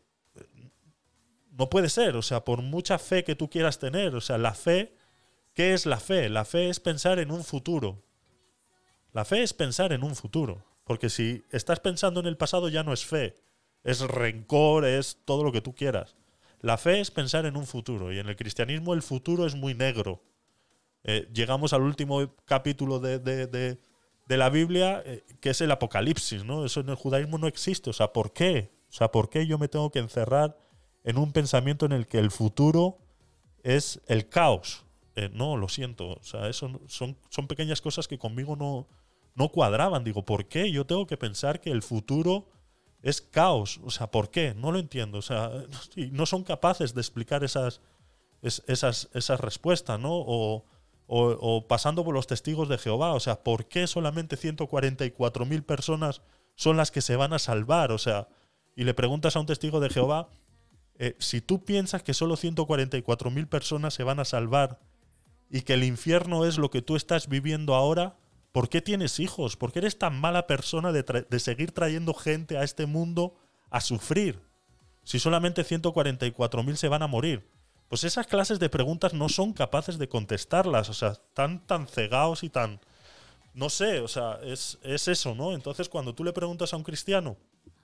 no puede ser. O sea, por mucha fe que tú quieras tener, o sea, la fe, ¿qué es la fe? La fe es pensar en un futuro. La fe es pensar en un futuro. Porque si estás pensando en el pasado ya no es fe. Es rencor, es todo lo que tú quieras. La fe es pensar en un futuro. Y en el cristianismo el futuro es muy negro. Eh, llegamos al último capítulo de, de, de, de la Biblia, eh, que es el apocalipsis, ¿no? Eso en el judaísmo no existe. O sea, ¿por qué? O sea, ¿por qué yo me tengo que encerrar en un pensamiento en el que el futuro es el caos? Eh, no, lo siento. O sea, eso no- son, son pequeñas cosas que conmigo no, no cuadraban. Digo, ¿por qué yo tengo que pensar que el futuro es caos? O sea, ¿por qué? No lo entiendo. O sea, y no son capaces de explicar esas, es- esas, esas respuestas, ¿no? O, o, o pasando por los testigos de Jehová. O sea, ¿por qué solamente ciento cuarenta y cuatro mil personas son las que se van a salvar? O sea, y le preguntas a un testigo de Jehová, eh, si tú piensas que solo ciento cuarenta y cuatro mil personas se van a salvar y que el infierno es lo que tú estás viviendo ahora, ¿por qué tienes hijos? ¿Por qué eres tan mala persona de, tra- de seguir trayendo gente a este mundo a sufrir? Si solamente ciento cuarenta y cuatro mil se van a morir. Pues esas clases de preguntas no son capaces de contestarlas. O sea, están tan cegados y tan... No sé, o sea, es, es eso, ¿no? Entonces, cuando tú le preguntas a un cristiano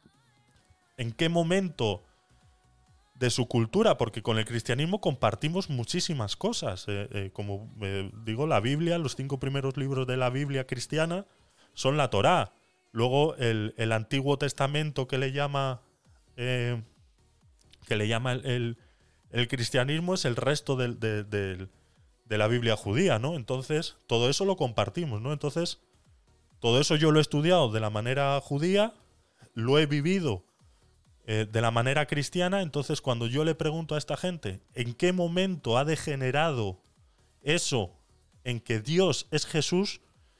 en qué momento de su cultura, porque con el cristianismo compartimos muchísimas cosas. Eh, eh, como eh, digo, la Biblia, los cinco primeros libros de la Biblia cristiana son la Torá. Luego el, el Antiguo Testamento que le llama eh, que le llama el, el, el cristianismo es el resto del, de, del- de la Biblia judía, ¿no? Entonces, todo eso lo compartimos, ¿no? Entonces, todo eso yo lo he estudiado de la manera judía, lo he vivido eh, de la manera cristiana. Entonces, cuando yo le pregunto a esta gente en qué momento ha degenerado eso en que Dios es Jesús,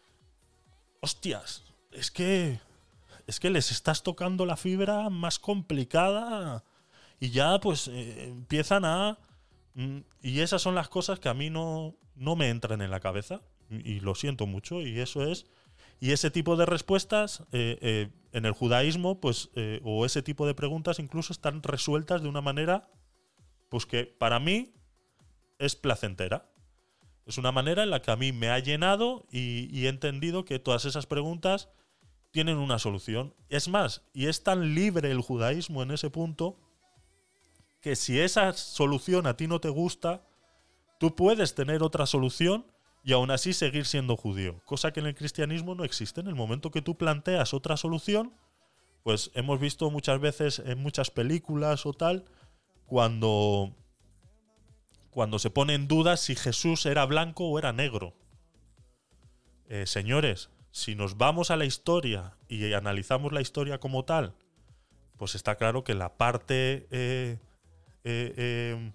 hostias, es que es que les estás tocando la fibra más complicada y ya pues eh, empiezan a mm, y esas son las cosas que a mí no, no me entran en la cabeza y, y lo siento mucho. Y eso es y ese tipo de respuestas eh, eh, en el judaísmo pues eh, o ese tipo de preguntas incluso están resueltas de una manera pues que para mí es placentera. Es una manera en la que a mí me ha llenado y, y he entendido que todas esas preguntas tienen una solución. Es más, y es tan libre el judaísmo en ese punto que si esa solución a ti no te gusta, tú puedes tener otra solución y aún así seguir siendo judío. Cosa que en el cristianismo no existe. En el momento que tú planteas otra solución, pues hemos visto muchas veces en muchas películas o tal, cuando... cuando se pone en duda si Jesús era blanco o era negro. Eh, señores, si nos vamos a la historia y analizamos la historia como tal, pues está claro que la parte eh, eh, eh,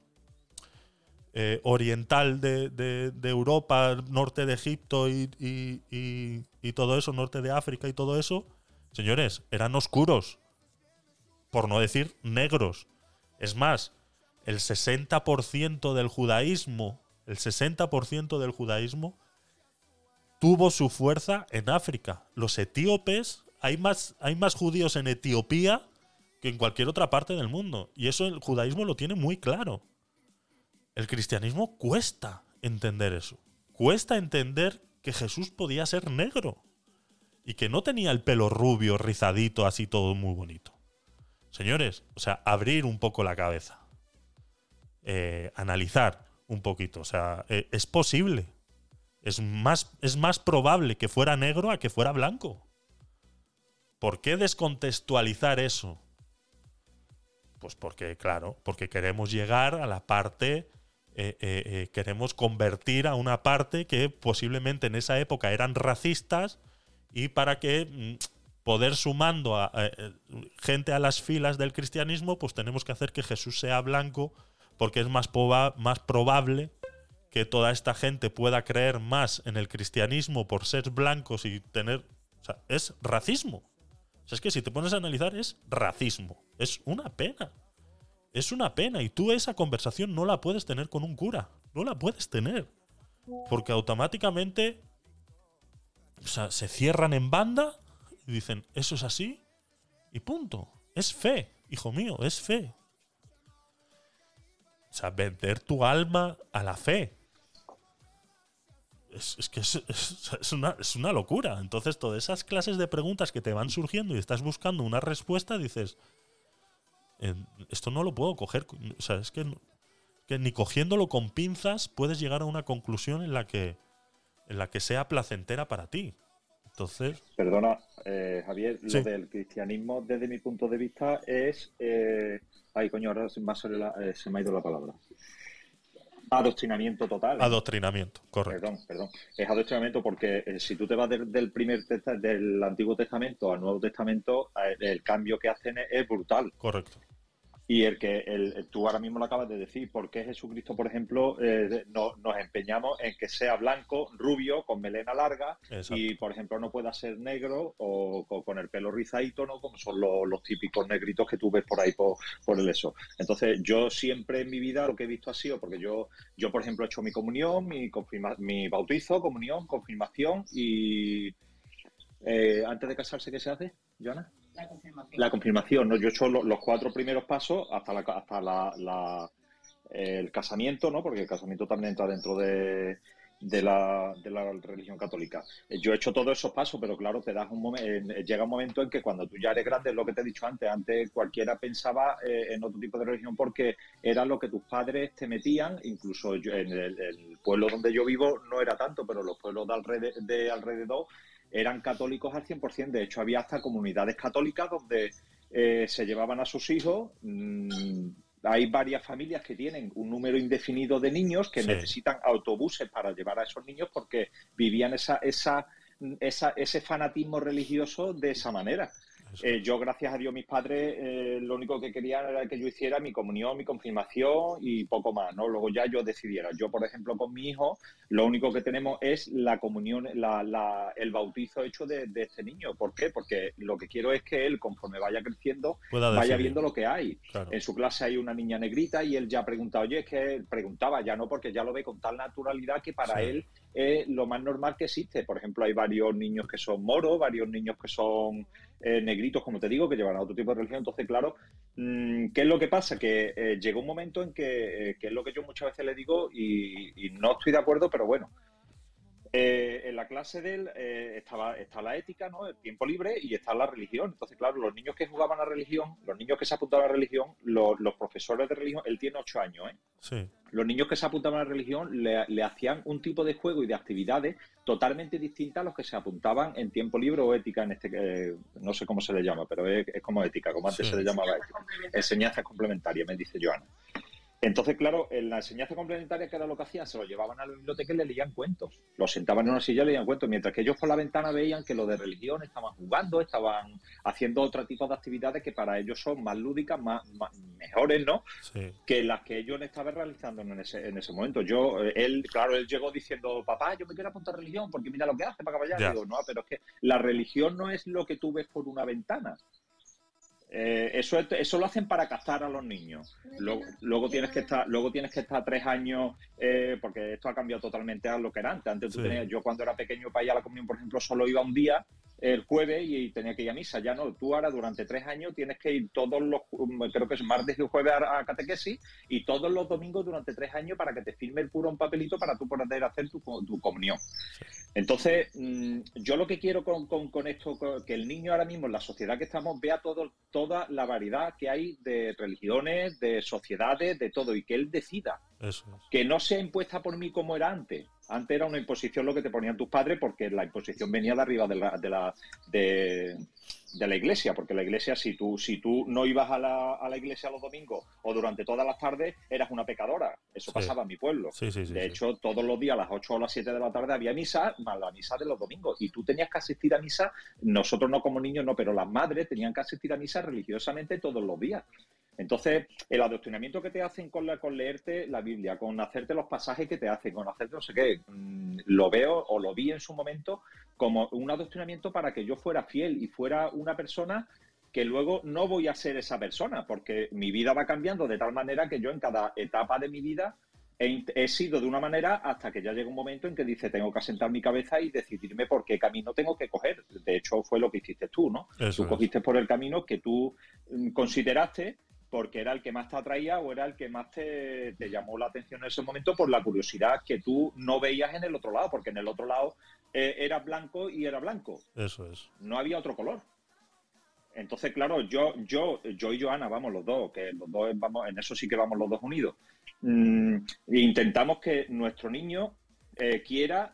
eh, oriental de, de- de Europa, norte de Egipto y, y- y- y todo eso, norte de África y todo eso, señores, eran oscuros, por no decir negros. Es más, el sesenta por ciento del judaísmo, el sesenta por ciento del judaísmo tuvo su fuerza en África. Los etíopes, hay más, hay más judíos en Etiopía que en cualquier otra parte del mundo. Y eso el judaísmo lo tiene muy claro. El cristianismo cuesta entender eso. Cuesta entender que Jesús podía ser negro y que no tenía el pelo rubio, rizadito, así todo muy bonito. Señores, o sea, abrir un poco la cabeza. Eh, analizar un poquito. O sea, eh, es posible. Es más, es más probable que fuera negro a que fuera blanco. ¿Por qué descontextualizar eso? Pues porque, claro, porque queremos llegar a la parte, eh, eh, eh, queremos convertir a una parte que posiblemente en esa época eran racistas y para que mm, poder sumando a, a, a gente a las filas del cristianismo, pues tenemos que hacer que Jesús sea blanco porque es más, poba- más probable que toda esta gente pueda creer más en el cristianismo por ser blancos y tener... O sea, es racismo. O sea, es que si te pones a analizar es racismo. Es una pena. Es una pena. Y tú esa conversación no la puedes tener con un cura. No la puedes tener. Porque automáticamente o sea, se cierran en banda y dicen, eso es así y punto. Es fe, hijo mío, es fe. O sea, vender tu alma a la fe. Es, es que es, es- es una, es una locura. Entonces, todas esas clases de preguntas que te van surgiendo y estás buscando una respuesta, dices, eh, esto no lo puedo coger. O sea, es que, no- que ni cogiéndolo con pinzas puedes llegar a una conclusión en la que, en la que sea placentera para ti. Entonces, Perdona, eh, Javier, Sí. lo del cristianismo desde mi punto de vista es... eh, Ay, coño, ahora se me, ha salido la- eh, se me ha ido la palabra. Adoctrinamiento total. adoctrinamiento, correcto. Perdón, perdón. Es adoctrinamiento porque eh, si tú te vas del, del primer testa- del Antiguo Testamento al Nuevo Testamento, eh, el cambio que hacen es, es brutal. Correcto. Y el que el, el- tú ahora mismo lo acabas de decir, ¿por qué Jesucristo, por ejemplo, eh, no- nos empeñamos en que sea blanco, rubio, con melena larga Exacto. y, por ejemplo, no pueda ser negro o, co- con el pelo rizadito, ¿no? Como son los, los típicos negritos que tú ves por ahí por, por el eso. Entonces, yo siempre en mi vida lo que he visto ha sido, porque yo, yo por ejemplo, he hecho mi comunión, mi, confirma- mi bautizo, comunión, confirmación y... eh, antes de casarse, ¿qué se hace, Joana? La confirmación. La confirmación, ¿no? Yo he hecho lo- los cuatro primeros pasos hasta la, hasta la, la- el casamiento, ¿no? Porque el casamiento también entra dentro de, de la, de la religión católica. Eh, Yo he hecho todos esos pasos, pero claro, te das un momento, llega un momento en que cuando tú ya eres grande, es lo que te he dicho antes, antes cualquiera pensaba eh, en otro tipo de religión porque era lo que tus padres te metían, incluso yo, en el, el pueblo donde yo vivo no era tanto, pero los pueblos de, alrede- de alrededor eran católicos al cien por ciento. De hecho, había hasta comunidades católicas donde eh, se llevaban a sus hijos. Mm, hay varias familias que tienen un número indefinido de niños que Sí. necesitan autobuses para llevar a esos niños porque vivían esa, esa, esa, ese fanatismo religioso de esa manera. Eh, yo, gracias a Dios, mis padres eh, lo único que querían era que yo hiciera mi comunión, mi confirmación y poco más, ¿no? Luego ya yo decidiera. Yo, por ejemplo, con mi hijo, lo único que tenemos es la comunión, la, la, el bautizo hecho de, de este niño. ¿Por qué? Porque lo que quiero es que él, conforme vaya creciendo, Pueda vaya decidir. viendo lo que hay. Claro. En su clase hay una niña negrita y él ya pregunta, oye, es que preguntaba, ya no, porque ya lo ve con tal naturalidad que para Sí. él es lo más normal que existe. Por ejemplo, hay varios niños que son moros, varios niños que son eh, negritos, como te digo, que llevan a otro tipo de religión. Entonces, claro, mmm, ¿qué es lo que pasa? Que eh, llegó un momento en que, eh, que es lo que yo muchas veces le digo y, y no estoy de acuerdo, pero bueno. Eh, en la clase de él eh, estaba, está la ética, ¿no? El tiempo libre y está la religión. Entonces, claro, los niños que jugaban a religión, los niños que se apuntaban a la religión, los, los profesores de religión, él tiene ocho años, ¿eh? Sí. Los niños que se apuntaban a la religión le, le hacían un tipo de juego y de actividades totalmente distintas a los que se apuntaban en tiempo libre o ética, en este eh, no sé cómo se le llama, pero es, es como ética, como antes Sí. se le llamaba ética. Enseñanzas complementarias, me dice Joana. Entonces, claro, en la enseñanza complementaria, ¿qué era lo que hacían? Se lo llevaban a la biblioteca y le leían cuentos. Los sentaban en una silla y le leían cuentos, mientras que ellos por la ventana veían que lo de religión estaban jugando, estaban haciendo otro tipo de actividades que para ellos son más lúdicas, más, más mejores, ¿no? Sí. Que las que ellos estaban realizando en ese, en ese momento. Yo, eh, él, claro, él llegó diciendo, papá, yo me quiero apuntar a religión porque mira lo que hace para caballar. Ya. Digo, no, pero es que la religión no es lo que tú ves por una ventana. Eh, eso, es- eso lo hacen para captar a los niños. Luego, luego tienes que estar, luego tienes que estar tres años, eh, porque esto ha cambiado totalmente a lo que era antes. Antes tú Sí. tenías, yo cuando era pequeño para ir a la comunión, por ejemplo, solo iba un día, el jueves, y tenía que ir a misa. Ya no, tú ahora durante tres años tienes que ir todos los, creo que es martes y jueves a, a catequesis, y todos los domingos durante tres años para que te firme el cura un papelito para tú poder hacer tu, tu comunión. Entonces, mmm, yo lo que quiero con, con, con esto, con, que el niño ahora mismo en la sociedad que estamos vea todo, toda la variedad que hay de religiones, de sociedades, de todo, y que él decida. Eso es. Que no sea impuesta por mí como era antes. Antes era una imposición lo que te ponían tus padres, porque la imposición venía de arriba de la, de la, de, de la iglesia, porque la iglesia, si tú, si tú no ibas a la, a la iglesia los domingos o durante todas las tardes, eras una pecadora. Eso Sí. pasaba en mi pueblo. Sí, sí, sí, de sí. hecho, todos los días a las ocho o las siete de la tarde había misa, más la misa de los domingos. Y tú tenías que asistir a misa, nosotros no como niños, no, pero las madres tenían que asistir a misa religiosamente todos los días. Entonces, el adoctrinamiento que te hacen con, la, con leerte la Biblia, con hacerte los pasajes que te hacen, con hacerte no sé qué, mmm, lo veo o lo vi en su momento como un adoctrinamiento para que yo fuera fiel y fuera una persona que luego no voy a ser esa persona, porque mi vida va cambiando de tal manera que yo en cada etapa de mi vida he, he sido de una manera hasta que ya llega un momento en que dice, tengo que asentar mi cabeza y decidirme por qué camino tengo que coger. De hecho, fue lo que hiciste tú, ¿no? Eso tú es. cogiste por el camino que tú mm, consideraste porque era el que más te atraía o era el que más te, te llamó la atención en ese momento por la curiosidad que tú no veías en el otro lado, porque en el otro lado eh, era blanco y era blanco. Eso es. No había otro color. Entonces, claro, yo, yo, yo y Joana, vamos los dos, que los dos vamos, en eso sí que vamos los dos unidos. Mm, intentamos que nuestro niño eh, quiera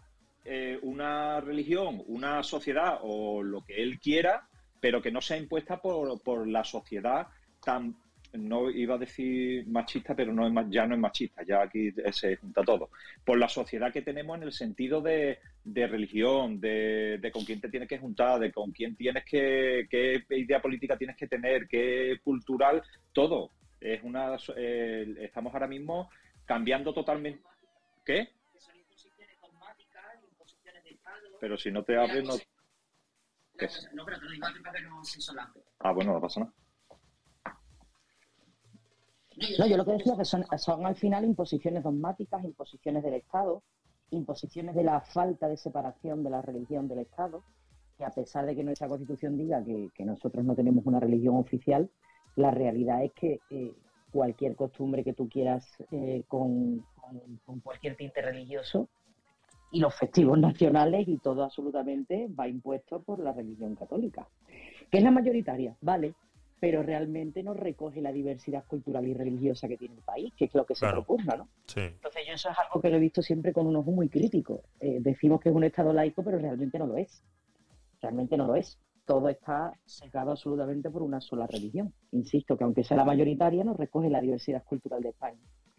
eh, una religión, una sociedad o lo que él quiera, pero que no sea impuesta por, por la sociedad tan, no iba a decir machista, pero no es, ma- ya no es machista, ya aquí se junta todo, por la sociedad que tenemos en el sentido de, de religión, de, de con quién te tienes que juntar, de con quién tienes que, qué idea política tienes que tener, qué cultural, todo. Es una, eh, estamos ahora mismo cambiando totalmente. ¿Qué? Pero si no te abres, no. ¿Qué es? No, pero te lo digo a ti para que no se solape. Ah, bueno, no pasa nada. No, yo lo que decía que son, son al final imposiciones dogmáticas, imposiciones del Estado, imposiciones de la falta de separación de la religión del Estado, que a pesar de que nuestra Constitución diga que, que nosotros no tenemos una religión oficial, la realidad es que eh, cualquier costumbre que tú quieras eh, con, con, con cualquier tinte religioso y los festivos nacionales y todo absolutamente va impuesto por la religión católica, que es la mayoritaria, ¿vale? Pero realmente no recoge la diversidad cultural y religiosa que tiene el país, que es lo que se Claro. propugna, ¿no? Sí. Entonces yo eso es algo que lo he visto siempre con un ojo muy crítico. Eh, decimos que es un Estado laico, pero realmente no lo es. Realmente no lo es. Todo está secado absolutamente por una sola religión. Insisto que aunque sea la mayoritaria, no recoge la diversidad cultural de España.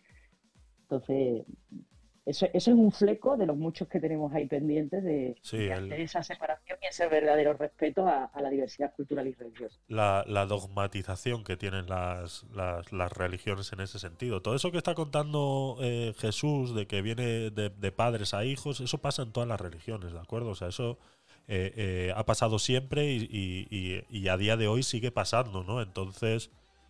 Entonces, eso, eso es un fleco de los muchos que tenemos ahí pendientes de, Sí, de el- hacer esa separación y ese verdadero respeto a, a la diversidad cultural y religiosa. la, la dogmatización que tienen las, las, las religiones en ese sentido. Todo eso que está contando eh, Jesús, de que viene de, de padres a hijos, eso pasa en todas las religiones, ¿de acuerdo? O sea, eso eh, eh, ha pasado siempre y, y- y- y a día de hoy sigue pasando, ¿no? Entonces,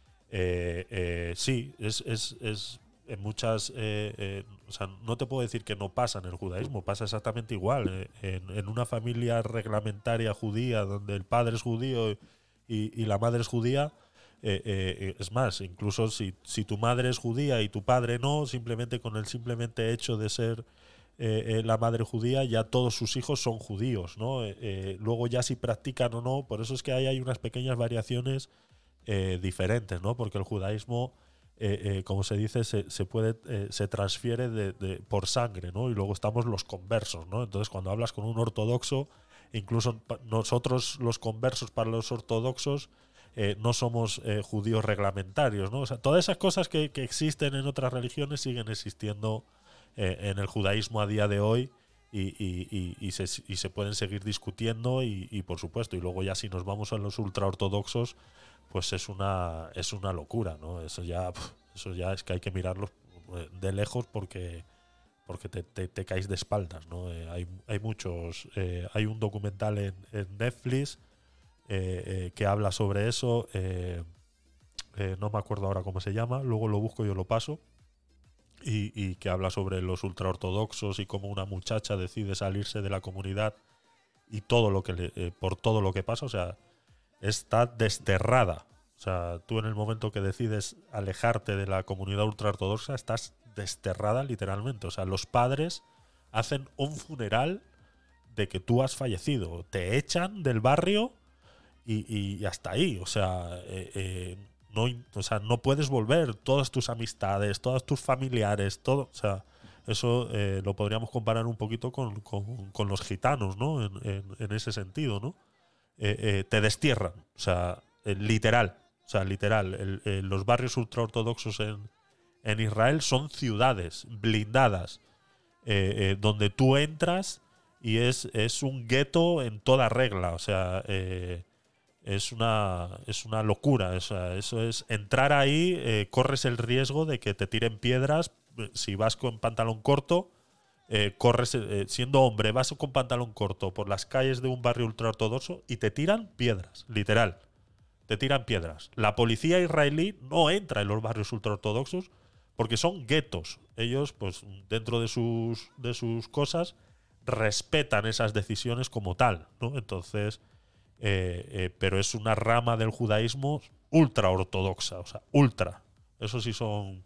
eh, eh, sí, es, es, es en muchas... eh, eh, o sea, no te puedo decir que no pasa en el judaísmo, pasa exactamente igual. Eh, En, en una familia reglamentaria judía, donde el padre es judío y, y la madre es judía, eh, eh, es más, incluso si, si tu madre es judía y tu padre no, simplemente con el simplemente hecho de ser eh, eh, la madre judía, ya todos sus hijos son judíos, ¿no? Eh, eh, luego ya si practican o no, por eso es que ahí hay unas pequeñas variaciones eh, diferentes, ¿no? Porque el judaísmo, eh, eh, como se dice, se, se puede, eh, se transfiere de, de- por sangre, ¿no? Y luego estamos los conversos, ¿no? Entonces, cuando hablas con un ortodoxo, incluso pa- nosotros los conversos para los ortodoxos eh, no somos eh, judíos reglamentarios, ¿no? O sea, todas esas cosas que, que existen en otras religiones siguen existiendo eh, en el judaísmo a día de hoy y, y- y- y se, y se pueden seguir discutiendo y, y, por supuesto, y luego ya si nos vamos a los ultraortodoxos, pues es una es una locura, ¿no? Eso ya pf, eso ya es que hay que mirarlos eh, de lejos porque porque te, te, te caes de espaldas, ¿no? Eh, hay, hay muchos eh, hay un documental en, en Netflix eh, eh, que habla sobre eso, eh, eh, no me acuerdo ahora cómo se llama, luego lo busco y yo lo paso, y, y que habla sobre los ultraortodoxos y cómo una muchacha decide salirse de la comunidad y todo lo que le, eh, por todo lo que pasa, o sea, está desterrada. O sea, tú en el momento que decides alejarte de la comunidad ultraortodoxa estás desterrada literalmente. O sea, los padres hacen un funeral de que tú has fallecido. Te echan del barrio y, y hasta ahí. O sea, eh, eh, no, o sea, no puedes volver. Todas tus amistades, todos tus familiares, todo. O sea, eso eh, lo podríamos comparar un poquito con, con- con los gitanos, ¿no? En, en- en ese sentido, ¿no? Eh, eh, te destierran. O sea, eh, literal. O sea, literal. El- eh, los barrios ultraortodoxos en, en Israel son ciudades blindadas eh, eh, donde tú entras y es, es un gueto en toda regla. O sea, eh, es una, es una locura. O sea, eso es entrar ahí, eh, corres el riesgo de que te tiren piedras. eh, Si vas con pantalón corto, eh, corres, eh, siendo hombre, vas con pantalón corto por las calles de un barrio ultraortodoxo y te tiran piedras, literal. Te tiran piedras. La policía israelí no entra en los barrios ultraortodoxos porque son guetos. Ellos, pues, dentro de sus, de sus cosas, respetan esas decisiones como tal, ¿no? Entonces, eh, eh, pero es una rama del judaísmo ultra ortodoxa, o sea, ultra. Eso sí son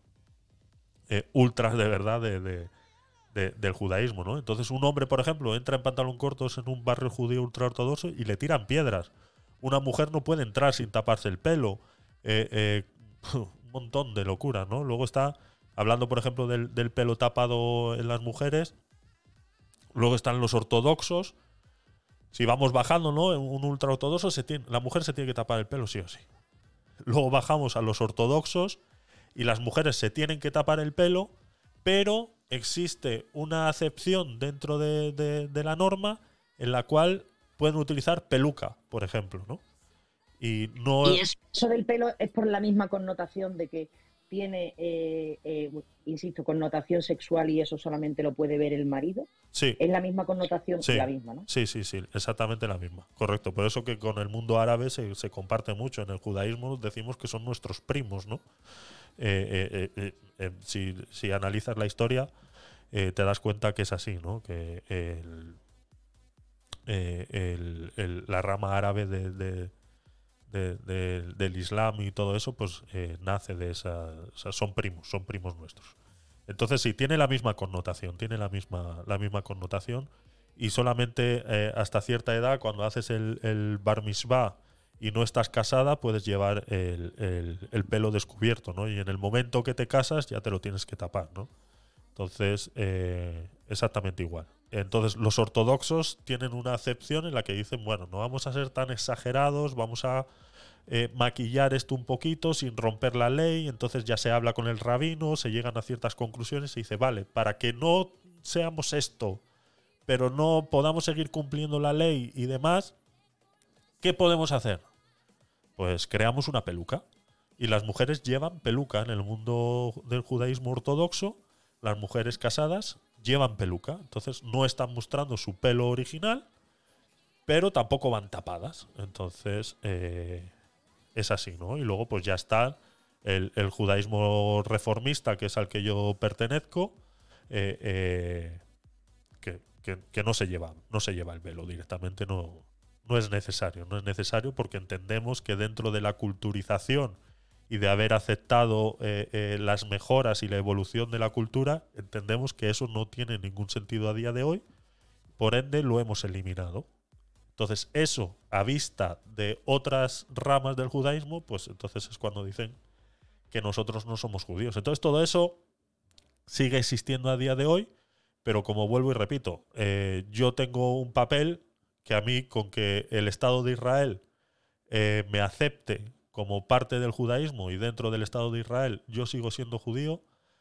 eh, ultras de verdad de, de- de- del judaísmo, ¿no? Entonces, un hombre, por ejemplo, entra en pantalón cortos en un barrio judío ultra ortodoxo y le tiran piedras. Una mujer no puede entrar sin taparse el pelo. Eh, eh, un montón de locura, ¿no? Luego está hablando, por ejemplo, del, del pelo tapado en las mujeres. Luego están los ortodoxos. Si vamos bajando, ¿no? Un ultraortodoxo, se tiene, la mujer se tiene que tapar el pelo sí o sí. Luego bajamos a los ortodoxos y las mujeres se tienen que tapar el pelo, pero existe una acepción dentro de, de, de la norma en la cual pueden utilizar peluca, por ejemplo, ¿no? Y no. Y eso del pelo es por la misma connotación de que tiene, eh, eh, insisto, connotación sexual y eso solamente lo puede ver el marido. Sí. Es la misma connotación, Sí. la misma, ¿no? Sí, sí, sí, exactamente la misma. Correcto. Por eso que con el mundo árabe se, se comparte mucho. En el judaísmo decimos que son nuestros primos, ¿no? Eh, eh, eh, eh, si, si analizas la historia, eh, te das cuenta que es así, ¿no? Que el, eh, el, el, la rama árabe de, de, de, de, del Islam y todo eso, pues eh, nace de esa, o sea, son primos, son primos nuestros. Entonces sí, tiene la misma connotación, tiene la misma, la misma connotación y solamente eh, hasta cierta edad, cuando haces el, el bar mitzvah y no estás casada, puedes llevar el, el, el pelo descubierto, ¿no? Y en el momento que te casas ya te lo tienes que tapar, ¿no? Entonces, eh, exactamente igual. Entonces, los ortodoxos tienen una acepción en la que dicen, bueno, no vamos a ser tan exagerados, vamos a eh, maquillar esto un poquito sin romper la ley. Entonces ya se habla con el rabino, se llegan a ciertas conclusiones y dice, vale, para que no seamos esto, pero no podamos seguir cumpliendo la ley y demás, ¿qué podemos hacer? Pues creamos una peluca. Y las mujeres llevan peluca en el mundo del judaísmo ortodoxo. Las mujeres casadas llevan peluca. Entonces no están mostrando su pelo original, pero tampoco van tapadas. Entonces eh, es así, ¿no? Y luego pues ya está el, el judaísmo reformista, que es al que yo pertenezco, eh, eh, que, que, que no se lleva, no se lleva el velo directamente, no, no es necesario. No es necesario porque entendemos que dentro de la culturización y de haber aceptado eh, eh, las mejoras y la evolución de la cultura, entendemos que eso no tiene ningún sentido a día de hoy, por ende lo hemos eliminado. Entonces eso, a vista de otras ramas del judaísmo, pues entonces es cuando dicen que nosotros no somos judíos. Entonces todo eso sigue existiendo a día de hoy, pero como vuelvo y repito, eh, yo tengo un papel que a mí, con que el Estado de Israel eh, me acepte como parte del judaísmo y dentro del Estado de Israel yo sigo siendo judío,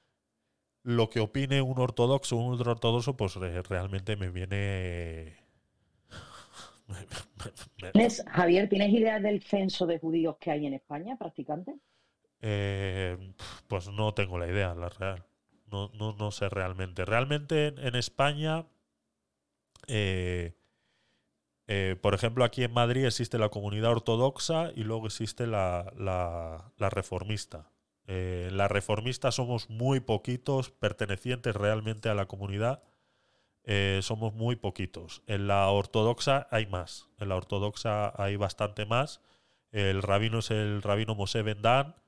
lo que opine un ortodoxo o un ultraortodoxo, pues eh, realmente me viene... ¿Tienes, Javier, ¿tienes idea del censo de judíos que hay en España, practicantes? Eh, pues no tengo la idea, la real. No, no, no sé realmente. Realmente en, en España, eh, eh, por ejemplo, aquí en Madrid existe la comunidad ortodoxa y luego existe la, la, la reformista. Eh, la reformista somos muy poquitos pertenecientes realmente a la comunidad. Eh, somos muy poquitos. En la ortodoxa hay más. En la ortodoxa hay bastante más. El rabino es el rabino Moshe Ben Dan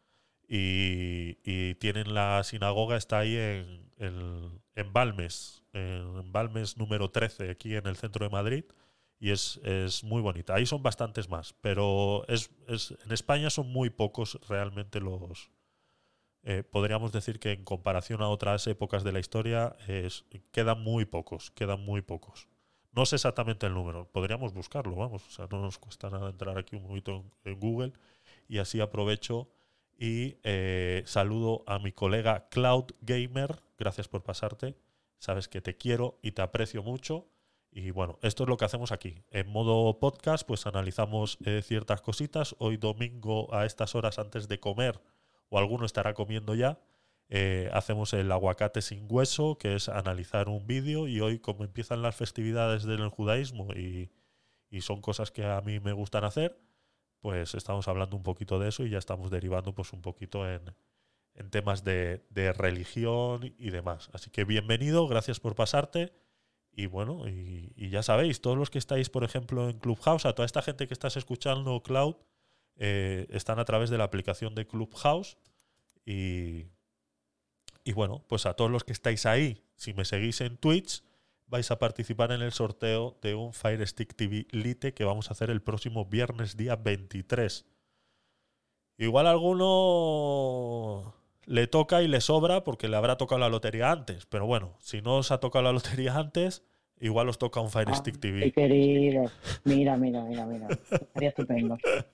y, y tienen la sinagoga, está ahí en, en, en Balmes, en Balmes número trece, aquí en el centro de Madrid, y es, es muy bonita. Ahí son bastantes más, pero es, es, en España son muy pocos realmente los... Eh, podríamos decir que en comparación a otras épocas de la historia es, quedan muy pocos, quedan muy pocos. No sé exactamente el número, podríamos buscarlo, vamos, o sea, no nos cuesta nada entrar aquí un momento en, en Google y así aprovecho y eh, saludo a mi colega Cloud Gamer, gracias por pasarte, sabes que te quiero y te aprecio mucho y bueno, esto es lo que hacemos aquí. En modo podcast pues analizamos eh, ciertas cositas, hoy domingo a estas horas antes de comer, o alguno estará comiendo ya, eh, hacemos el aguacate sin hueso, que es analizar un vídeo, y hoy como empiezan las festividades del judaísmo y, y son cosas que a mí me gustan hacer, pues estamos hablando un poquito de eso y ya estamos derivando pues un poquito en, en temas de, de religión y demás. Así que bienvenido, gracias por pasarte y bueno, y, y ya sabéis, todos los que estáis por ejemplo en Clubhouse, a toda esta gente que estás escuchando Cloud, Eh, están a través de la aplicación de Clubhouse y, y bueno, pues a todos los que estáis ahí, si me seguís en Twitch, vais a participar en el sorteo de un Fire Stick T V Lite que vamos a hacer el próximo viernes día veintitrés. Igual a alguno le toca y le sobra porque le habrá tocado la lotería antes, pero bueno, si no os ha tocado la lotería antes, Igual os toca un Fire Stick Qué T V. querido. Mira, mira, mira, mira. Estaría estupendo.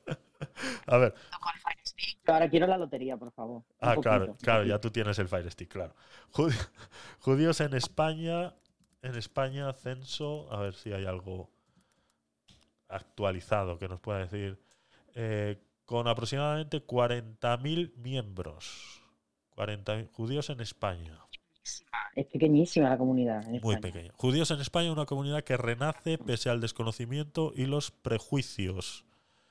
A ver. Pero ahora quiero la lotería, por favor. Un Ah, poquito, claro, un claro, poquito. ya tú tienes el Fire Stick, claro. Jud- Judíos en España, en España, censo, a ver si hay algo actualizado que nos pueda decir. Eh, con aproximadamente cuarenta mil miembros. cuarenta mil judíos en España. Es pequeñísima la comunidad en Muy España. pequeña. Judíos en España, una comunidad que renace pese al desconocimiento y los prejuicios.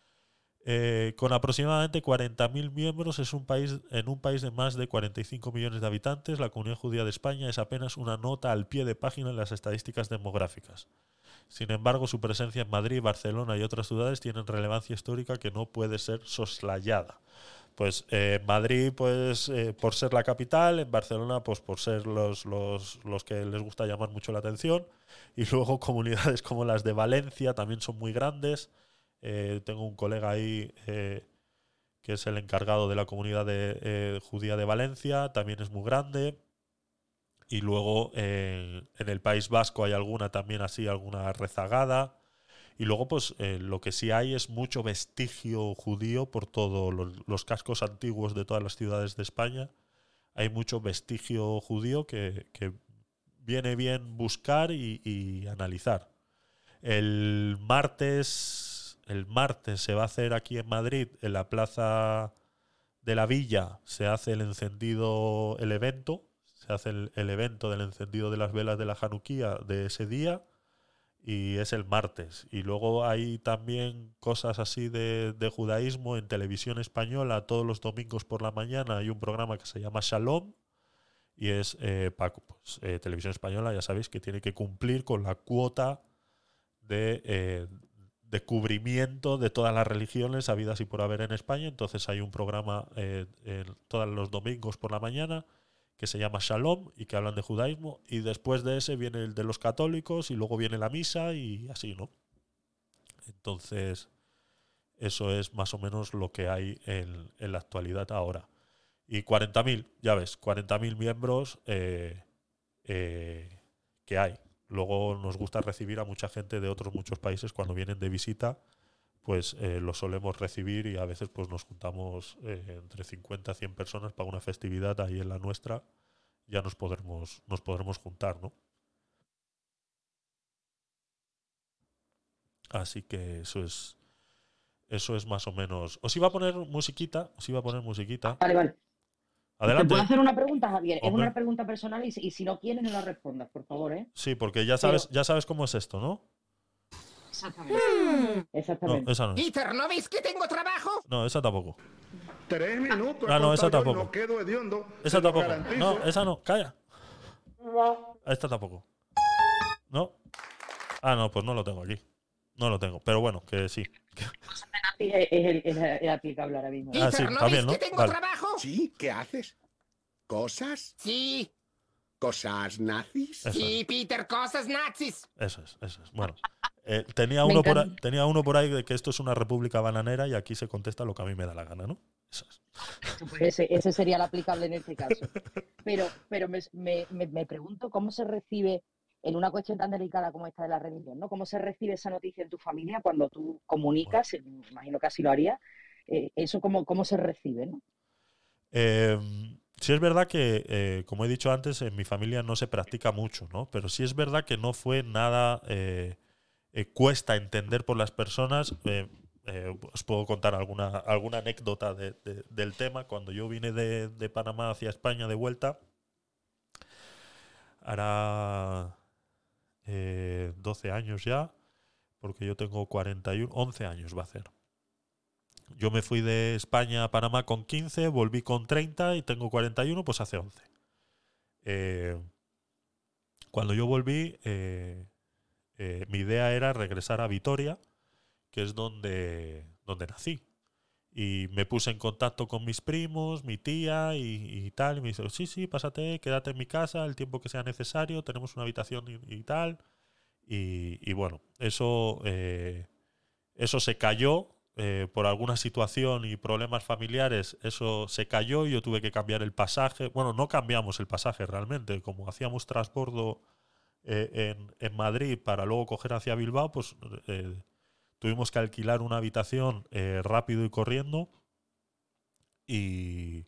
Eh, con aproximadamente cuarenta mil miembros, es un país, en un país de más de cuarenta y cinco millones de habitantes, la comunidad judía de España es apenas una nota al pie de página en las estadísticas demográficas. Sin embargo, su presencia en Madrid, Barcelona y otras ciudades tienen relevancia histórica que no puede ser soslayada. Pues eh, Madrid, pues eh, por ser la capital, en Barcelona, pues por ser los, los, los que les gusta llamar mucho la atención, y luego comunidades como las de Valencia también son muy grandes. Eh, tengo un colega ahí eh, que es el encargado de la comunidad de, eh, judía de Valencia, también es muy grande. Y luego eh, en el País Vasco hay alguna también así, alguna rezagada. Y luego, pues, eh, lo que sí hay es mucho vestigio judío por todos los, los cascos antiguos de todas las ciudades de España. Hay mucho vestigio judío que, que viene bien buscar y, y analizar. El martes, el martes se va a hacer aquí en Madrid, en la Plaza de la Villa, se hace el encendido, el evento, se hace el, el evento del encendido de las velas de la Januquía de ese día. Y es el martes. Y luego hay también cosas así de, de judaísmo en televisión española. Todos los domingos por la mañana hay un programa que se llama Shalom. Y es eh, pa- pues, eh, televisión española, ya sabéis que tiene que cumplir con la cuota de, eh, de cubrimiento de todas las religiones habidas y por haber en España. Entonces hay un programa eh, en todos los domingos por la mañana que se llama Shalom y que hablan de judaísmo, y después de ese viene el de los católicos y luego viene la misa y así, ¿no? Entonces, eso es más o menos lo que hay en, en la actualidad ahora. Y cuarenta mil, ya ves, cuarenta mil miembros eh, eh, que hay. Luego nos gusta recibir a mucha gente de otros muchos países cuando vienen de visita, pues eh, los solemos recibir y a veces pues nos juntamos eh, entre cincuenta a cien personas para una festividad ahí en la nuestra, ya nos podremos, nos podremos juntar, ¿no? Así que eso es eso es más o menos. Os iba a poner musiquita, os iba a poner musiquita. Vale, vale. ¿Te Adelante. puedo hacer una pregunta, Javier? Es Hombre. una pregunta personal y, si- y si no quieres no la respondas, por favor, ¿eh? Sí, porque ya sabes, ya sabes cómo es esto, ¿no? Exactamente. No, Exactamente. esa no es. Peter, ¿no veis que tengo trabajo? No, esa tampoco. Tres minutos. Ah, no, he esa contado yo y tampoco. No quedo hediondo. Esa se lo tampoco. garantizo. No, esa no. Calla. Esta tampoco. ¿No? Ah, no, pues no lo tengo aquí. No lo tengo. Pero bueno, que sí. Es el, es el- el aplicable ahora mismo. Ah, sí, también, ¿no? Vale. Sí, ¿qué haces? ¿Cosas? Sí. ¿Cosas nazis? Eso Sí, Peter, cosas nazis. Eso es, eso es. Bueno, eh, tenía, Me uno por ahí, encanta. tenía uno por ahí de que esto es una república bananera y aquí se contesta lo que a mí me da la gana, ¿no? Eso es. Pues ese, ese sería el aplicable en este caso. Pero, pero me, me- me- me pregunto cómo se recibe en una cuestión tan delicada como esta de la religión, ¿no? ¿Cómo se recibe esa noticia en tu familia cuando tú comunicas? Me imagino que así lo haría. Eh, eso cómo, cómo se recibe, ¿no? Eh, sí es verdad que, eh, como he dicho antes, en mi familia no se practica mucho, ¿no? Pero sí es verdad que no fue nada eh, eh, cuesta entender por las personas. Eh, eh, os puedo contar alguna, alguna anécdota de- de- del tema. Cuando yo vine de, de Panamá hacia España de vuelta, hará eh, doce años ya, porque yo tengo cuarenta y uno, once años va a hacer. Yo me fui de España a Panamá con quince, volví con treinta y tengo cuarenta y uno, pues hace once. Eh, cuando yo volví, eh, eh, mi idea era regresar a Vitoria, que es donde, donde nací. Y me puse en contacto con mis primos, mi tía y, y tal. Y me dice, sí, sí, pásate, quédate en mi casa el tiempo que sea necesario, tenemos una habitación y, y tal. Y, y bueno, eso, eh, eso se cayó. Eh, por alguna situación y problemas familiares, eso se cayó y yo tuve que cambiar el pasaje. Bueno, no cambiamos el pasaje realmente, como hacíamos transbordo eh, en, en Madrid para luego coger hacia Bilbao, pues eh, tuvimos que alquilar una habitación eh, rápido y corriendo y,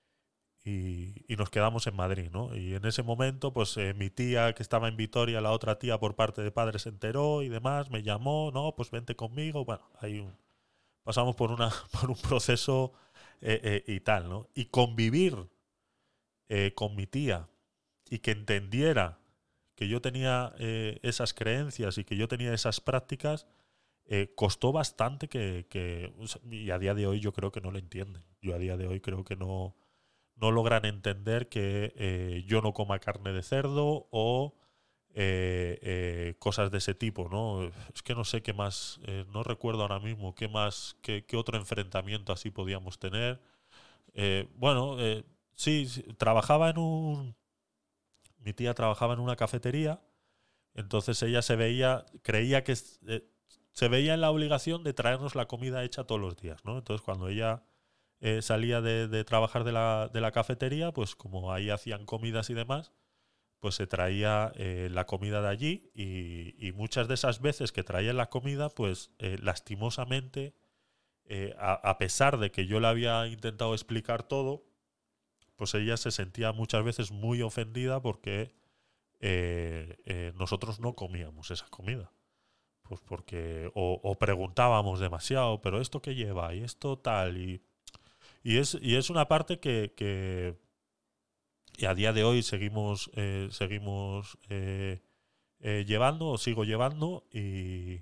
y, y nos quedamos en Madrid, ¿no? Y en ese momento, pues eh, mi tía que estaba en Vitoria, la otra tía por parte de padre se enteró y demás, me llamó, no, pues vente conmigo. Bueno, hay un, pasamos por, una, por un proceso eh, eh, y tal, ¿no? Y convivir eh, con mi tía y que entendiera que yo tenía eh, esas creencias y que yo tenía esas prácticas, eh, costó bastante que, que... Y a día de hoy yo creo que no lo entienden. Yo a día de hoy creo que no, no logran entender que eh, yo no coma carne de cerdo o eh, eh, cosas de ese tipo, ¿no? Es que no sé qué más... Eh, no recuerdo ahora mismo qué más... qué, qué otro enfrentamiento así podíamos tener. Eh, bueno, eh, sí, sí, trabajaba en un... Mi tía trabajaba en una cafetería, entonces ella se veía, creía que eh, se veía en la obligación de traernos la comida hecha todos los días, ¿no? Entonces cuando ella eh, salía de, de trabajar de la, de la cafetería, pues como ahí hacían comidas y demás, pues se traía eh, la comida de allí y, y muchas de esas veces que traían la comida, pues eh, lastimosamente, eh, a, a pesar de que yo le había intentado explicar todo, pues ella se sentía muchas veces muy ofendida porque eh, eh, nosotros no comíamos esa comida. Pues porque o, o preguntábamos demasiado, pero ¿esto qué lleva? Y esto tal. Y, y, es, y es una parte que, que y a día de hoy seguimos, eh, seguimos eh, eh, llevando, o sigo llevando, y,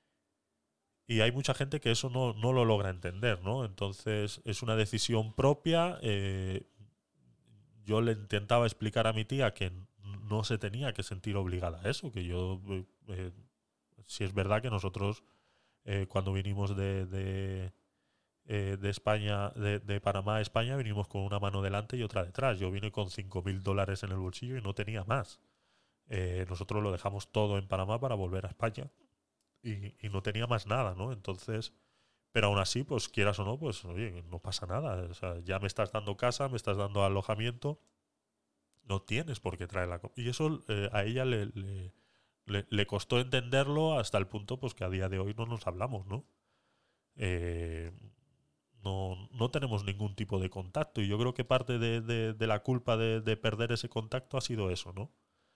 y hay mucha gente que eso no, no lo logra entender, ¿no? Entonces es una decisión propia. Eh, Yo le intentaba explicar a mi tía que no se tenía que sentir obligada a eso, que yo, eh, si es verdad que nosotros eh, cuando vinimos de, de, eh, de España, de, de Panamá a España, vinimos con una mano delante y otra detrás. Yo vine con cinco mil dólares en el bolsillo y no tenía más. Eh, nosotros lo dejamos todo en Panamá para volver a España y, y no tenía más nada, ¿no? Entonces... Pero aún así, pues quieras o no, pues oye, no pasa nada. O sea, ya me estás dando casa, me estás dando alojamiento, no tienes por qué traer la comida. Y eso eh, a ella le, le, le, le costó entenderlo hasta el punto pues que a día de hoy no nos hablamos, ¿no? Eh, no, no tenemos ningún tipo de contacto. Y yo creo que parte de, de, de la culpa de, de perder ese contacto ha sido eso, ¿no?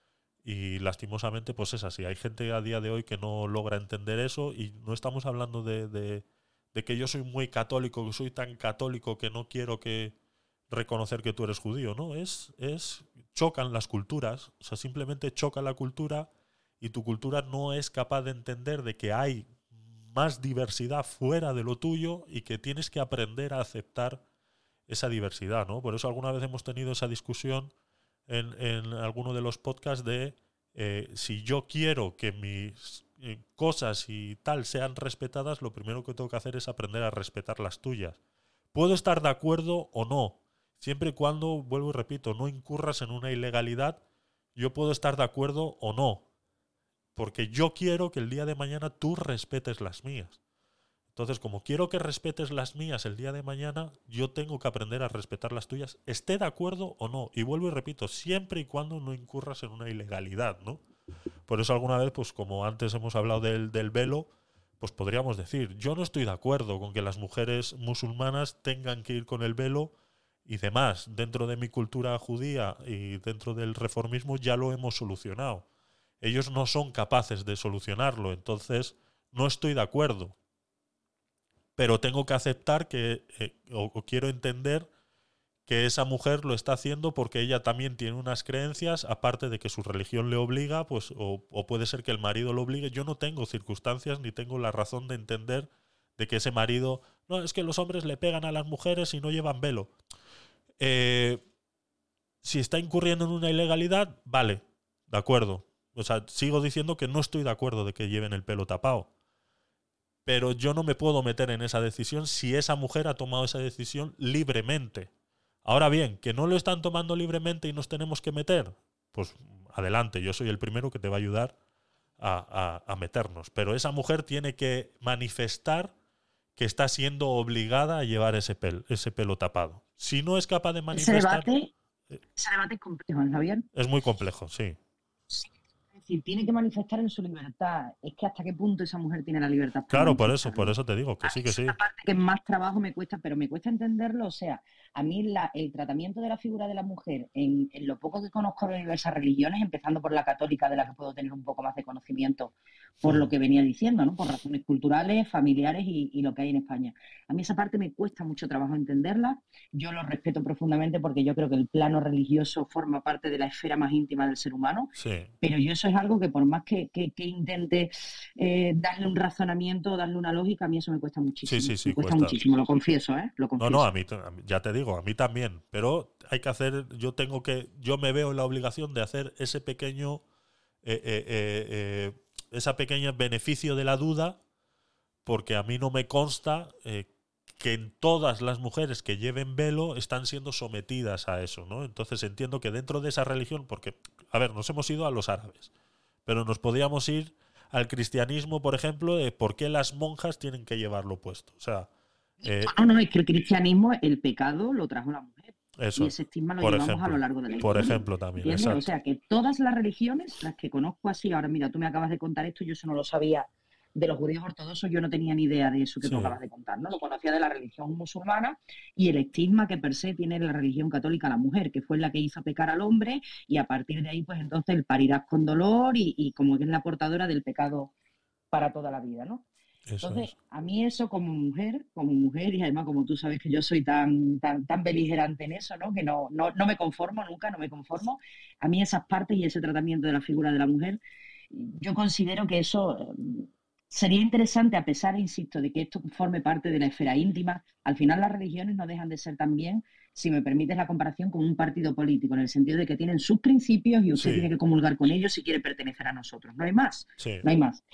Y lastimosamente, pues es así. Hay gente a día de hoy que no logra entender eso y no estamos hablando de... de de que yo soy muy católico, que soy tan católico que no quiero que reconocer que tú eres judío, ¿no? Es, es, chocan las culturas, o sea, simplemente choca la cultura y tu cultura no es capaz de entender de que hay más diversidad fuera de lo tuyo y que tienes que aprender a aceptar esa diversidad, ¿no? Por eso alguna vez hemos tenido esa discusión en, en alguno de los podcasts de eh, si yo quiero que mis cosas y tal sean respetadas, lo primero que tengo que hacer es aprender a respetar las tuyas. Puedo estar de acuerdo o no, siempre y cuando, vuelvo y repito, no incurras en una ilegalidad. Yo puedo estar de acuerdo o no, porque yo quiero que el día de mañana tú respetes las mías. Entonces, como quiero que respetes las mías el día de mañana, yo tengo que aprender a respetar las tuyas, esté de acuerdo o no. Y vuelvo y repito, siempre y cuando no incurras en una ilegalidad, ¿no? Por eso alguna vez, pues como antes hemos hablado del, del velo, pues podríamos decir, yo no estoy de acuerdo con que las mujeres musulmanas tengan que ir con el velo y demás. Dentro de mi cultura judía y dentro del reformismo ya lo hemos solucionado. Ellos no son capaces de solucionarlo, entonces no estoy de acuerdo. Pero tengo que aceptar que, eh, o, o quiero entender que esa mujer lo está haciendo porque ella también tiene unas creencias, aparte de que su religión le obliga, pues o, o puede ser que el marido lo obligue. Yo no tengo circunstancias ni tengo la razón de entender de que ese marido... No, es que los hombres le pegan a las mujeres y no llevan velo. Eh, si está incurriendo en una ilegalidad, vale, de acuerdo. O sea, sigo diciendo que no estoy de acuerdo de que lleven el pelo tapado. Pero yo no me puedo meter en esa decisión si esa mujer ha tomado esa decisión libremente. Ahora bien, que no lo están tomando libremente y nos tenemos que meter, pues adelante, yo soy el primero que te va a ayudar a, a, a meternos. Pero esa mujer tiene que manifestar que está siendo obligada a llevar ese, pel, ese pelo tapado. Si no es capaz de manifestar... Ese debate, ese debate es complejo, ¿no, Javier? Es muy complejo, sí. Sí. Es decir, tiene que manifestar en su libertad. Es que hasta qué punto esa mujer tiene la libertad para Claro, por manifestar, eso, por ¿no? eso te digo que sí, que sí. Parte que más trabajo me cuesta, pero me cuesta entenderlo. O sea, a mí la- el tratamiento de la figura de la mujer, en, en lo poco que conozco de diversas religiones, empezando por la católica, de la que puedo tener un poco más de conocimiento por lo que venía diciendo, ¿no? Por razones culturales, familiares y, y lo que hay en España. A mí esa parte me cuesta mucho trabajo entenderla. Yo lo respeto profundamente porque yo creo que el plano religioso forma parte de la esfera más íntima del ser humano, Sí. pero yo eso es algo que por más que, que- que intente eh, darle un razonamiento, darle una lógica, a mí eso me cuesta muchísimo. Sí, sí, sí, me cuesta, cuesta. muchísimo, lo confieso, ¿eh? Lo No, confieso. no, a mí, t- a mí- ya te digo, a mí también. Pero hay que hacer, yo tengo que, yo me veo en la obligación de hacer ese pequeño, eh, eh, eh, eh, esa pequeña beneficio de la duda, porque a mí no me consta eh, que en todas las mujeres que lleven velo están siendo sometidas a eso, ¿no? Entonces entiendo que dentro de esa religión, porque, a ver, nos hemos ido a los árabes, pero nos podíamos ir al cristianismo, por ejemplo, de por qué las monjas tienen que llevarlo puesto. O sea, eh, No, no, es que el cristianismo, el pecado lo trajo la mujer. eso, Y ese estigma lo por llevamos ejemplo, a lo largo de la por historia. ejemplo también, ¿Entiendes? O exacto. sea, que todas las religiones, las que conozco así, ahora mira, tú me acabas de contar esto, yo eso no lo sabía de los judíos ortodoxos, yo no tenía ni idea de eso que Sí. tú acabas de contar, ¿no? Lo conocía de la religión musulmana y el estigma que per se tiene la religión católica a la mujer, que fue la que hizo pecar al hombre, y a partir de ahí, pues entonces el parirás con dolor y, y como que es la portadora del pecado para toda la vida, ¿no? Eso Entonces, es. a mí eso como mujer, como mujer, y además como tú sabes que yo soy tan, tan, tan beligerante en eso, ¿no? Que no, no, no me conformo, nunca no me conformo. A mí esas partes y ese tratamiento de la figura de la mujer, yo considero que eso eh, sería interesante, a pesar, insisto, de que esto forme parte de la esfera íntima. Al final las religiones no dejan de ser también, si me permites la comparación, con un partido político, en el sentido de que tienen sus principios y usted Sí. tiene que comulgar con ellos si quiere pertenecer a nosotros. No hay más, Sí. no hay más.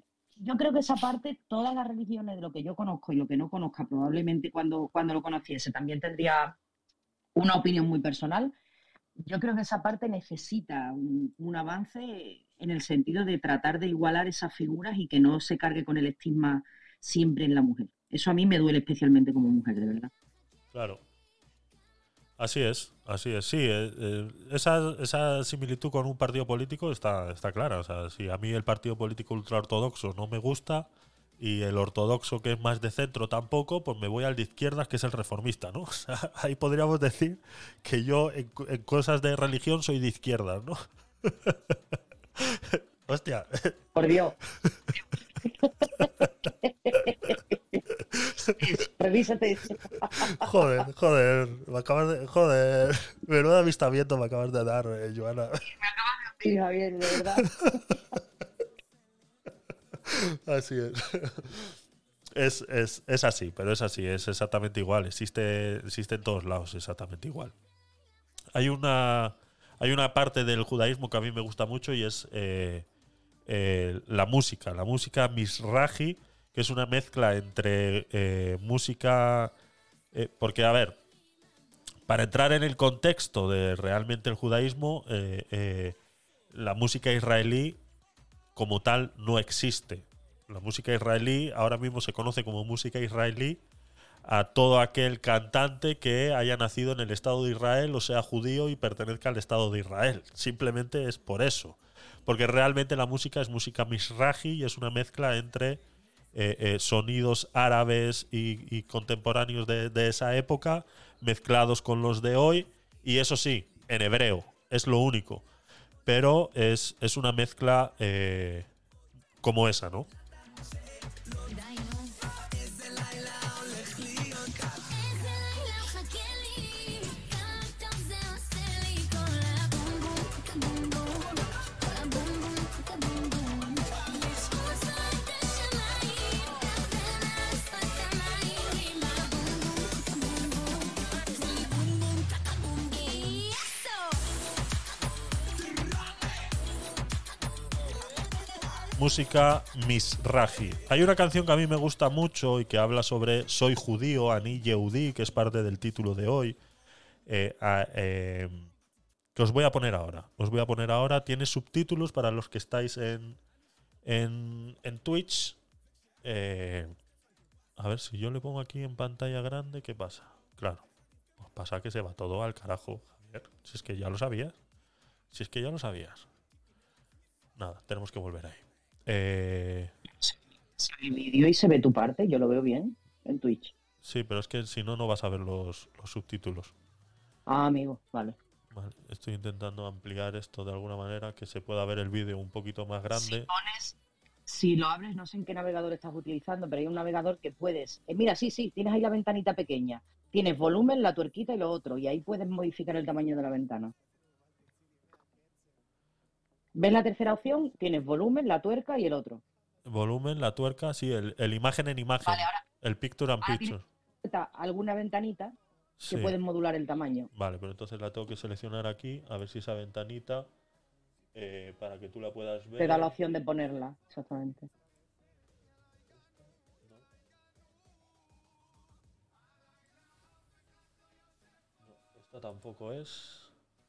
Yo creo que esa parte, todas las religiones, de lo que yo conozco y lo que no conozca, probablemente cuando, cuando lo conociese también tendría una opinión muy personal. Yo creo que esa parte necesita un, un avance en el sentido de tratar de igualar esas figuras y que no se cargue con el estigma siempre en la mujer. Eso a mí me duele especialmente como mujer, de verdad. Claro. Así es, así es. Sí, eh, eh, esa, esa similitud con un partido político está, está clara. O sea, si a mí el partido político ultraortodoxo no me gusta y el ortodoxo, que es más de centro, tampoco, pues me voy al de izquierdas, que es el reformista, ¿no? O sea, ahí podríamos decir que yo en, en cosas de religión soy de izquierdas, ¿no? Hostia. Por Dios. Revísate. Joder, joder, me acabas de. Joder, menudo avistamiento me acabas de dar, eh, Joana. Sí, Javier, de verdad. Así es. Es, es. es así, pero es así, es exactamente igual. Existe, existe en todos lados, exactamente igual. Hay una, hay una parte del judaísmo que a mí me gusta mucho y es eh, eh, la música. La música Mizrahi, que es una mezcla entre eh, música. Eh, porque, a ver, para entrar en el contexto de realmente el judaísmo, eh, eh, la música israelí como tal no existe. La música israelí ahora mismo se conoce como música israelí a todo aquel cantante que haya nacido en el Estado de Israel o sea judío y pertenezca al Estado de Israel. Simplemente es por eso. Porque realmente la música es música Mizrahi y es una mezcla entre eh, eh, sonidos árabes y, y contemporáneos de, de esa época mezclados con los de hoy. Y eso sí, en hebreo. Es lo único. Pero es, es una mezcla eh, como esa, ¿no? Música Mizrahi. Hay una canción que a mí me gusta mucho y que habla sobre soy judío, Ani Yehudi, que es parte del título de hoy, eh, a, eh, que os voy a poner ahora. Os voy a poner ahora. Tiene subtítulos para los que estáis en, en, en Twitch. Eh, a ver, si yo le pongo aquí en pantalla grande, ¿qué pasa? Claro, pues pasa que se va todo al carajo, Javier. Si es que ya lo sabías. Si es que ya lo sabías. nada, tenemos que volver ahí. Eh, Se ve el vídeo y se ve tu parte, yo lo veo bien en Twitch. sí, pero es que si no, no vas a ver los, los subtítulos. Ah, amigo, vale. Vale, estoy intentando ampliar esto de alguna manera, que se pueda ver el vídeo un poquito más grande. Si pones, si lo abres, no sé en qué navegador estás utilizando, pero hay un navegador que puedes. eh, mira, sí, sí, tienes ahí la ventanita pequeña. Tienes volumen, la tuerquita y lo otro, y ahí puedes modificar el tamaño de la ventana. ¿Ves la tercera opción? Tienes volumen, la tuerca y el otro. Volumen, la tuerca, sí, el, el imagen en imagen. Vale, ahora- el picture and ahora picture. Está alguna ventanita Sí. que puedes modular el tamaño. Vale, pero entonces la tengo que seleccionar aquí, a ver si esa ventanita, eh, para que tú la puedas ver. Te da la opción de ponerla, exactamente. Esta tampoco es.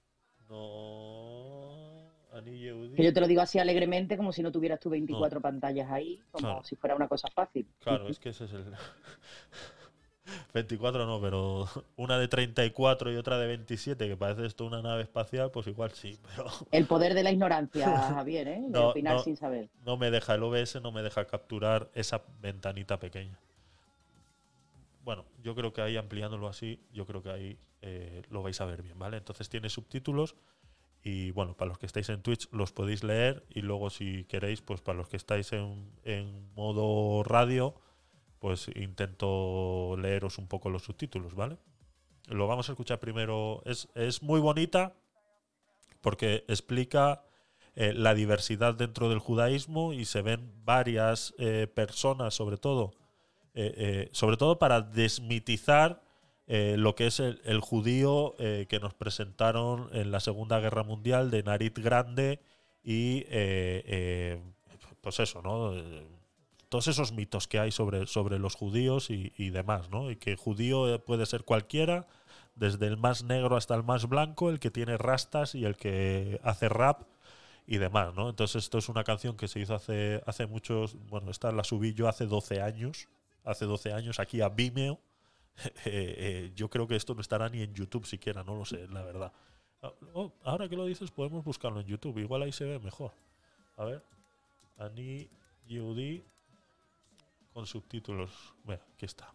No. Anille Udi. Que yo te lo digo así alegremente, como si no tuvieras tus veinticuatro pantallas ahí, como Claro. si fuera una cosa fácil. Claro, es que ese es el. veinticuatro no, pero una de treinta y cuatro y otra de veintisiete, que parece esto una nave espacial, pues igual sí, pero. El poder de la ignorancia, Javier, ¿eh? De No, opinar no. sin saber. No me deja el O B S, no me deja capturar esa ventanita pequeña. Bueno, yo creo que ahí ampliándolo así, yo creo que ahí eh, lo vais a ver bien, ¿vale? Entonces tiene subtítulos y bueno, para los que estáis en Twitch los podéis leer y luego si queréis, pues para los que estáis en, en modo radio, pues intento leeros un poco los subtítulos, ¿vale? Lo vamos a escuchar primero. Es, es muy bonita porque explica eh, la diversidad dentro del judaísmo y se ven varias eh, personas, sobre todo, eh, eh, sobre todo para desmitizar eh, lo que es el, el judío eh, que nos presentaron en la Segunda Guerra Mundial de Narit Grande y eh, eh, pues eso, ¿no? Eh, todos esos mitos que hay sobre, sobre los judíos y, y demás, ¿no? Y que judío puede ser cualquiera, desde el más negro hasta el más blanco, el que tiene rastas y el que hace rap y demás, ¿no? Entonces esto es una canción que se hizo hace, hace muchos, bueno, esta la subí yo hace doce años, hace doce años aquí a Vimeo. eh, eh, yo creo que esto no estará ni en YouTube siquiera, no lo sé, la verdad. Oh, ahora que lo dices podemos buscarlo en YouTube, igual ahí se ve mejor. A ver, Ani Yehudi con subtítulos. Bueno, aquí está.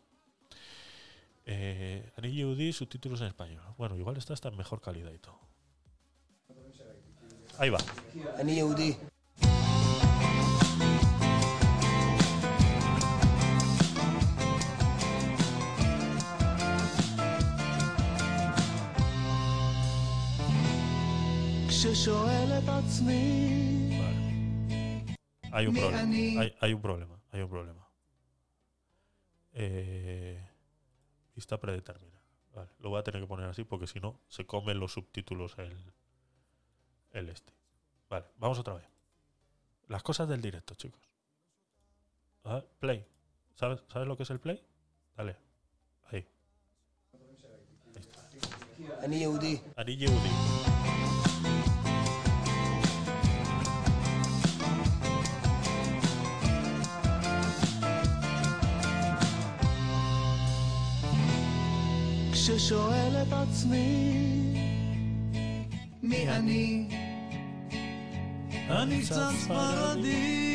Eh, Ani Yehudi, subtítulos en español. Bueno, igual esta está en mejor calidad y todo. Ahí va. Ani Yehudi. Hay un problema. Hay, hay un problema. Hay un problema. Eh, vista predeterminada. Vale, lo voy a tener que poner así porque si no se comen los subtítulos el, el este. Vale, vamos otra vez. Las cosas del directo, chicos. A ver, play. ¿Sabes, ¿Sabes lo que es el play? Dale. Ahí. Ahí está. Ani Yehudi. Ani Yehudi. כששואל את עצמי מי אני, אני קצת ספרדי.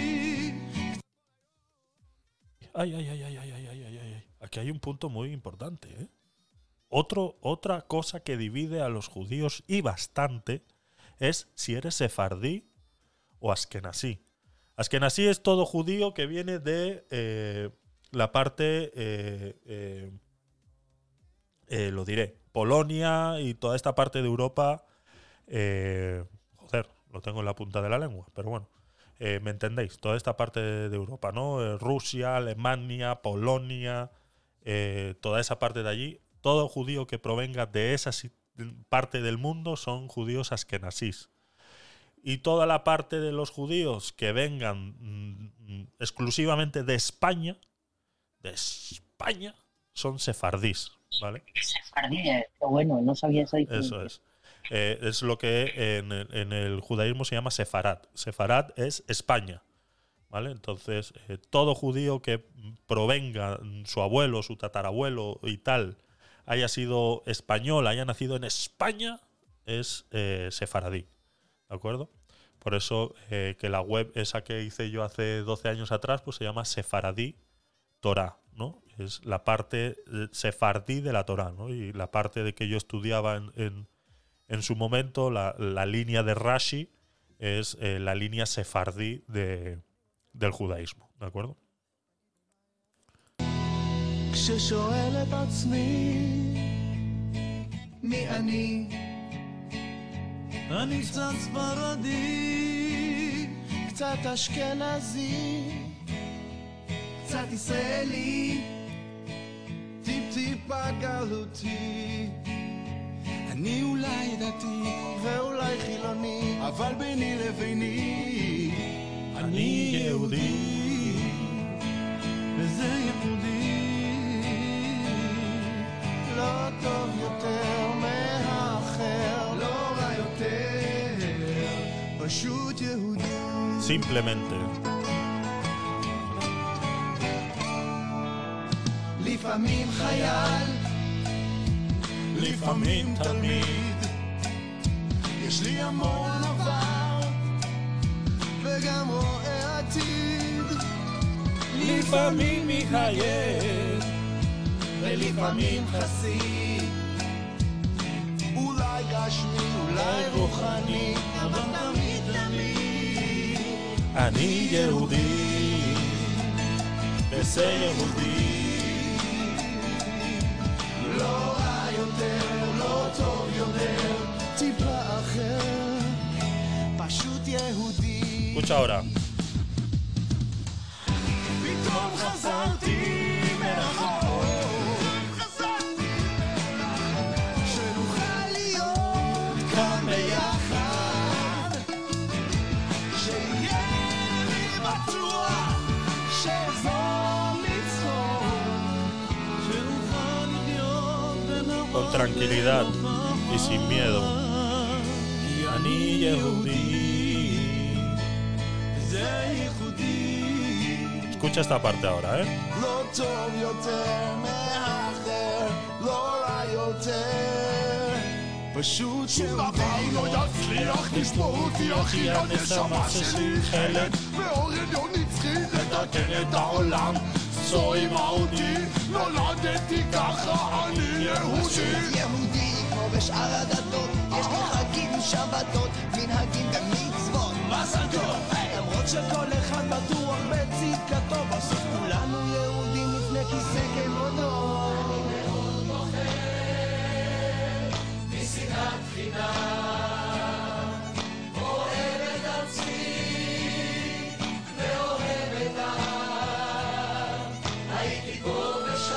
Ay, ay, ay, ay, ay, ay, ay, ay, ay. Aquí hay un punto muy importante, ¿eh? Otro, otra cosa que divide a los judíos y bastante es si eres sefardí o askenazí. Askenazí es todo judío que viene de eh, la parte, eh, eh, eh, lo diré, Polonia y toda esta parte de Europa. Eh, joder, lo tengo en la punta de la lengua, pero bueno. Eh, ¿Me entendéis? Toda esta parte de, de Europa, ¿no? Eh, Rusia, Alemania, Polonia, eh, toda esa parte de allí. Todo judío que provenga de esa parte del mundo son judíos askenazís. Y toda la parte de los judíos que vengan mm, exclusivamente de España, de España, son sefardís, ¿vale? Sefardí, qué bueno, no sabía esa diferencia. Eso es. Eh, es lo que en el, en el judaísmo se llama sefarad. Sefarad es España, ¿vale? Entonces, eh, todo judío que provenga, su abuelo, su tatarabuelo y tal, haya sido español, haya nacido en España, es eh, sefaradí, ¿de acuerdo? Por eso eh, que la web esa que hice yo hace doce años atrás, pues se llama Sefaradí Torah, ¿no? Es la parte eh, sefardí de la Torah, ¿no? Y la parte de que yo estudiaba en, en, en su momento, la, la línea de Rashi, es eh, la línea sefardí de, del judaísmo, ¿de acuerdo? כששואל את עצמי מי אני, אני קצת ספרדי, קצת אשכנזי, קצת ישראלי, טיפ טיפה גלותי. אני אולי דתי ואולי חילוני, אבל ביני לביני אני יהודי, וזה ייחודי. לא טוב יותר מהאחר, לא רע יותר, פשוט יהודי. Simplemente. לפעמים חייל, לפעמים תלמיד, יש לי המון עבר וגם רואה עתיד. לפעמים מחייב ולפעמים חסיד, אולי גשמי, אולי רוחני, אבל תמיד תמיד אני יהודי, וזה יהודי. לא רע יותר, לא טוב יותר, טיפה אחר, פשוט יהודי. Escucha ahora. פתאום חזרתי מרחוק, שנוכל להיות כאן ביחד, שיהיה לי בטוח שזו מצחוק, שנוכל לחיות בנחת Con tranquilidad y sin miedo. אני יהודי. זה ייחודי. Escucha esta parte ahora, ¿eh? לא טוב יותר מהאחר, לא רע יותר, פשוט שום דבר לא יצליח לשבור אותי, אחי, הנשמה שלי חלק ואור עליון נצחי לתקן את העולם. זו אמא אותי, נולדתי ככה, אני יהודי. יהודי כמו בשאר הדתות, יש לי חגים, שבתות, מנהגים ומצוות. מזל טוב! למרות שכל אחד בטוח בצדקתו, בסוף כולנו יהודים לפני כיסא כבודו. אני מאוד מוחל משנאת חינם, אוהב את עצמי ואוהב את העם, הייתי פה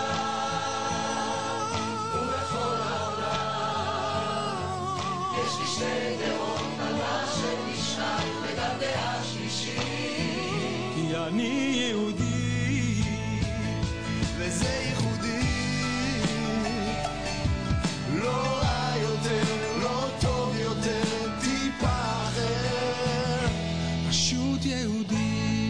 ושם ובכל העולם, יש לי שתי דעות, דעה שנשאר וגם דעה שלישית, כי אני יהודי וזה ייחודי, לא רע יותר, לא טוב יותר, טיפה אחר, פשוט יהודי.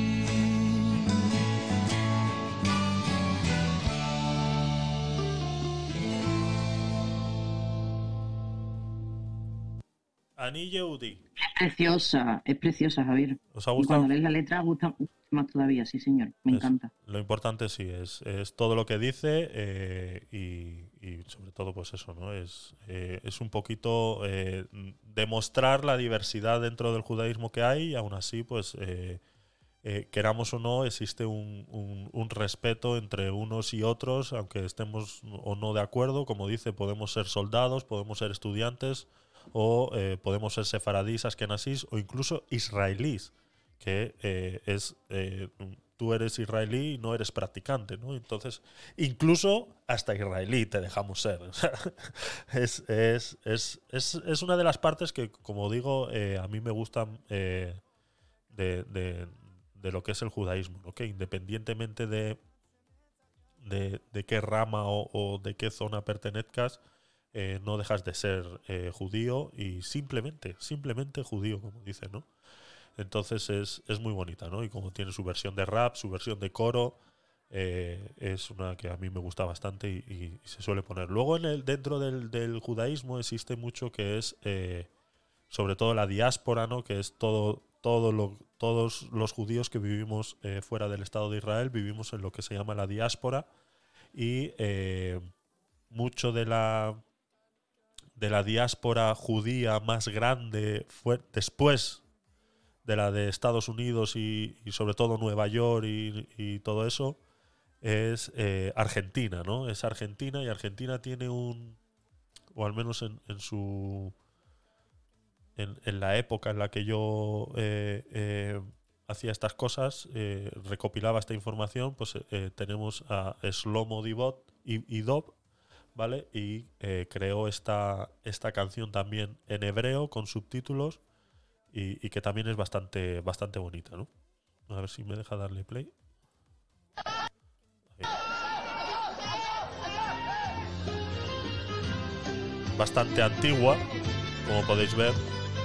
אני יהודי. Es preciosa, es preciosa, Javier. ¿Os ha Y gustado? cuando lees la letra gusta más todavía, sí, señor. Me Es- encanta. Lo importante sí es, es todo lo que dice eh, y, y sobre todo pues eso, ¿no? Es, eh, es un poquito eh, demostrar la diversidad dentro del judaísmo que hay y aún así pues eh, eh, queramos o no existe un, un- un respeto entre unos y otros, aunque estemos o no de acuerdo. Como dice, podemos ser soldados, podemos ser estudiantes o eh, podemos ser sefaradís, askenazís o incluso israelíes, que eh, es eh, tú eres israelí y no eres practicante, ¿no? Entonces, incluso hasta israelí te dejamos ser. O sea, es, es, es, es, es una de las partes que, como digo, eh, a mí me gustan eh, de, de, de lo que es el judaísmo, ¿no? Que independientemente de, de, de qué rama o, o de qué zona pertenezcas, eh, no dejas de ser eh, judío y simplemente, simplemente judío, como dicen, ¿no? Entonces es, es muy bonita, ¿no? Y como tiene su versión de rap, su versión de coro, eh, es una que a mí me gusta bastante y, y- y se suele poner. Luego en el, dentro del, del judaísmo existe mucho que es eh, sobre todo la diáspora, ¿no? Que es todo, todo lo, todos los judíos que vivimos eh, fuera del Estado de Israel, vivimos en lo que se llama la diáspora, y eh, mucho de la de la diáspora judía más grande fue después de la de Estados Unidos y, y sobre todo Nueva York y, y todo eso, es eh, Argentina, ¿no? Es Argentina, y Argentina tiene un, o al menos en, en su en, en la época en la que yo eh, eh, hacía estas cosas, eh, recopilaba esta información, pues eh, tenemos a Shlomo Dibot y, y Dov, ¿vale? Y eh, creó esta, esta canción también en hebreo con subtítulos y, y que también es bastante, bastante bonita, ¿no? A ver si me deja darle play. Ahí. Bastante antigua, como podéis ver.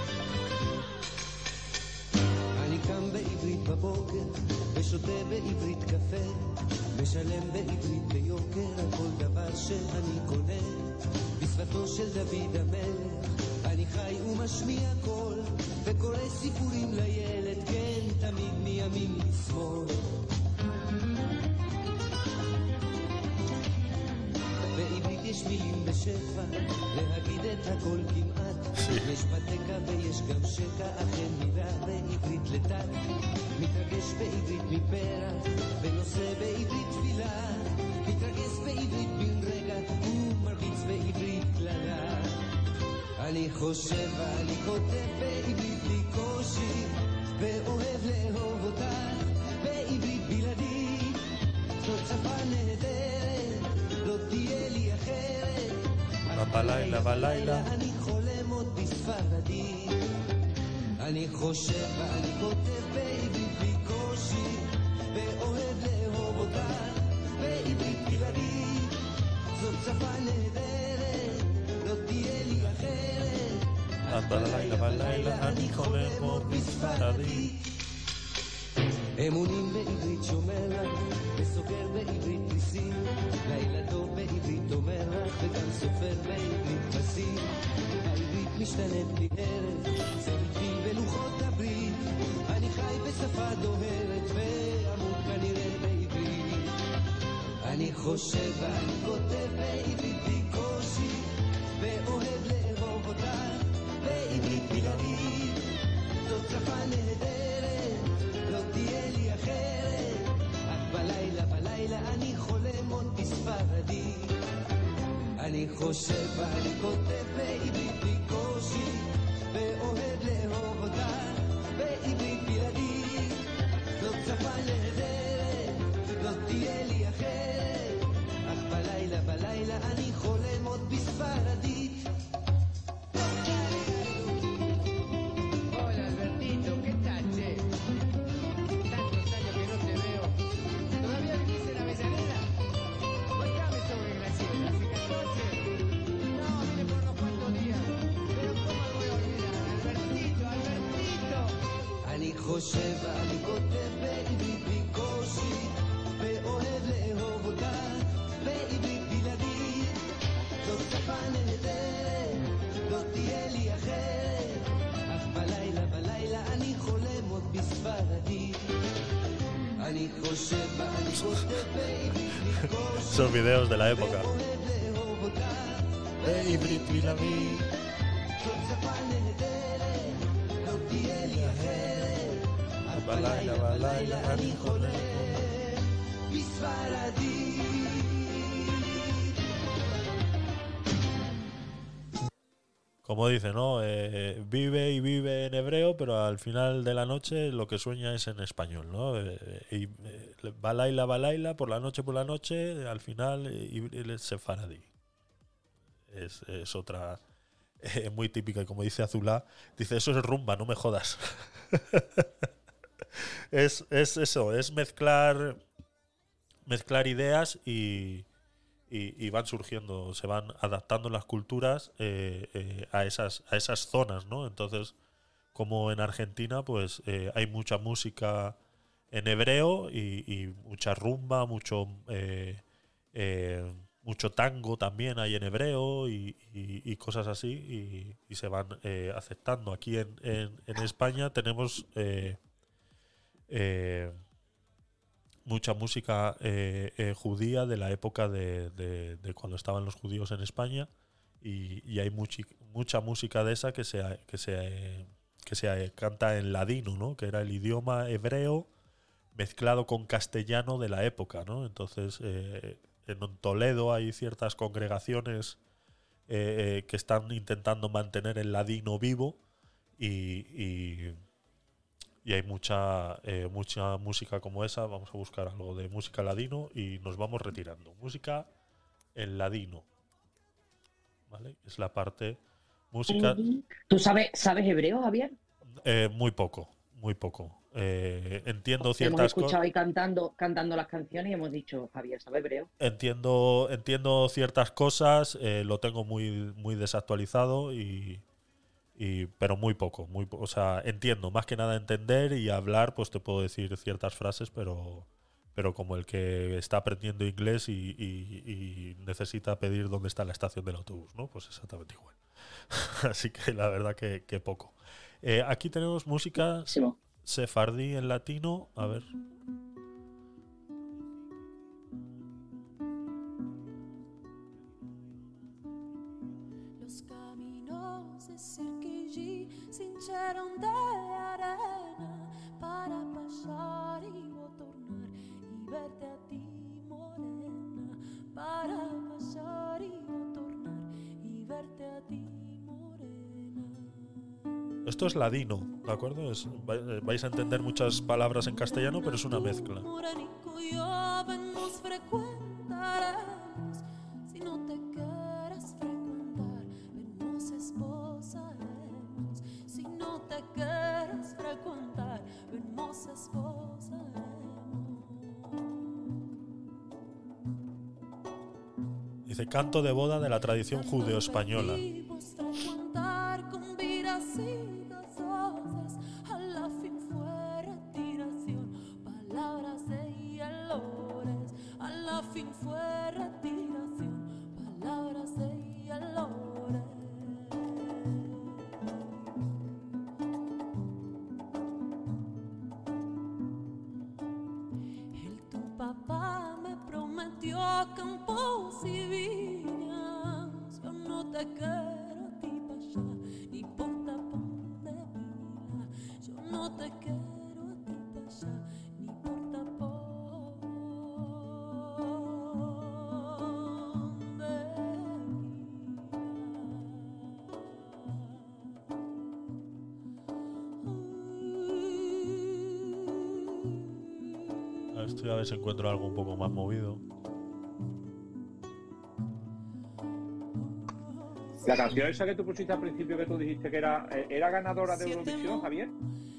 אני קם בעברית בבוקר, ושותה בעברית קפה, משלם בעברית ביוקר על כל דבר שאני קונה. בשפתו של דוד המלך, אני חי ומשמיע קול, וקורא סיפורים לילד, כן, תמיד מימין לשמאל. בעברית יש מילים בשפע, להגיד את הכל כמעט. יש בתקה ויש גם שקע, אכן מילה בעברית לטק. מתרגש בעברית מפרח, ונושא בעברית תפילה. מתרגש בעברית בן רגע, ומרביץ בעברית קללה. אני חושב ואני כותב בעברית בלי קושי, ואוהב לאהוב אותה בעברית בלעדית. זאת שפה נהדרת, לא תהיה לי אחרת. בלילה, בלילה. אני חולם עוד בספרדית. אני חושב ואני כותב בעברית בלי קושי, ואוהב לאהוב אותה בעברית בלעדית. זאת שפה נהדרת, לא תהיה לי אחרת. בלילה, בלילה, אני חולם עוד בספרדית. אמונים בעברית שומר לך, וסוגר בעברית ניסים. לילה טוב בעברית אומר לך, וגם סופר בעברית פסים. העברית משתנית לי ערב, זה מתחיל בלוחות הברית. אני חי בשפה דוהרת, ואמור כנראה בעברית. אני חושב ואני כותב בעברית בלי קושי, ואוהב לאהוב אותה בעברית בלעדית. זאת שפה נהדרת, לא תהיה לי אחרת. רק בלילה, בלילה אני חולם עוד בספרדית. אני חושב ואני כותב בעברית בלי קושי, ואוהב לאהוב אותה בעברית בלעדית. זאת שפה נהדרת, לא תהיה לי אחרת. רק בלילה, בלילה אני חולם עוד בספרדית. Hola Albertito, ¿qué tal, che? Tantos años que no te veo. ¿Todavía vivís en Avellaneda? Contame sobre Graciela, ¿hace catorce? No, vine por unos cuantos días. Pero ¿cómo me voy a olvidar? Albertito, Albertito. אני חושב ואני כותב בעברית בלי קושי, ואוהב לאהוב אותה בעברית בלעדית. זאת שפה נהדרת, לא תהיה לי אחרת. אך בלילה, בלילה אני חולם עוד בספרדית. אני חושב ואני כותב בעברית בלי קושי, Esos videos de la época. ואוהב לאהוב אותה בעברית בלעדית. זאת שפה נהדרת, לא תהיה לי אחרת. אך בלילה, בלילה אני חולם. בספרדית. Como dice, ¿no? Eh, vive y vive en hebreo, pero al final de la noche lo que sueña es en español, ¿no? Eh, y eh, balaila, balaila, por la noche, por la noche, al final eh, es sefaradí. Es, es otra eh, muy típica, y como dice Azulá, dice, eso es rumba, no me jodas. es, es eso, es mezclar, mezclar ideas y... Y, y van surgiendo, se van adaptando las culturas eh, eh, a esas a esas zonas, ¿no? Entonces, como en Argentina, pues eh, hay mucha música en hebreo y, y mucha rumba, mucho eh, eh, mucho tango también hay en hebreo y, y- y cosas así y, y se van eh, aceptando. Aquí en, en- en España tenemos eh, eh, mucha música eh, eh, judía de la época de, de- de cuando estaban los judíos en España y, y hay muchi- mucha música de esa que se, que se, que se canta en ladino, ¿no? Que era el idioma hebreo mezclado con castellano de la época, ¿no? Entonces, eh, en Toledo hay ciertas congregaciones eh, eh, que están intentando mantener el ladino vivo y, y, y hay mucha, eh, mucha música como esa. Vamos a buscar algo de música ladino y nos vamos retirando. Música en ladino, ¿vale? Es la parte música ¿Tú sabes, sabes hebreo, Javier? eh, muy poco, muy poco. Eh, entiendo Te hemos ciertas cosas. escuchado ahí cantando, cantando las canciones y hemos dicho, Javier, ¿sabe hebreo? Entiendo, entiendo ciertas cosas, eh, lo tengo muy, muy desactualizado y, y pero muy poco, muy po- o sea, entiendo, más que nada entender y hablar, pues te puedo decir ciertas frases, pero, pero como el que está aprendiendo inglés y, y- y necesita pedir dónde está la estación del autobús, ¿no? Pues exactamente igual. Así que la verdad que, que poco. Eh, aquí tenemos música sefardí en latino, a ver. Los caminos de Sirquillí se hincharon de arena para pasar y tornar y verte a ti morena, para pasar y tornar y verte a ti morena. Esto es ladino, ¿de acuerdo? Es- vai- vais a entender muchas palabras en castellano, pero es una mezcla. Morenico, joven nos frecuentaremos. Si no te quieres frecuentar, hermosa esposa hemos. Si no te quieres frecuentar, hermosa esposa Dice canto de boda de la tradición judeo-española. hemos. Frecuentar con vidas y gozosas, a la fin fue retiración. Palabras de hielores, a la fin fue retiración. Palabras de hielores. El tu papá me prometió campos y viñas. Yo no te quiero a ti pa' allá, ni por tapón de pila. Yo no te quiero a ti pa' allá, ni por tapón de A ver, estoy a ver si encuentro algo un poco más movido. La canción esa que tú pusiste al principio, que tú dijiste que era, eh, ¿era ganadora de Eurovisión, Javier?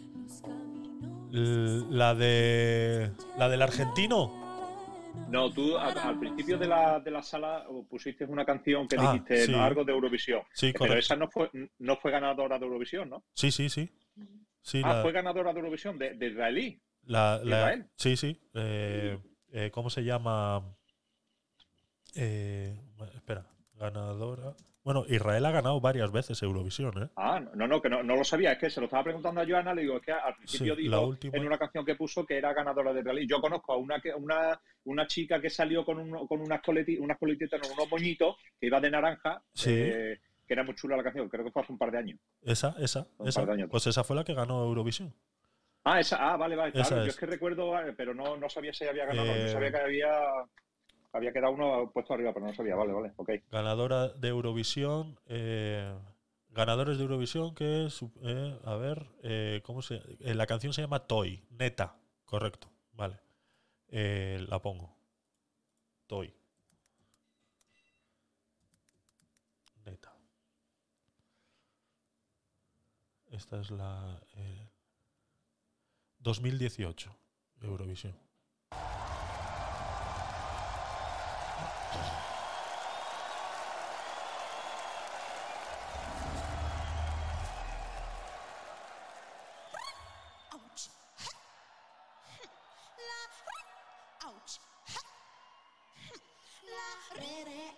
L- La de. La del argentino. No, tú al, al principio de la, de la sala pusiste una canción que Ah, dijiste sí. ¿no? algo de Eurovisión. Sí, pero correcto. esa no fue, no fue ganadora de Eurovisión, ¿no? Sí, sí, sí. Sí, ah, la, fue ganadora de Eurovisión de, de israelí. la- de la- Israel. sí, sí. Eh, eh, ¿Cómo se llama? Eh, bueno, espera, ganadora. Bueno, Israel ha ganado varias veces Eurovisión, ¿eh? Ah, no, no, que no, no lo sabía. Es que se lo estaba preguntando a Joana. Le digo, es que al principio Sí, dijo la última- en una canción que puso que era ganadora de israelí. Yo conozco a una, que- una, una chica que salió con, un, con unas, coleti, unas coletitas, no, unos moñitos, que iba de naranja, Sí. eh, que era muy chula la canción. Creo que fue hace un par de años. Esa, esa, Un esa. par de años. Pues esa fue la que ganó Eurovisión. Ah, esa, ah, vale, vale, claro. Esa Yo es. es que recuerdo, eh, pero no, no sabía si había ganado. Eh, Yo sabía que había, había quedado uno puesto arriba, pero no sabía. Vale, vale, ok. Ganadora de Eurovisión. eh, ganadores de Eurovisión que es. eh, a ver, eh, ¿cómo se eh, la canción se llama Toy. Neta. Correcto. Vale. Eh, la pongo. Toy. Neta. Esta es la. eh, dos mil dieciocho. Eurovisión. Ouch. La re re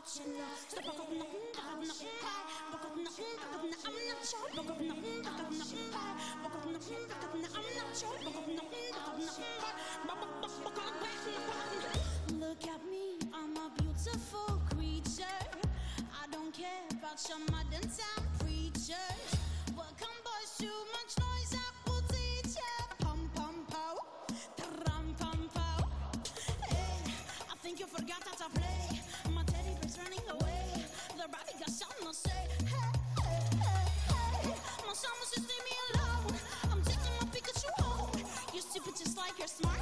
Look at me, I'm a beautiful creature. I don't care about your modern time preachers. Welcome boys, too much noise, I will teach ya. Pum pum pow, tram pum pow. Hey, I think you forgot how to play. My teddy bear's running away. The rabbit got something to say. Hey, hey, hey, hey. My son must just leave me alone. I'm taking my Pikachu home. You're stupid just like you're smart.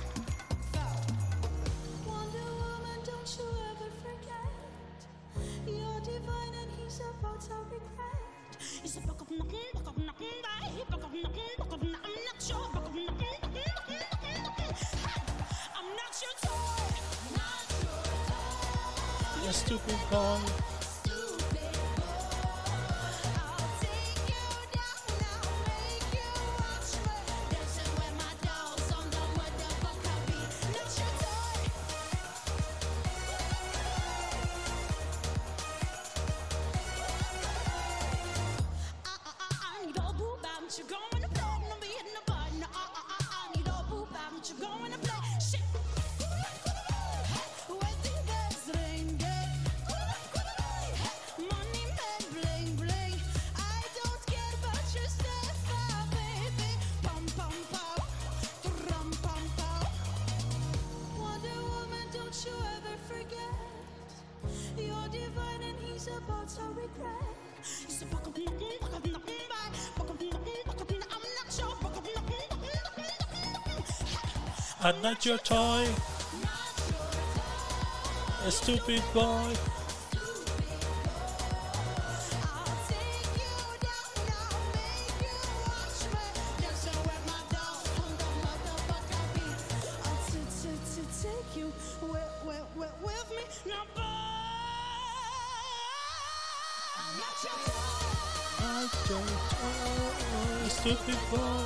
Wonder Woman, don't you ever forget. You're divine and he's about to regret. He's a buck up, knock, buck up, knock, die. Buck up, knock, buck up, knock, I'm not sure. Buck up, knock, knock, knock, knock. I'm not your toy. Not your toy. You stupid boy. You're going to play, no be hitting the button. No, I, I, I, I need a boo bam. You're going to play, shit. Wedding bells ring, money man bling bling. I don't care about your stuff, baby. Pum pum pow, rum pum pow. Wonder Woman, don't you ever forget. You're divine and he's about to regret. He's a buck up, buck up, buck up. I'm not your toy. A stupid boy. Stupid boy.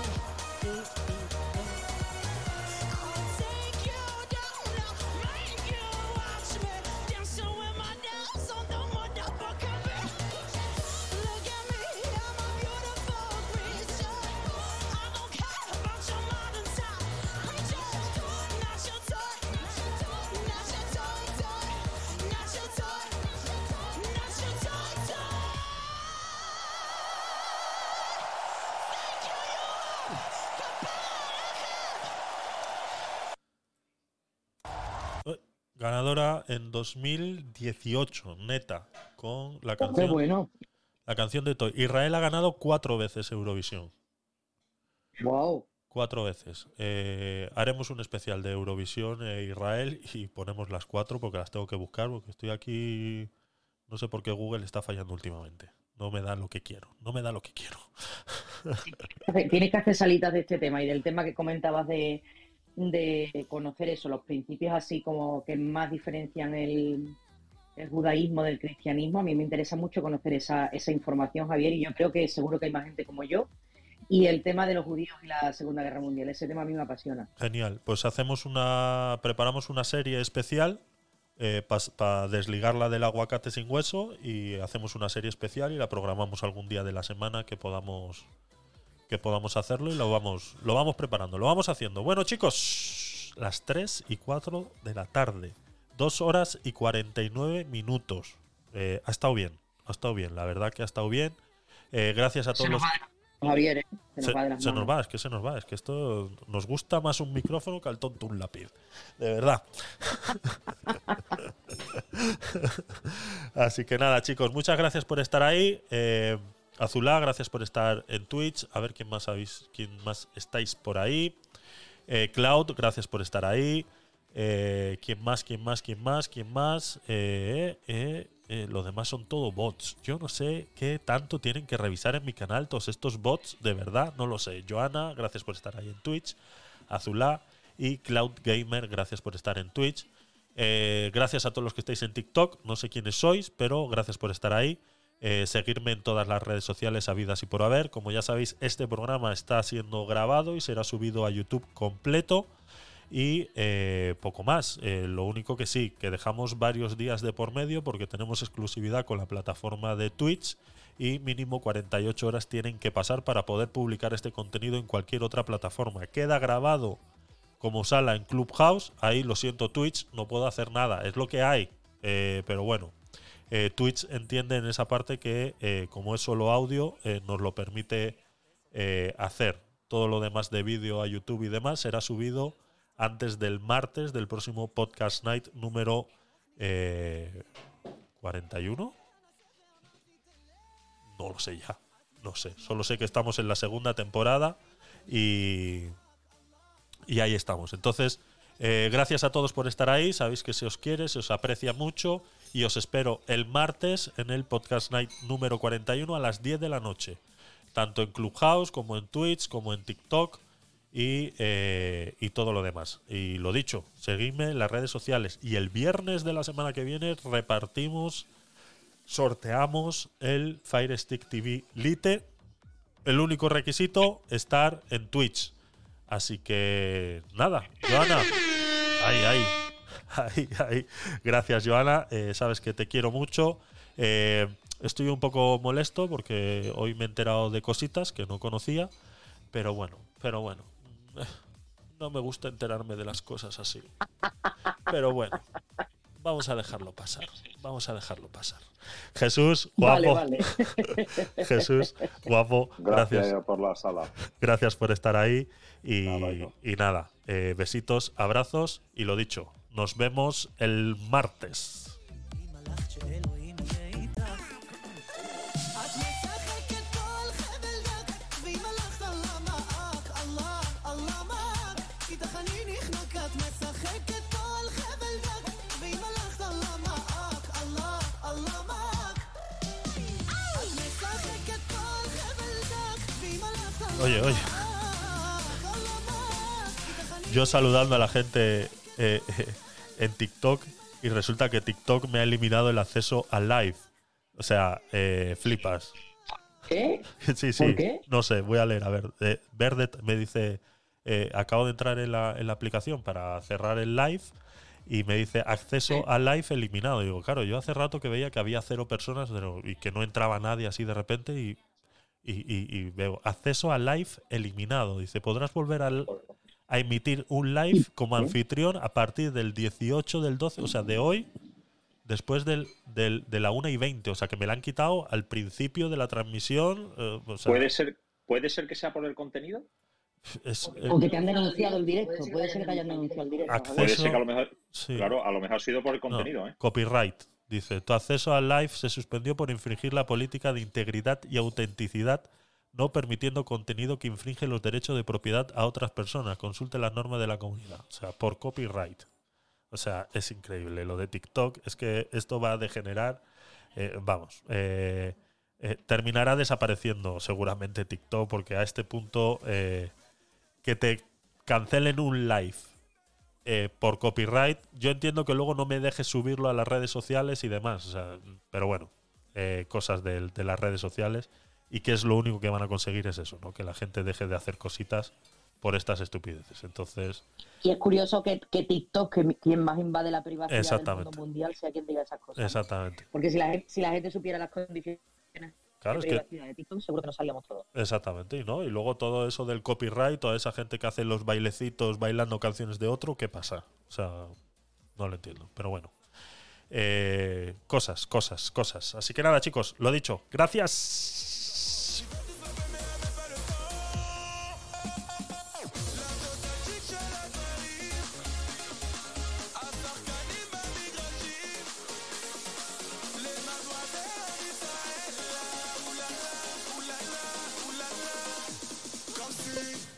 Ganadora en dos mil dieciocho, neta, con la canción. Qué bueno. La canción de Toy. Israel ha ganado cuatro veces Eurovisión. Wow. Cuatro veces. Eh, haremos un especial de Eurovisión e Israel y ponemos las cuatro porque las tengo que buscar porque estoy aquí. No sé por qué Google está fallando últimamente. No me da lo que quiero. No me da lo que quiero. Tienes que hacer salitas de este tema y del tema que comentabas de, de conocer eso, los principios así como que más diferencian el, el judaísmo del cristianismo. A mí me interesa mucho conocer esa, esa información, Javier, y yo creo que seguro que hay más gente como yo. Y el tema de los judíos y la Segunda Guerra Mundial, ese tema a mí me apasiona. Genial. Pues hacemos una, preparamos una serie especial eh, para pa desligarla del aguacate sin hueso y hacemos una serie especial y la programamos algún día de la semana que podamos que podamos hacerlo y lo vamos lo vamos preparando, lo vamos haciendo. Bueno, chicos, las tres y cuatro de la tarde, dos horas y cuarenta y nueve minutos. Eh, ha estado bien, ha estado bien, la verdad que ha estado bien. Eh, gracias a todos los... Javier, ¿eh? Se nos Se, va de las se nos manos. va, es que se nos va, es que esto nos gusta más un micrófono que al tonto un lápiz, de verdad. Así que nada, chicos, muchas gracias por estar ahí. Eh, Azulá, gracias por estar en Twitch. A ver quién más habéis, quién más estáis por ahí. Eh, Cloud, gracias por estar ahí. Eh, ¿Quién más? ¿Quién más? ¿Quién más? ¿Quién más? Eh, eh, eh, los demás son todo bots. Yo no sé qué tanto tienen que revisar en mi canal todos estos bots, de verdad, no lo sé. Joana, gracias por estar ahí en Twitch. Azulá y Cloud Gamer, gracias por estar en Twitch. Eh, gracias a todos los que estáis en TikTok. No sé quiénes sois, pero gracias por estar ahí. Eh, seguirme en todas las redes sociales habidas y por haber. Como ya sabéis, este programa está siendo grabado y será subido a YouTube completo. Y eh, poco más. Eh, lo único que sí, que dejamos varios días de por medio porque tenemos exclusividad con la plataforma de Twitch y mínimo cuarenta y ocho horas tienen que pasar para poder publicar este contenido en cualquier otra plataforma. Queda grabado como sala en Clubhouse. Ahí lo siento, Twitch, no puedo hacer nada. Es lo que hay. Eh, pero bueno, eh, Twitch entiende en esa parte que eh, como es solo audio, eh, nos lo permite eh, hacer. Todo lo demás de vídeo a YouTube y demás será subido antes del martes del próximo Podcast Night número eh, cuarenta y uno. No lo sé ya, no sé. Solo sé que estamos en la segunda temporada y, y ahí estamos. Entonces, eh, gracias a todos por estar ahí. Sabéis que se os quiere, se os aprecia mucho y os espero el martes en el Podcast Night número cuarenta y uno a las diez de la noche. Tanto en Clubhouse como en Twitch, como en TikTok. Y, eh, y todo lo demás. Y lo dicho, seguidme en las redes sociales. Y el viernes de la semana que viene repartimos, sorteamos el Fire Stick T V Lite. El único requisito, estar en Twitch. Así que nada, Joana. Ay, ay. Ay, ay. Gracias, Joana. Eh, sabes que te quiero mucho. Eh, estoy un poco molesto porque hoy me he enterado de cositas que no conocía. Pero bueno, pero bueno. No me gusta enterarme de las cosas así. Pero bueno, vamos a dejarlo pasar. Vamos a dejarlo pasar. Jesús, guapo. Vale, vale. Jesús, guapo. Gracias. Gracias por la sala. Gracias por estar ahí. Y Nada, nada, hijo. y nada eh, besitos, abrazos. Y lo dicho, nos vemos el martes. Oye, oye. Yo saludando a la gente eh, eh, en TikTok y resulta que TikTok me ha eliminado el acceso al live. O sea, eh, flipas. ¿Qué? Sí, sí. ¿Por qué? No sé, voy a leer. A ver, eh, Verdet me dice, eh, acabo de entrar en la, en la aplicación para cerrar el live y me dice acceso al live eliminado. Y digo, claro, yo hace rato que veía que había cero personas pero, y que no entraba nadie así de repente y, y, y, y veo acceso al live eliminado. Dice, podrás volver al, a emitir un live como anfitrión a partir del dieciocho del doce, o sea, de hoy, después del, del, de la una y veinte. O sea, que me la han quitado al principio de la transmisión. Eh, o sea, ¿Puede ser, ¿Puede ser que sea por el contenido? Es, eh, O que te han denunciado el directo. Puede ser que te hayan denunciado el directo. Acceso- Puede ser que a lo mejor, sí. claro, a lo mejor ha sido por el No, contenido, ¿eh? Copyright. Dice, tu acceso al live se suspendió por infringir la política de integridad y autenticidad, no permitiendo contenido que infringe los derechos de propiedad a otras personas. Consulte las normas de la comunidad. O sea, por copyright. O sea, es increíble lo de TikTok. Es que esto va a degenerar. Eh, vamos, eh, eh, terminará desapareciendo seguramente TikTok porque a este punto eh, que te cancelen un live eh, por copyright, yo entiendo que luego no me dejes subirlo a las redes sociales y demás. O sea, pero bueno, eh, cosas de, de las redes sociales y que es lo único que van a conseguir es eso, ¿no? Que la gente deje de hacer cositas por estas estupideces. Entonces, Y es curioso que, que TikTok, que quien más invade la privacidad del Exactamente. mundo mundial, sea quien diga esas cosas. exactamente. Porque si la, gen- si la gente supiera las condiciones Claro, de es que privacidad de TikTok, seguro que nos salíamos todos. Exactamente, ¿no? Y luego todo eso del copyright, toda esa gente que hace los bailecitos bailando canciones de otro, ¿qué pasa? O sea, no lo entiendo, pero bueno. Eh, cosas, cosas, cosas. Así que nada, chicos, lo dicho. Gracias. Comme si